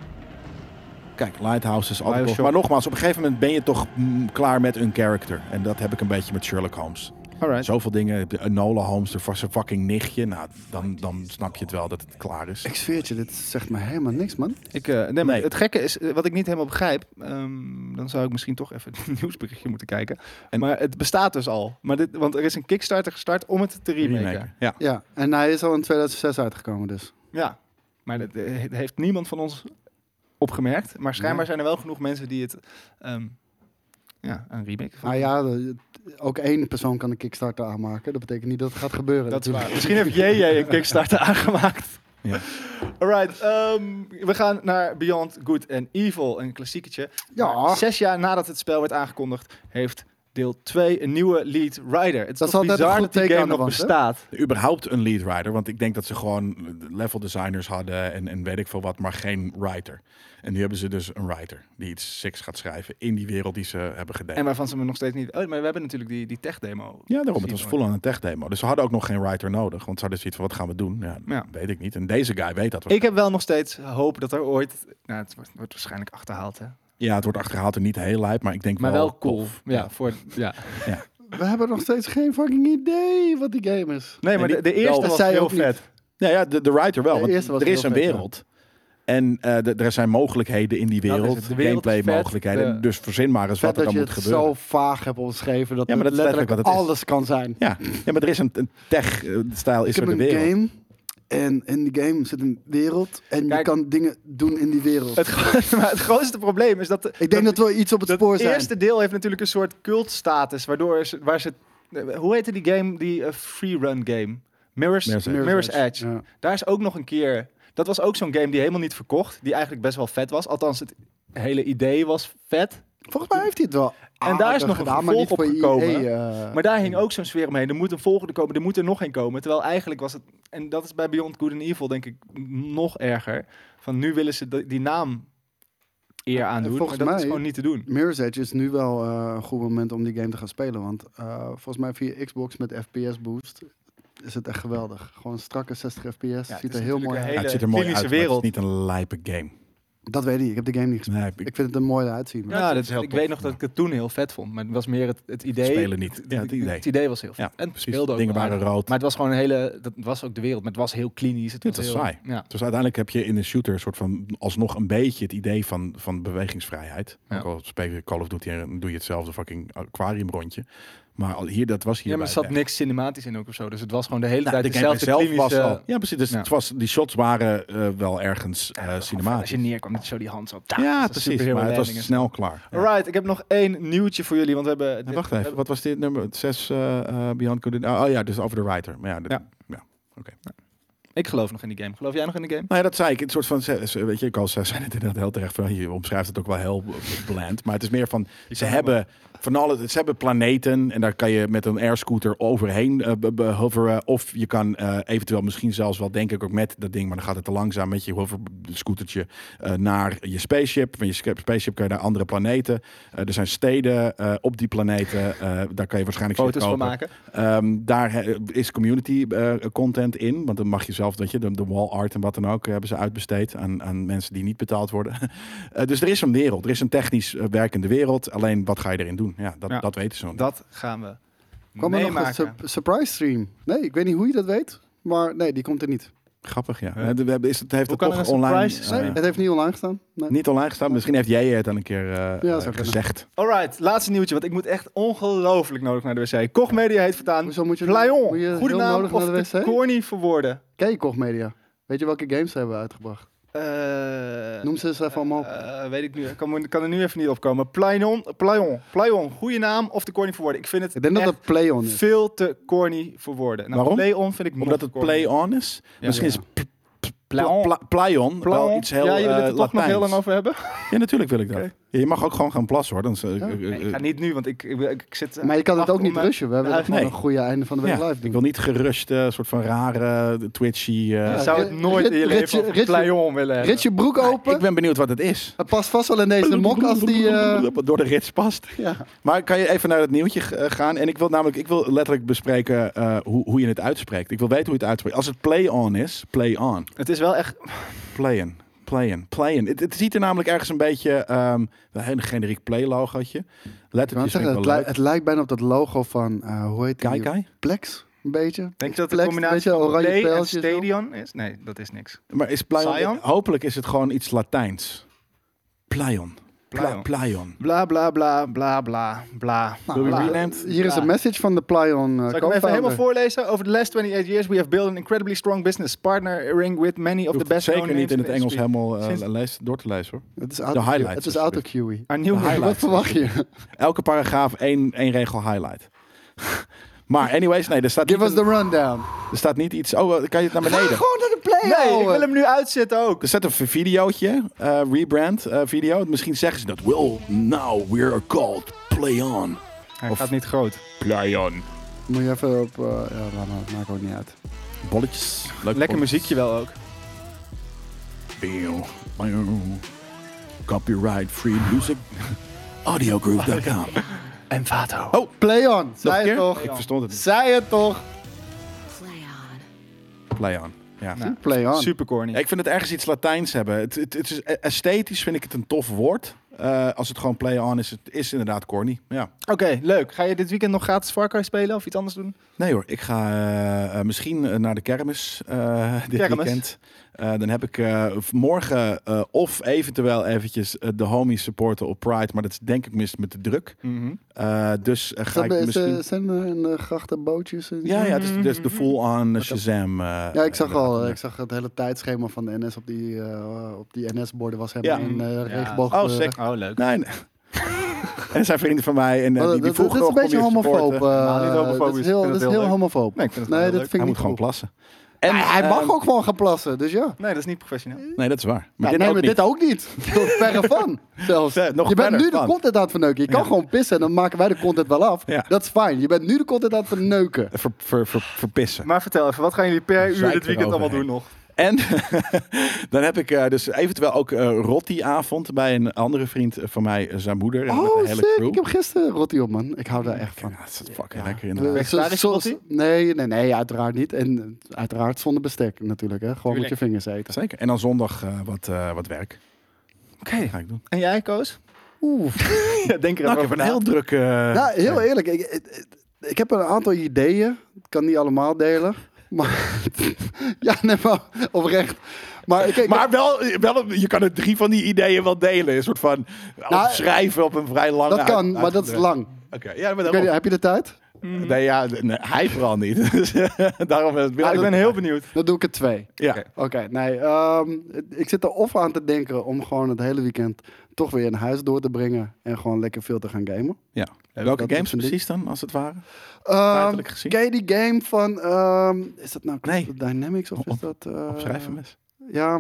Kijk, Lighthouse is altijd tof. Bioshock. Maar nogmaals, op een gegeven moment ben je toch mm, klaar met een character. En dat heb ik een beetje met Sherlock Holmes. Alright. Zoveel dingen. Enola Holmes, de zijn fucking nichtje. Nou, dan, dan snap je het wel dat het klaar is. Ik zweer het je, dit zegt me helemaal niks, man. Ik, eh, nee, maar Nee. Het gekke is, eh, wat ik niet helemaal begrijp, ehm, dan zou ik misschien toch even een nieuwsberichtje moeten kijken. En- maar het bestaat dus al. Maar dit, want er is een Kickstarter gestart om het te remaken. Remake. Ja. Ja, en hij is al in tweeduizend zes uitgekomen dus. Ja, maar dat eh, heeft niemand van ons opgemerkt. Maar schijnbaar Nee. zijn er wel genoeg mensen die het... ehm, ja, een remake van. Maar ja, de- ook één persoon kan een Kickstarter aanmaken. Dat betekent niet dat het gaat gebeuren. Dat is natuurlijk. waar. Misschien heeft J J een Kickstarter aangemaakt. Ja. Alright, ehm, we gaan naar Beyond Good and Evil, een klassieketje. Ja. Maar Zes jaar nadat het spel werd aangekondigd, heeft deel twee een nieuwe lead rider. Het is Dat is toch altijd bizar een dat goed die teken game aan de nog wand, hè? bestaat. Überhaupt een lead writer. Want ik denk dat ze gewoon level designers hadden en, en weet ik veel wat, maar geen writer. En nu hebben ze dus een writer die iets six gaat schrijven in die wereld die ze hebben gedaan. En waarvan ze me nog steeds niet... Oh, maar we hebben natuurlijk die, die tech-demo. Ja, daarom. Het was gezien, vol aan een tech demo. Dus ze hadden ook nog geen writer nodig. Want ze hadden zoiets van, wat gaan we doen? Ja, Ja. weet ik niet. En deze guy weet dat wel. Ik heb wel nog steeds hoop dat er ooit... Nou, het wordt, wordt waarschijnlijk achterhaald, hè? Ja, het wordt achtergehaald en niet heel lijp, maar ik denk Maar wel, wel cool. tof. Ja, voor... Ja. We hebben nog steeds geen fucking idee wat die game is. Nee, maar die- de, de wel, eerste dat was zei je heel ook niet. vet. Ja, ja de, de writer wel. De want eerste was er is heel een vet, ja. wereld. En eh, de- er zijn mogelijkheden in die Dat is wereld. het. De wereld is Gameplay vet, mogelijkheden. de- Dus verzin maar eens Vet wat er dat dan je moet het gebeuren. zo vaag hebt omschreven dat Ja, maar het dat is letterlijk letterlijk wat het is. alles kan zijn. Ja. ja, maar er is een, een tech-stijl Ik is heb er de een wereld. game en in die game zit een wereld en Kijk, je kan dingen doen in die wereld. Het, gro- maar het grootste probleem is dat... de- Ik denk dat we iets op het dat spoor zijn. eerste deel heeft natuurlijk een soort cultstatus, waardoor ze, waar ze... Hoe heette die game, die uh, free-run game? Mirror's, Mirror's Edge. Mirror's Edge. Ja. Daar is ook nog een keer... Dat was ook zo'n game die helemaal niet verkocht, die eigenlijk best wel vet was. Althans, het hele idee was vet. Volgens mij heeft hij het wel. En daar is aardig nog een gedaan, maar niet vervolg voor op E A, gekomen. eh, Maar daar hing ook zo'n sfeer omheen. Er moet een volgende komen, er moet er nog een komen. Terwijl eigenlijk was het... En dat is bij Beyond Good and Evil denk ik nog erger. Van nu willen ze die, die naam eer aandoen, maar volgens dat is mij- gewoon niet te doen. Mirror's Edge is nu wel eh, een goed moment om die game te gaan spelen. Want eh, volgens mij via Xbox met F P S boost is het echt geweldig. Gewoon strakke zestig F P S. het Ziet is er heel natuurlijk mooi een uit. Ja, het hele ziet er mooi uit, klinische maar het is wereld. niet een lijpe game. Dat weet ik niet. Ik heb de game niet gespeeld. Nee, ik, Ik vind het er mooi uitzien. Ja, het dat, is heel ik tof. weet nog dat ik het toen heel vet vond. Maar het was meer het, het idee. Spelen niet. Ja, het idee. Het idee was heel vet. Ja, en het precies. speelde ook Dingen wel waren aardig. rood. Maar het was gewoon een hele... Dat was ook de wereld. Maar het was heel klinisch. Het Het was was heel, saai. Ja. Dus uiteindelijk heb je in een shooter een soort van alsnog een beetje het idee van, van bewegingsvrijheid. Ja. Ook al speel je Call of Duty en doe je hetzelfde fucking aquarium rondje. Maar al- hier, dat was hier. ja, maar er zat niks cinematisch in ook of zo. Dus het was gewoon de hele Nou, tijd de gameplay dezelfde zelf was klinische... al. Ja, precies. Dus Ja. het was, die shots waren eh, wel ergens eh, Als cinematisch. je neerkwam met zo die hand zo... Ja, precies. Maar het was snel klaar. Ja. Alright, ik heb nog één nieuwtje voor jullie. Want we hebben... Ja, dit- wacht we even, hebben- wat was dit nummer? zes uh, uh, Beyond Good and... Oh ja, dus over de writer. Maar ja, dat, Ja. ja. oké. Ik geloof nog in die game. Geloof jij nog in de game? Nou ja, dat zei ik. Een soort van, ze- ze- weet je, ik al zei het inderdaad heel terecht van, je omschrijft het ook wel heel bland. Maar het is meer van, ze kan hebben van alle, ze hebben planeten en daar kan je met een airscooter overheen uh, be- be- hoveren. Of je kan uh, eventueel misschien zelfs wel, denk ik ook met dat ding, maar dan gaat het te langzaam met je hoverscootertje uh, naar je spaceship. Van je sca- spaceship kan je naar andere planeten. Uh, er zijn steden uh, op die planeten. Uh, daar kan je waarschijnlijk shit Foto's van kopen. maken. Um, daar he- is community uh, content in, want dan mag je zelf, dat je de, de wall art en wat dan ook, hebben ze uitbesteed aan, aan mensen die niet betaald worden. uh, dus er is een wereld, er is een technisch uh, werkende wereld. Alleen wat ga je erin doen? Ja, dat, Ja. dat weten ze nog niet. Dat gaan we Kwam er nog een meemaken. sur- surprise stream? Nee, ik weet niet hoe je dat weet. Maar nee, die komt er niet. Grappig, ja. Ja. Uh, we hebben, is het, heeft Hoe het kan toch er een online surprise uh, Nee, het heeft niet online gestaan. Nee. niet online gestaan. Misschien heeft jij het dan een keer uh, zou uh, kunnen. gezegd. Alright, laatste nieuwtje, want ik moet echt ongelooflijk nodig naar de wc. Koch Media heeft voortaan Hoezo moet je, Playon. moet je Goede heel naam nodig of naar de te wc? corny voor woorden. Ken je Koch Media? Weet je welke games ze hebben uitgebracht? Eh, Noem ze eens even allemaal op. eh, weet ik nu. Ik kan, kan er nu even niet opkomen. Playon, Playon, Playon. Goede naam of te corny voor woorden. Ik vind het Ik denk dat echt het Playon is. veel te corny voor woorden. Nou, Waarom? Play-on vind ik nog Omdat het corny. play-on is. Ja. Misschien Ja. is p- p- Playon. Pla- Playon. Wel iets heel ja, je wil het eh, er toch nog Latijns. heel lang over hebben? Ja, natuurlijk wil ik dat. Oké. Ja, je mag ook gewoon gaan plassen hoor. Dan, is, eh, Ja. eh, Nee, ik ga eh, niet nu, want ik, ik, ik, ik zit... Maar je kan het wachten ook niet om, eh, rushen. We hebben de gewoon nee. een goede einde van de week ja, live ik doen. wil niet gerust, eh, soort van rare, twitchy... eh, Je Ja. zou het nooit in je Ritje- leven over Ritje- Playon willen hebben. Rit je broek open. Ik ben benieuwd wat het is. Het past vast wel in deze mok als die... eh, Door de rits past. ja. Maar kan je even naar het nieuwtje eh, gaan? En ik wil namelijk, ik wil letterlijk bespreken eh, hoe, hoe je het uitspreekt. Ik wil weten hoe je het uitspreekt. Als het play on is, play on. Het is wel echt... Playen, playen, playen. Het, het ziet er namelijk ergens een beetje ehm een hele generiek play logootje. Ik wou Lettertjes zeggen, vind het, ik wel li- leuk. het lijkt bijna op dat logo van, eh, hoe heet die? Kai Kai? Plex, een beetje. Denk je dat de Plex, combinatie beetje van oranje Play en pijltjes zo? Stadion is? Nee, dat is niks. Maar is playon, Sion? hopelijk is het gewoon iets Latijns. Playon. Pla, Playon. playon. Bla, bla, bla, bla, bla, bla. Nou, Will we bla. renamed? Hier is Bla. een message van de Playon uh, Zal ik hem even helemaal voorlezen? Over the last twenty-eight years we have built an incredibly strong business partnering with many of Je the hoeft best zeker known niet in het names Engels industry. helemaal eh, Sinds- lees- door te lezen hoor. Het is De auto highlights, Het is alsjeblieft. auto-cuey. Our new De name. highlights. Wat verwacht je? Elke paragraaf één, één regel highlight. Maar anyways, nee, er staat, Give niet us the een- rundown. er staat niet iets... Oh, eh, kan je het naar beneden? Gewoon naar de Play, Nee, ik ouwe. wil hem nu uitzetten ook. Er staat een videootje, eh, rebrand eh, video. Misschien zeggen ze dat. Well, now we are called Play On. Hij Of- gaat niet groot. Play On. Moet je even op... uh, ja, laat maar, het maakt ook niet uit. Bolletjes. Leuk Lekker bolletjes. muziekje wel ook. Pew, pew. Copyright free music. Audiogroove dot com. En Vato. Oh, Play on. nog een Zei keer? het toch? Ik verstond het niet. Zei het toch? Play on. Play On. Ja. Nou, Play on. Super corny. Ja, ik vind het ergens iets Latijns hebben. Het, het, het is, esthetisch vind ik het een tof woord. Eh, als het gewoon play on is, het is inderdaad corny. Ja. Oké, leuk. Ga je dit weekend nog gratis Far Cry spelen of iets anders doen? Nee hoor, ik ga eh, eh, misschien eh, naar de kermis eh, dit Kermis? weekend. Eh, dan heb ik eh, morgen eh, of eventueel eventjes eh, de homies supporten op Pride. Maar dat is denk ik mis met de druk. Eh, dus eh, ga Zijn ik er- misschien... Zijn er in de grachten bootjes? en zo? Ja, ja, het is, het is de full-on Shazam. eh, Ja, ik zag eh, al, eh, ik zag het hele tijdschema van de N S op die, eh, op die N S-borden was Ja. helemaal in uh, Ja. regenboog. Oh, kleuren. sick. Oh, leuk. Nee, nee. En er zijn vrienden van mij en eh, Maar die, die dat- dat vroegen is een nog beetje om je te homofoob. supporten. eh, Nou, niet homofobisch. Dat is Ik heel, vind dat het is heel heel leuk. homofoob. Nee, ik vind het Nee, wel dat leuk. vind Hij ik moet niet gewoon cool. plassen. En, Nee, hij mag ehm, ook gewoon gaan plassen, dus ja. Nee, dat is niet professioneel. Nee, dat is waar. Maar Ja, dit nee, ook maar niet. dit ook niet. Tot verre van. Zelfs. Eh, nog je bent verder nu de van. content aan het verneuken. Je kan Ja. gewoon pissen en dan maken wij de content wel af. Ja. Dat is fijn. Je bent nu de content aan het verneuken. Ver, ver, ver- verpissen. Maar vertel even, wat gaan jullie per uur Zeik dit weekend allemaal eroverheen. doen nog? En dan heb ik eh, dus eventueel ook uh, Rotti-avond bij een andere vriend van mij, uh, zijn moeder. En met Oh, de hele sick. crew. Ik heb gisteren Rotti op, man. Ik hou daar echt van. Ja, het is fucking Ja. lekker inderdaad. Eh, Vegetarisch zo- Rotti? Nee, nee, nee, uiteraard niet. En uh, uiteraard zonder bestek natuurlijk. Hè. Gewoon Tuurlijk. met je vingers eten. Zeker. En dan zondag uh, wat, uh, wat werk. Oké. Dat ga ik doen. En jij, Koos? Oeh. Ja, denk er Nou, ik even heb een heel druk... uh, Nou, heel eerlijk. Ik, ik, ik heb een aantal ideeën. Ik kan niet allemaal delen. Maar ja, nee, maar oprecht. Maar, ik, ik, Maar wel, wel, je kan het drie van die ideeën wel delen. Een soort van Nou, schrijven op een vrij lange... dat kan, uit- maar dat is uitgedrukt. lang. Oké, ja, maar Ik weet niet, daarom. heb je de tijd? Nee, ja, nee, hij vooral niet. Dus, daarom is het Ja, ik ben heel benieuwd. Dan doe ik er twee. Ja. Oké. Oké, nee. ehm, ik zit er of aan te denken om gewoon het hele weekend toch weer in huis door te brengen. En gewoon lekker veel te gaan gamen. Ja. Welke dat is games een ding. precies dan, als het ware? Ehm, Feitelijk gezien. ken je die game van... ehm, is dat nou Nee. Crystal Dynamics of is Op- dat... eh, Opschrijven mes. Ja.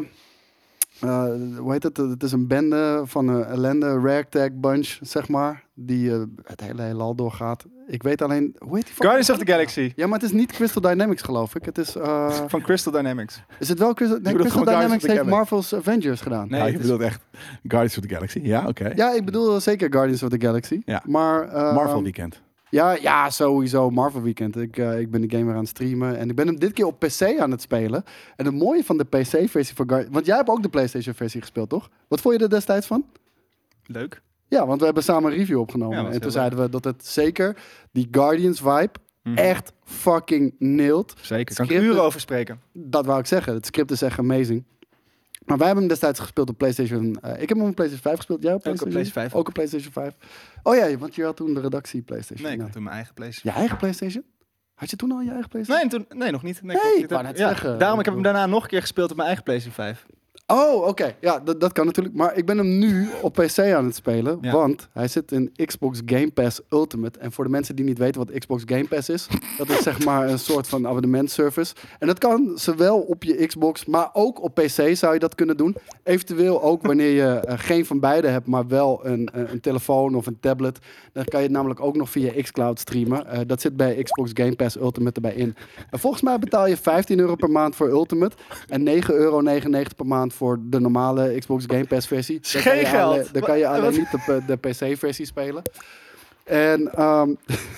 Eh, hoe heet het? Het is een bende van een ellende, ragtag bunch, zeg maar. Die eh, het hele heelal doorgaat. Ik weet alleen... Hoe heet die van? Guardians of the Galaxy. Ja, maar het is niet Crystal Dynamics, geloof ik. Het is... eh, Van Crystal Dynamics. is het wel Crystal... Nee, bedoelt Crystal gewoon Guardians Dynamics of the heeft Galaxy. Marvel's Avengers gedaan. Nee, Ah, het je is- bedoelt echt Guardians of the Galaxy. Ja, oké. Ja, ik bedoel zeker Guardians of the Galaxy. Ja. Maar... eh, Marvel Weekend. Ja, ja, sowieso Marvel Weekend. Ik, eh, ik ben de game weer aan het streamen. En ik ben hem dit keer op P C aan het spelen. En het mooie van de P C-versie van Guardians... Want jij hebt ook de PlayStation-versie gespeeld, toch? Wat vond je er destijds van? Leuk. Ja, want we hebben samen een review opgenomen. Ja, was en toen heel zeiden we dat het zeker die Guardians-vibe echt fucking nailt. Zeker. Kan ik Script- uren over spreken. Dat wou ik zeggen. Het script is echt amazing. Maar wij hebben hem destijds gespeeld op PlayStation... eh, ik heb hem op PlayStation vijf gespeeld. Jij op Ook op PlayStation? PlayStation vijf. Ook op PlayStation vijf. Oh ja, want je had toen de redactie PlayStation. Nee, ik had toen mijn eigen PlayStation. Je eigen PlayStation? Had je toen al je eigen PlayStation? Nee, toen, nee, nog niet. Nee, Nee, klopt. ik wou net ja, zeggen. Daarom, ik heb hem daarna nog een keer gespeeld op mijn eigen PlayStation vijf. Oh, oké. Ja, dat, dat kan natuurlijk. Maar ik ben hem nu op P C aan het spelen. Ja. Want hij zit in Xbox Game Pass Ultimate. En voor de mensen die niet weten wat Xbox Game Pass is. Dat is zeg maar een soort van abonnementservice. En dat kan zowel op je Xbox, maar ook op P C zou je dat kunnen doen. Eventueel ook wanneer je uh, geen van beide hebt, maar wel een, uh, een telefoon of een tablet. Dan kan je het namelijk ook nog via xCloud streamen. Uh, dat zit bij Xbox Game Pass Ultimate erbij in. En volgens mij betaal je vijftien euro per maand voor Ultimate. En negen euro negenennegentig per maand voor de normale Xbox Game Pass versie. Dan kan je Geen geld. alleen- Dan kan je alleen niet de, de P C versie spelen. En, ehm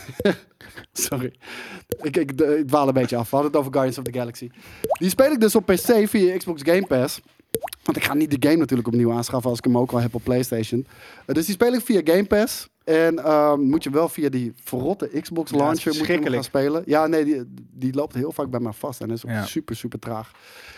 sorry. Ik, ik, de- ik dwaal een beetje af. We hadden het over Guardians of the Galaxy. Die speel ik dus op P C via Xbox Game Pass. Want ik ga niet de game natuurlijk opnieuw aanschaffen als ik hem ook al heb op PlayStation. Uh, dus die speel ik via Game Pass. En ehm, moet je wel via die verrotte Xbox Ja, launcher het is moet je hem gaan verschrikkelijk. spelen. Ja, nee, die, die loopt heel vaak bij mij vast. En is ook Ja. super, super traag.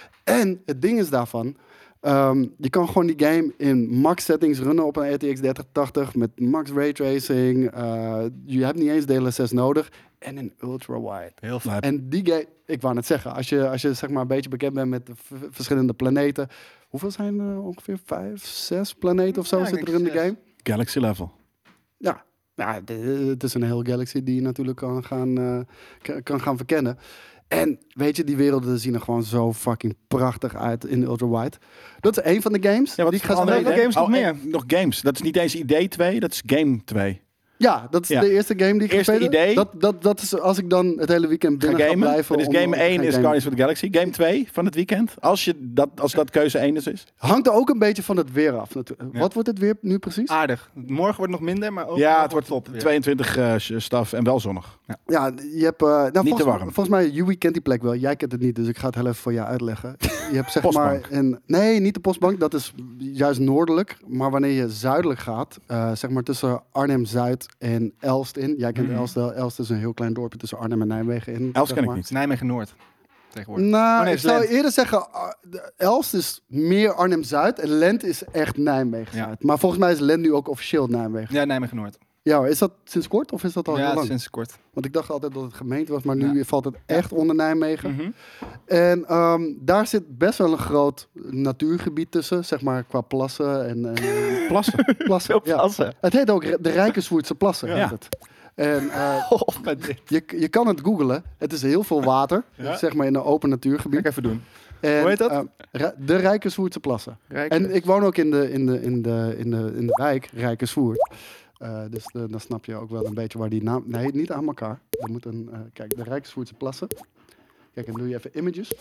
En het ding is daarvan... ehm, je kan gewoon die game in max settings runnen op een R T X dertig tachtig met max raytracing. Uh, je hebt niet eens D L S S nodig. En in ultra-wide. Heel veel. Lijp. En die game, ik wou net zeggen, als je, als je zeg maar een beetje bekend bent met de v- verschillende planeten. Hoeveel zijn er ongeveer? Vijf, zes planeten of zo Ja, ik zitten er denk in de zes. game? Galaxy level. Ja, ja de- het is een hele galaxy die je natuurlijk kan gaan, eh, kan- kan gaan verkennen. En weet je, die werelden zien er gewoon zo fucking prachtig uit in de ultra-wide. Dat is één van de games Ja, wat die ik is ga de andere spelen. Welke games nog Oh, meer? en nog games. Dat is niet eens I D twee, dat is Game twee. Ja, dat is Ja. de eerste game die ik Eerste ga spelen. idee. Dat, dat, dat is als ik dan het hele weekend Ga binnen ga, gamen. blijven. Dat is om- game om te één gaan is gamen. Guardians of the Galaxy. Game twee van het weekend. Als, je dat, als dat keuze één is. is. Hangt er ook een beetje van het weer af. natuurlijk. Ja. Wat wordt het weer nu precies? Aardig. Morgen wordt nog minder, maar ook Ja, het wordt top. Ja. tweeëntwintig uh, staf en wel zonnig. Ja, je hebt... eh, nou, volgens, te warm. Volgens mij, Yui kent die plek wel. Jij kent het niet, dus ik ga het heel even voor jou uitleggen. Je hebt zeg Postbank. maar een... Nee, niet de postbank. Dat is juist noordelijk. Maar wanneer je zuidelijk gaat, eh, zeg maar tussen Arnhem-Zuid en Elst in. Jij kent Mhm. Elst wel. Elst is een heel klein dorpje tussen Arnhem en Nijmegen in. Elst zeg ken ik maar. niet. Het is Nijmegen-Noord tegenwoordig. Nou, Oh, nee, ik het is zou Lent. eerder zeggen, ah, de- Elst is meer Arnhem-Zuid en Lent is echt Nijmegen-Zuid. Maar volgens mij is Lent nu ook officieel Nijmegen. Ja, Nijmegen-Noord. Ja, is dat sinds kort of is dat al heel Ja, lang? sinds kort. Want ik dacht altijd dat het gemeente was, maar nu Ja. valt het echt onder Nijmegen. Mhm. En ehm, daar zit best wel een groot natuurgebied tussen, zeg maar qua plassen en, en Plassen. plassen. Ja. Plassen. Het heet ook de Rijkerswoerdse plassen. Ja. heet het. En eh, Oh, met dit. je, je kan het googlen. Het is heel veel water, Ja. zeg maar in een open Ga natuurgebied. ik even doen. En, Hoe heet dat? eh, Ri- de Rijkerswoerdse plassen. En ik woon ook in de, in de, in de, in de, in de wijk Rijkerswoerd. Eh, dus eh, dan snap je ook wel een beetje waar die naam... Nee, niet aan elkaar. Er moet een... eh, kijk, de Rijkerswoerdse plassen. Kijk, en doe je even images.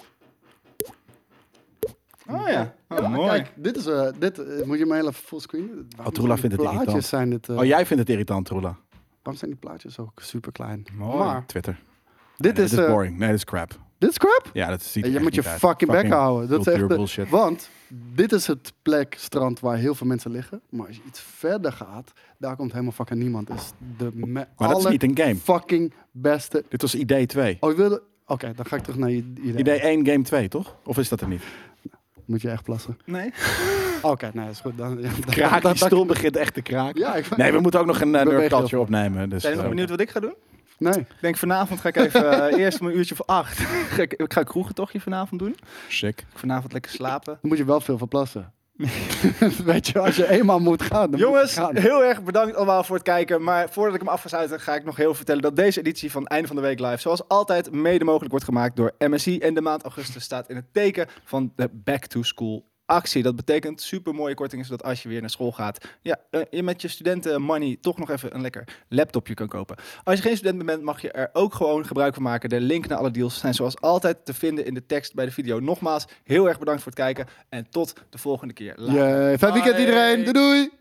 Oh ja, oh, Ja, mooi. Kijk, dit is... eh, dit, eh, moet je me heel even fullscreen? Waarom Trula zijn die vindt het irritant. plaatjes zijn dit, eh, Oh, jij vindt het irritant, Trula. Waarom zijn die plaatjes ook super klein? Mooi. Maar Twitter. dit Nee, is... dit is eh, boring. Nee, dit is crap. dit is crap? Ja, dat ziet er Je echt moet je niet uit. fucking bek houden. Dat is echt... cultuur de- bullshit. Want dit is het plek, strand, waar heel veel mensen liggen. Maar als je iets verder gaat, daar komt helemaal fucking niemand. Dat is de me- Maar dat is aller niet een game. fucking beste... Dit was I D twee. Oh, je wilde... Oké, dan ga ik terug naar je idee. I D één, game twee, toch? Of is dat er niet? Moet je echt plassen? Nee? Oké, nee, is goed. Dan, ja, dan- Kraak, dan- die stoel begint echt te kraken. Ja, ik Nee, we moeten ook nog een uh, ben nerd heel culture veel. opnemen. Dus, Zijn je nog eh, benieuwd wat ik ga doen? Nee. Ik denk vanavond ga ik even eh, eerst om een uurtje voor acht. ga ik, ik ga een kroegentochtje vanavond doen. sick. Vanavond lekker slapen. Dan moet je wel veel verplassen. Weet je, als je eenmaal moet gaan, dan Jongens, moet je gaan. heel erg bedankt allemaal voor het kijken. Maar voordat ik hem af ga sluiten, ga ik nog heel veel vertellen dat deze editie van Einde van de Week Live, zoals altijd, mede mogelijk wordt gemaakt door M S I. En de maand augustus staat in het teken van de Back to School actie. Dat betekent super mooie kortingen, zodat als je weer naar school gaat, ja, uh, je met je studenten money toch nog even een lekker laptopje kan kopen. Als je geen student bent, mag je er ook gewoon gebruik van maken. De link naar alle deals zijn zoals altijd te vinden in de tekst bij de video. Nogmaals, heel erg bedankt voor het kijken en tot de volgende keer. Later. Yay, fijn weekend Bye. iedereen. Doei doei.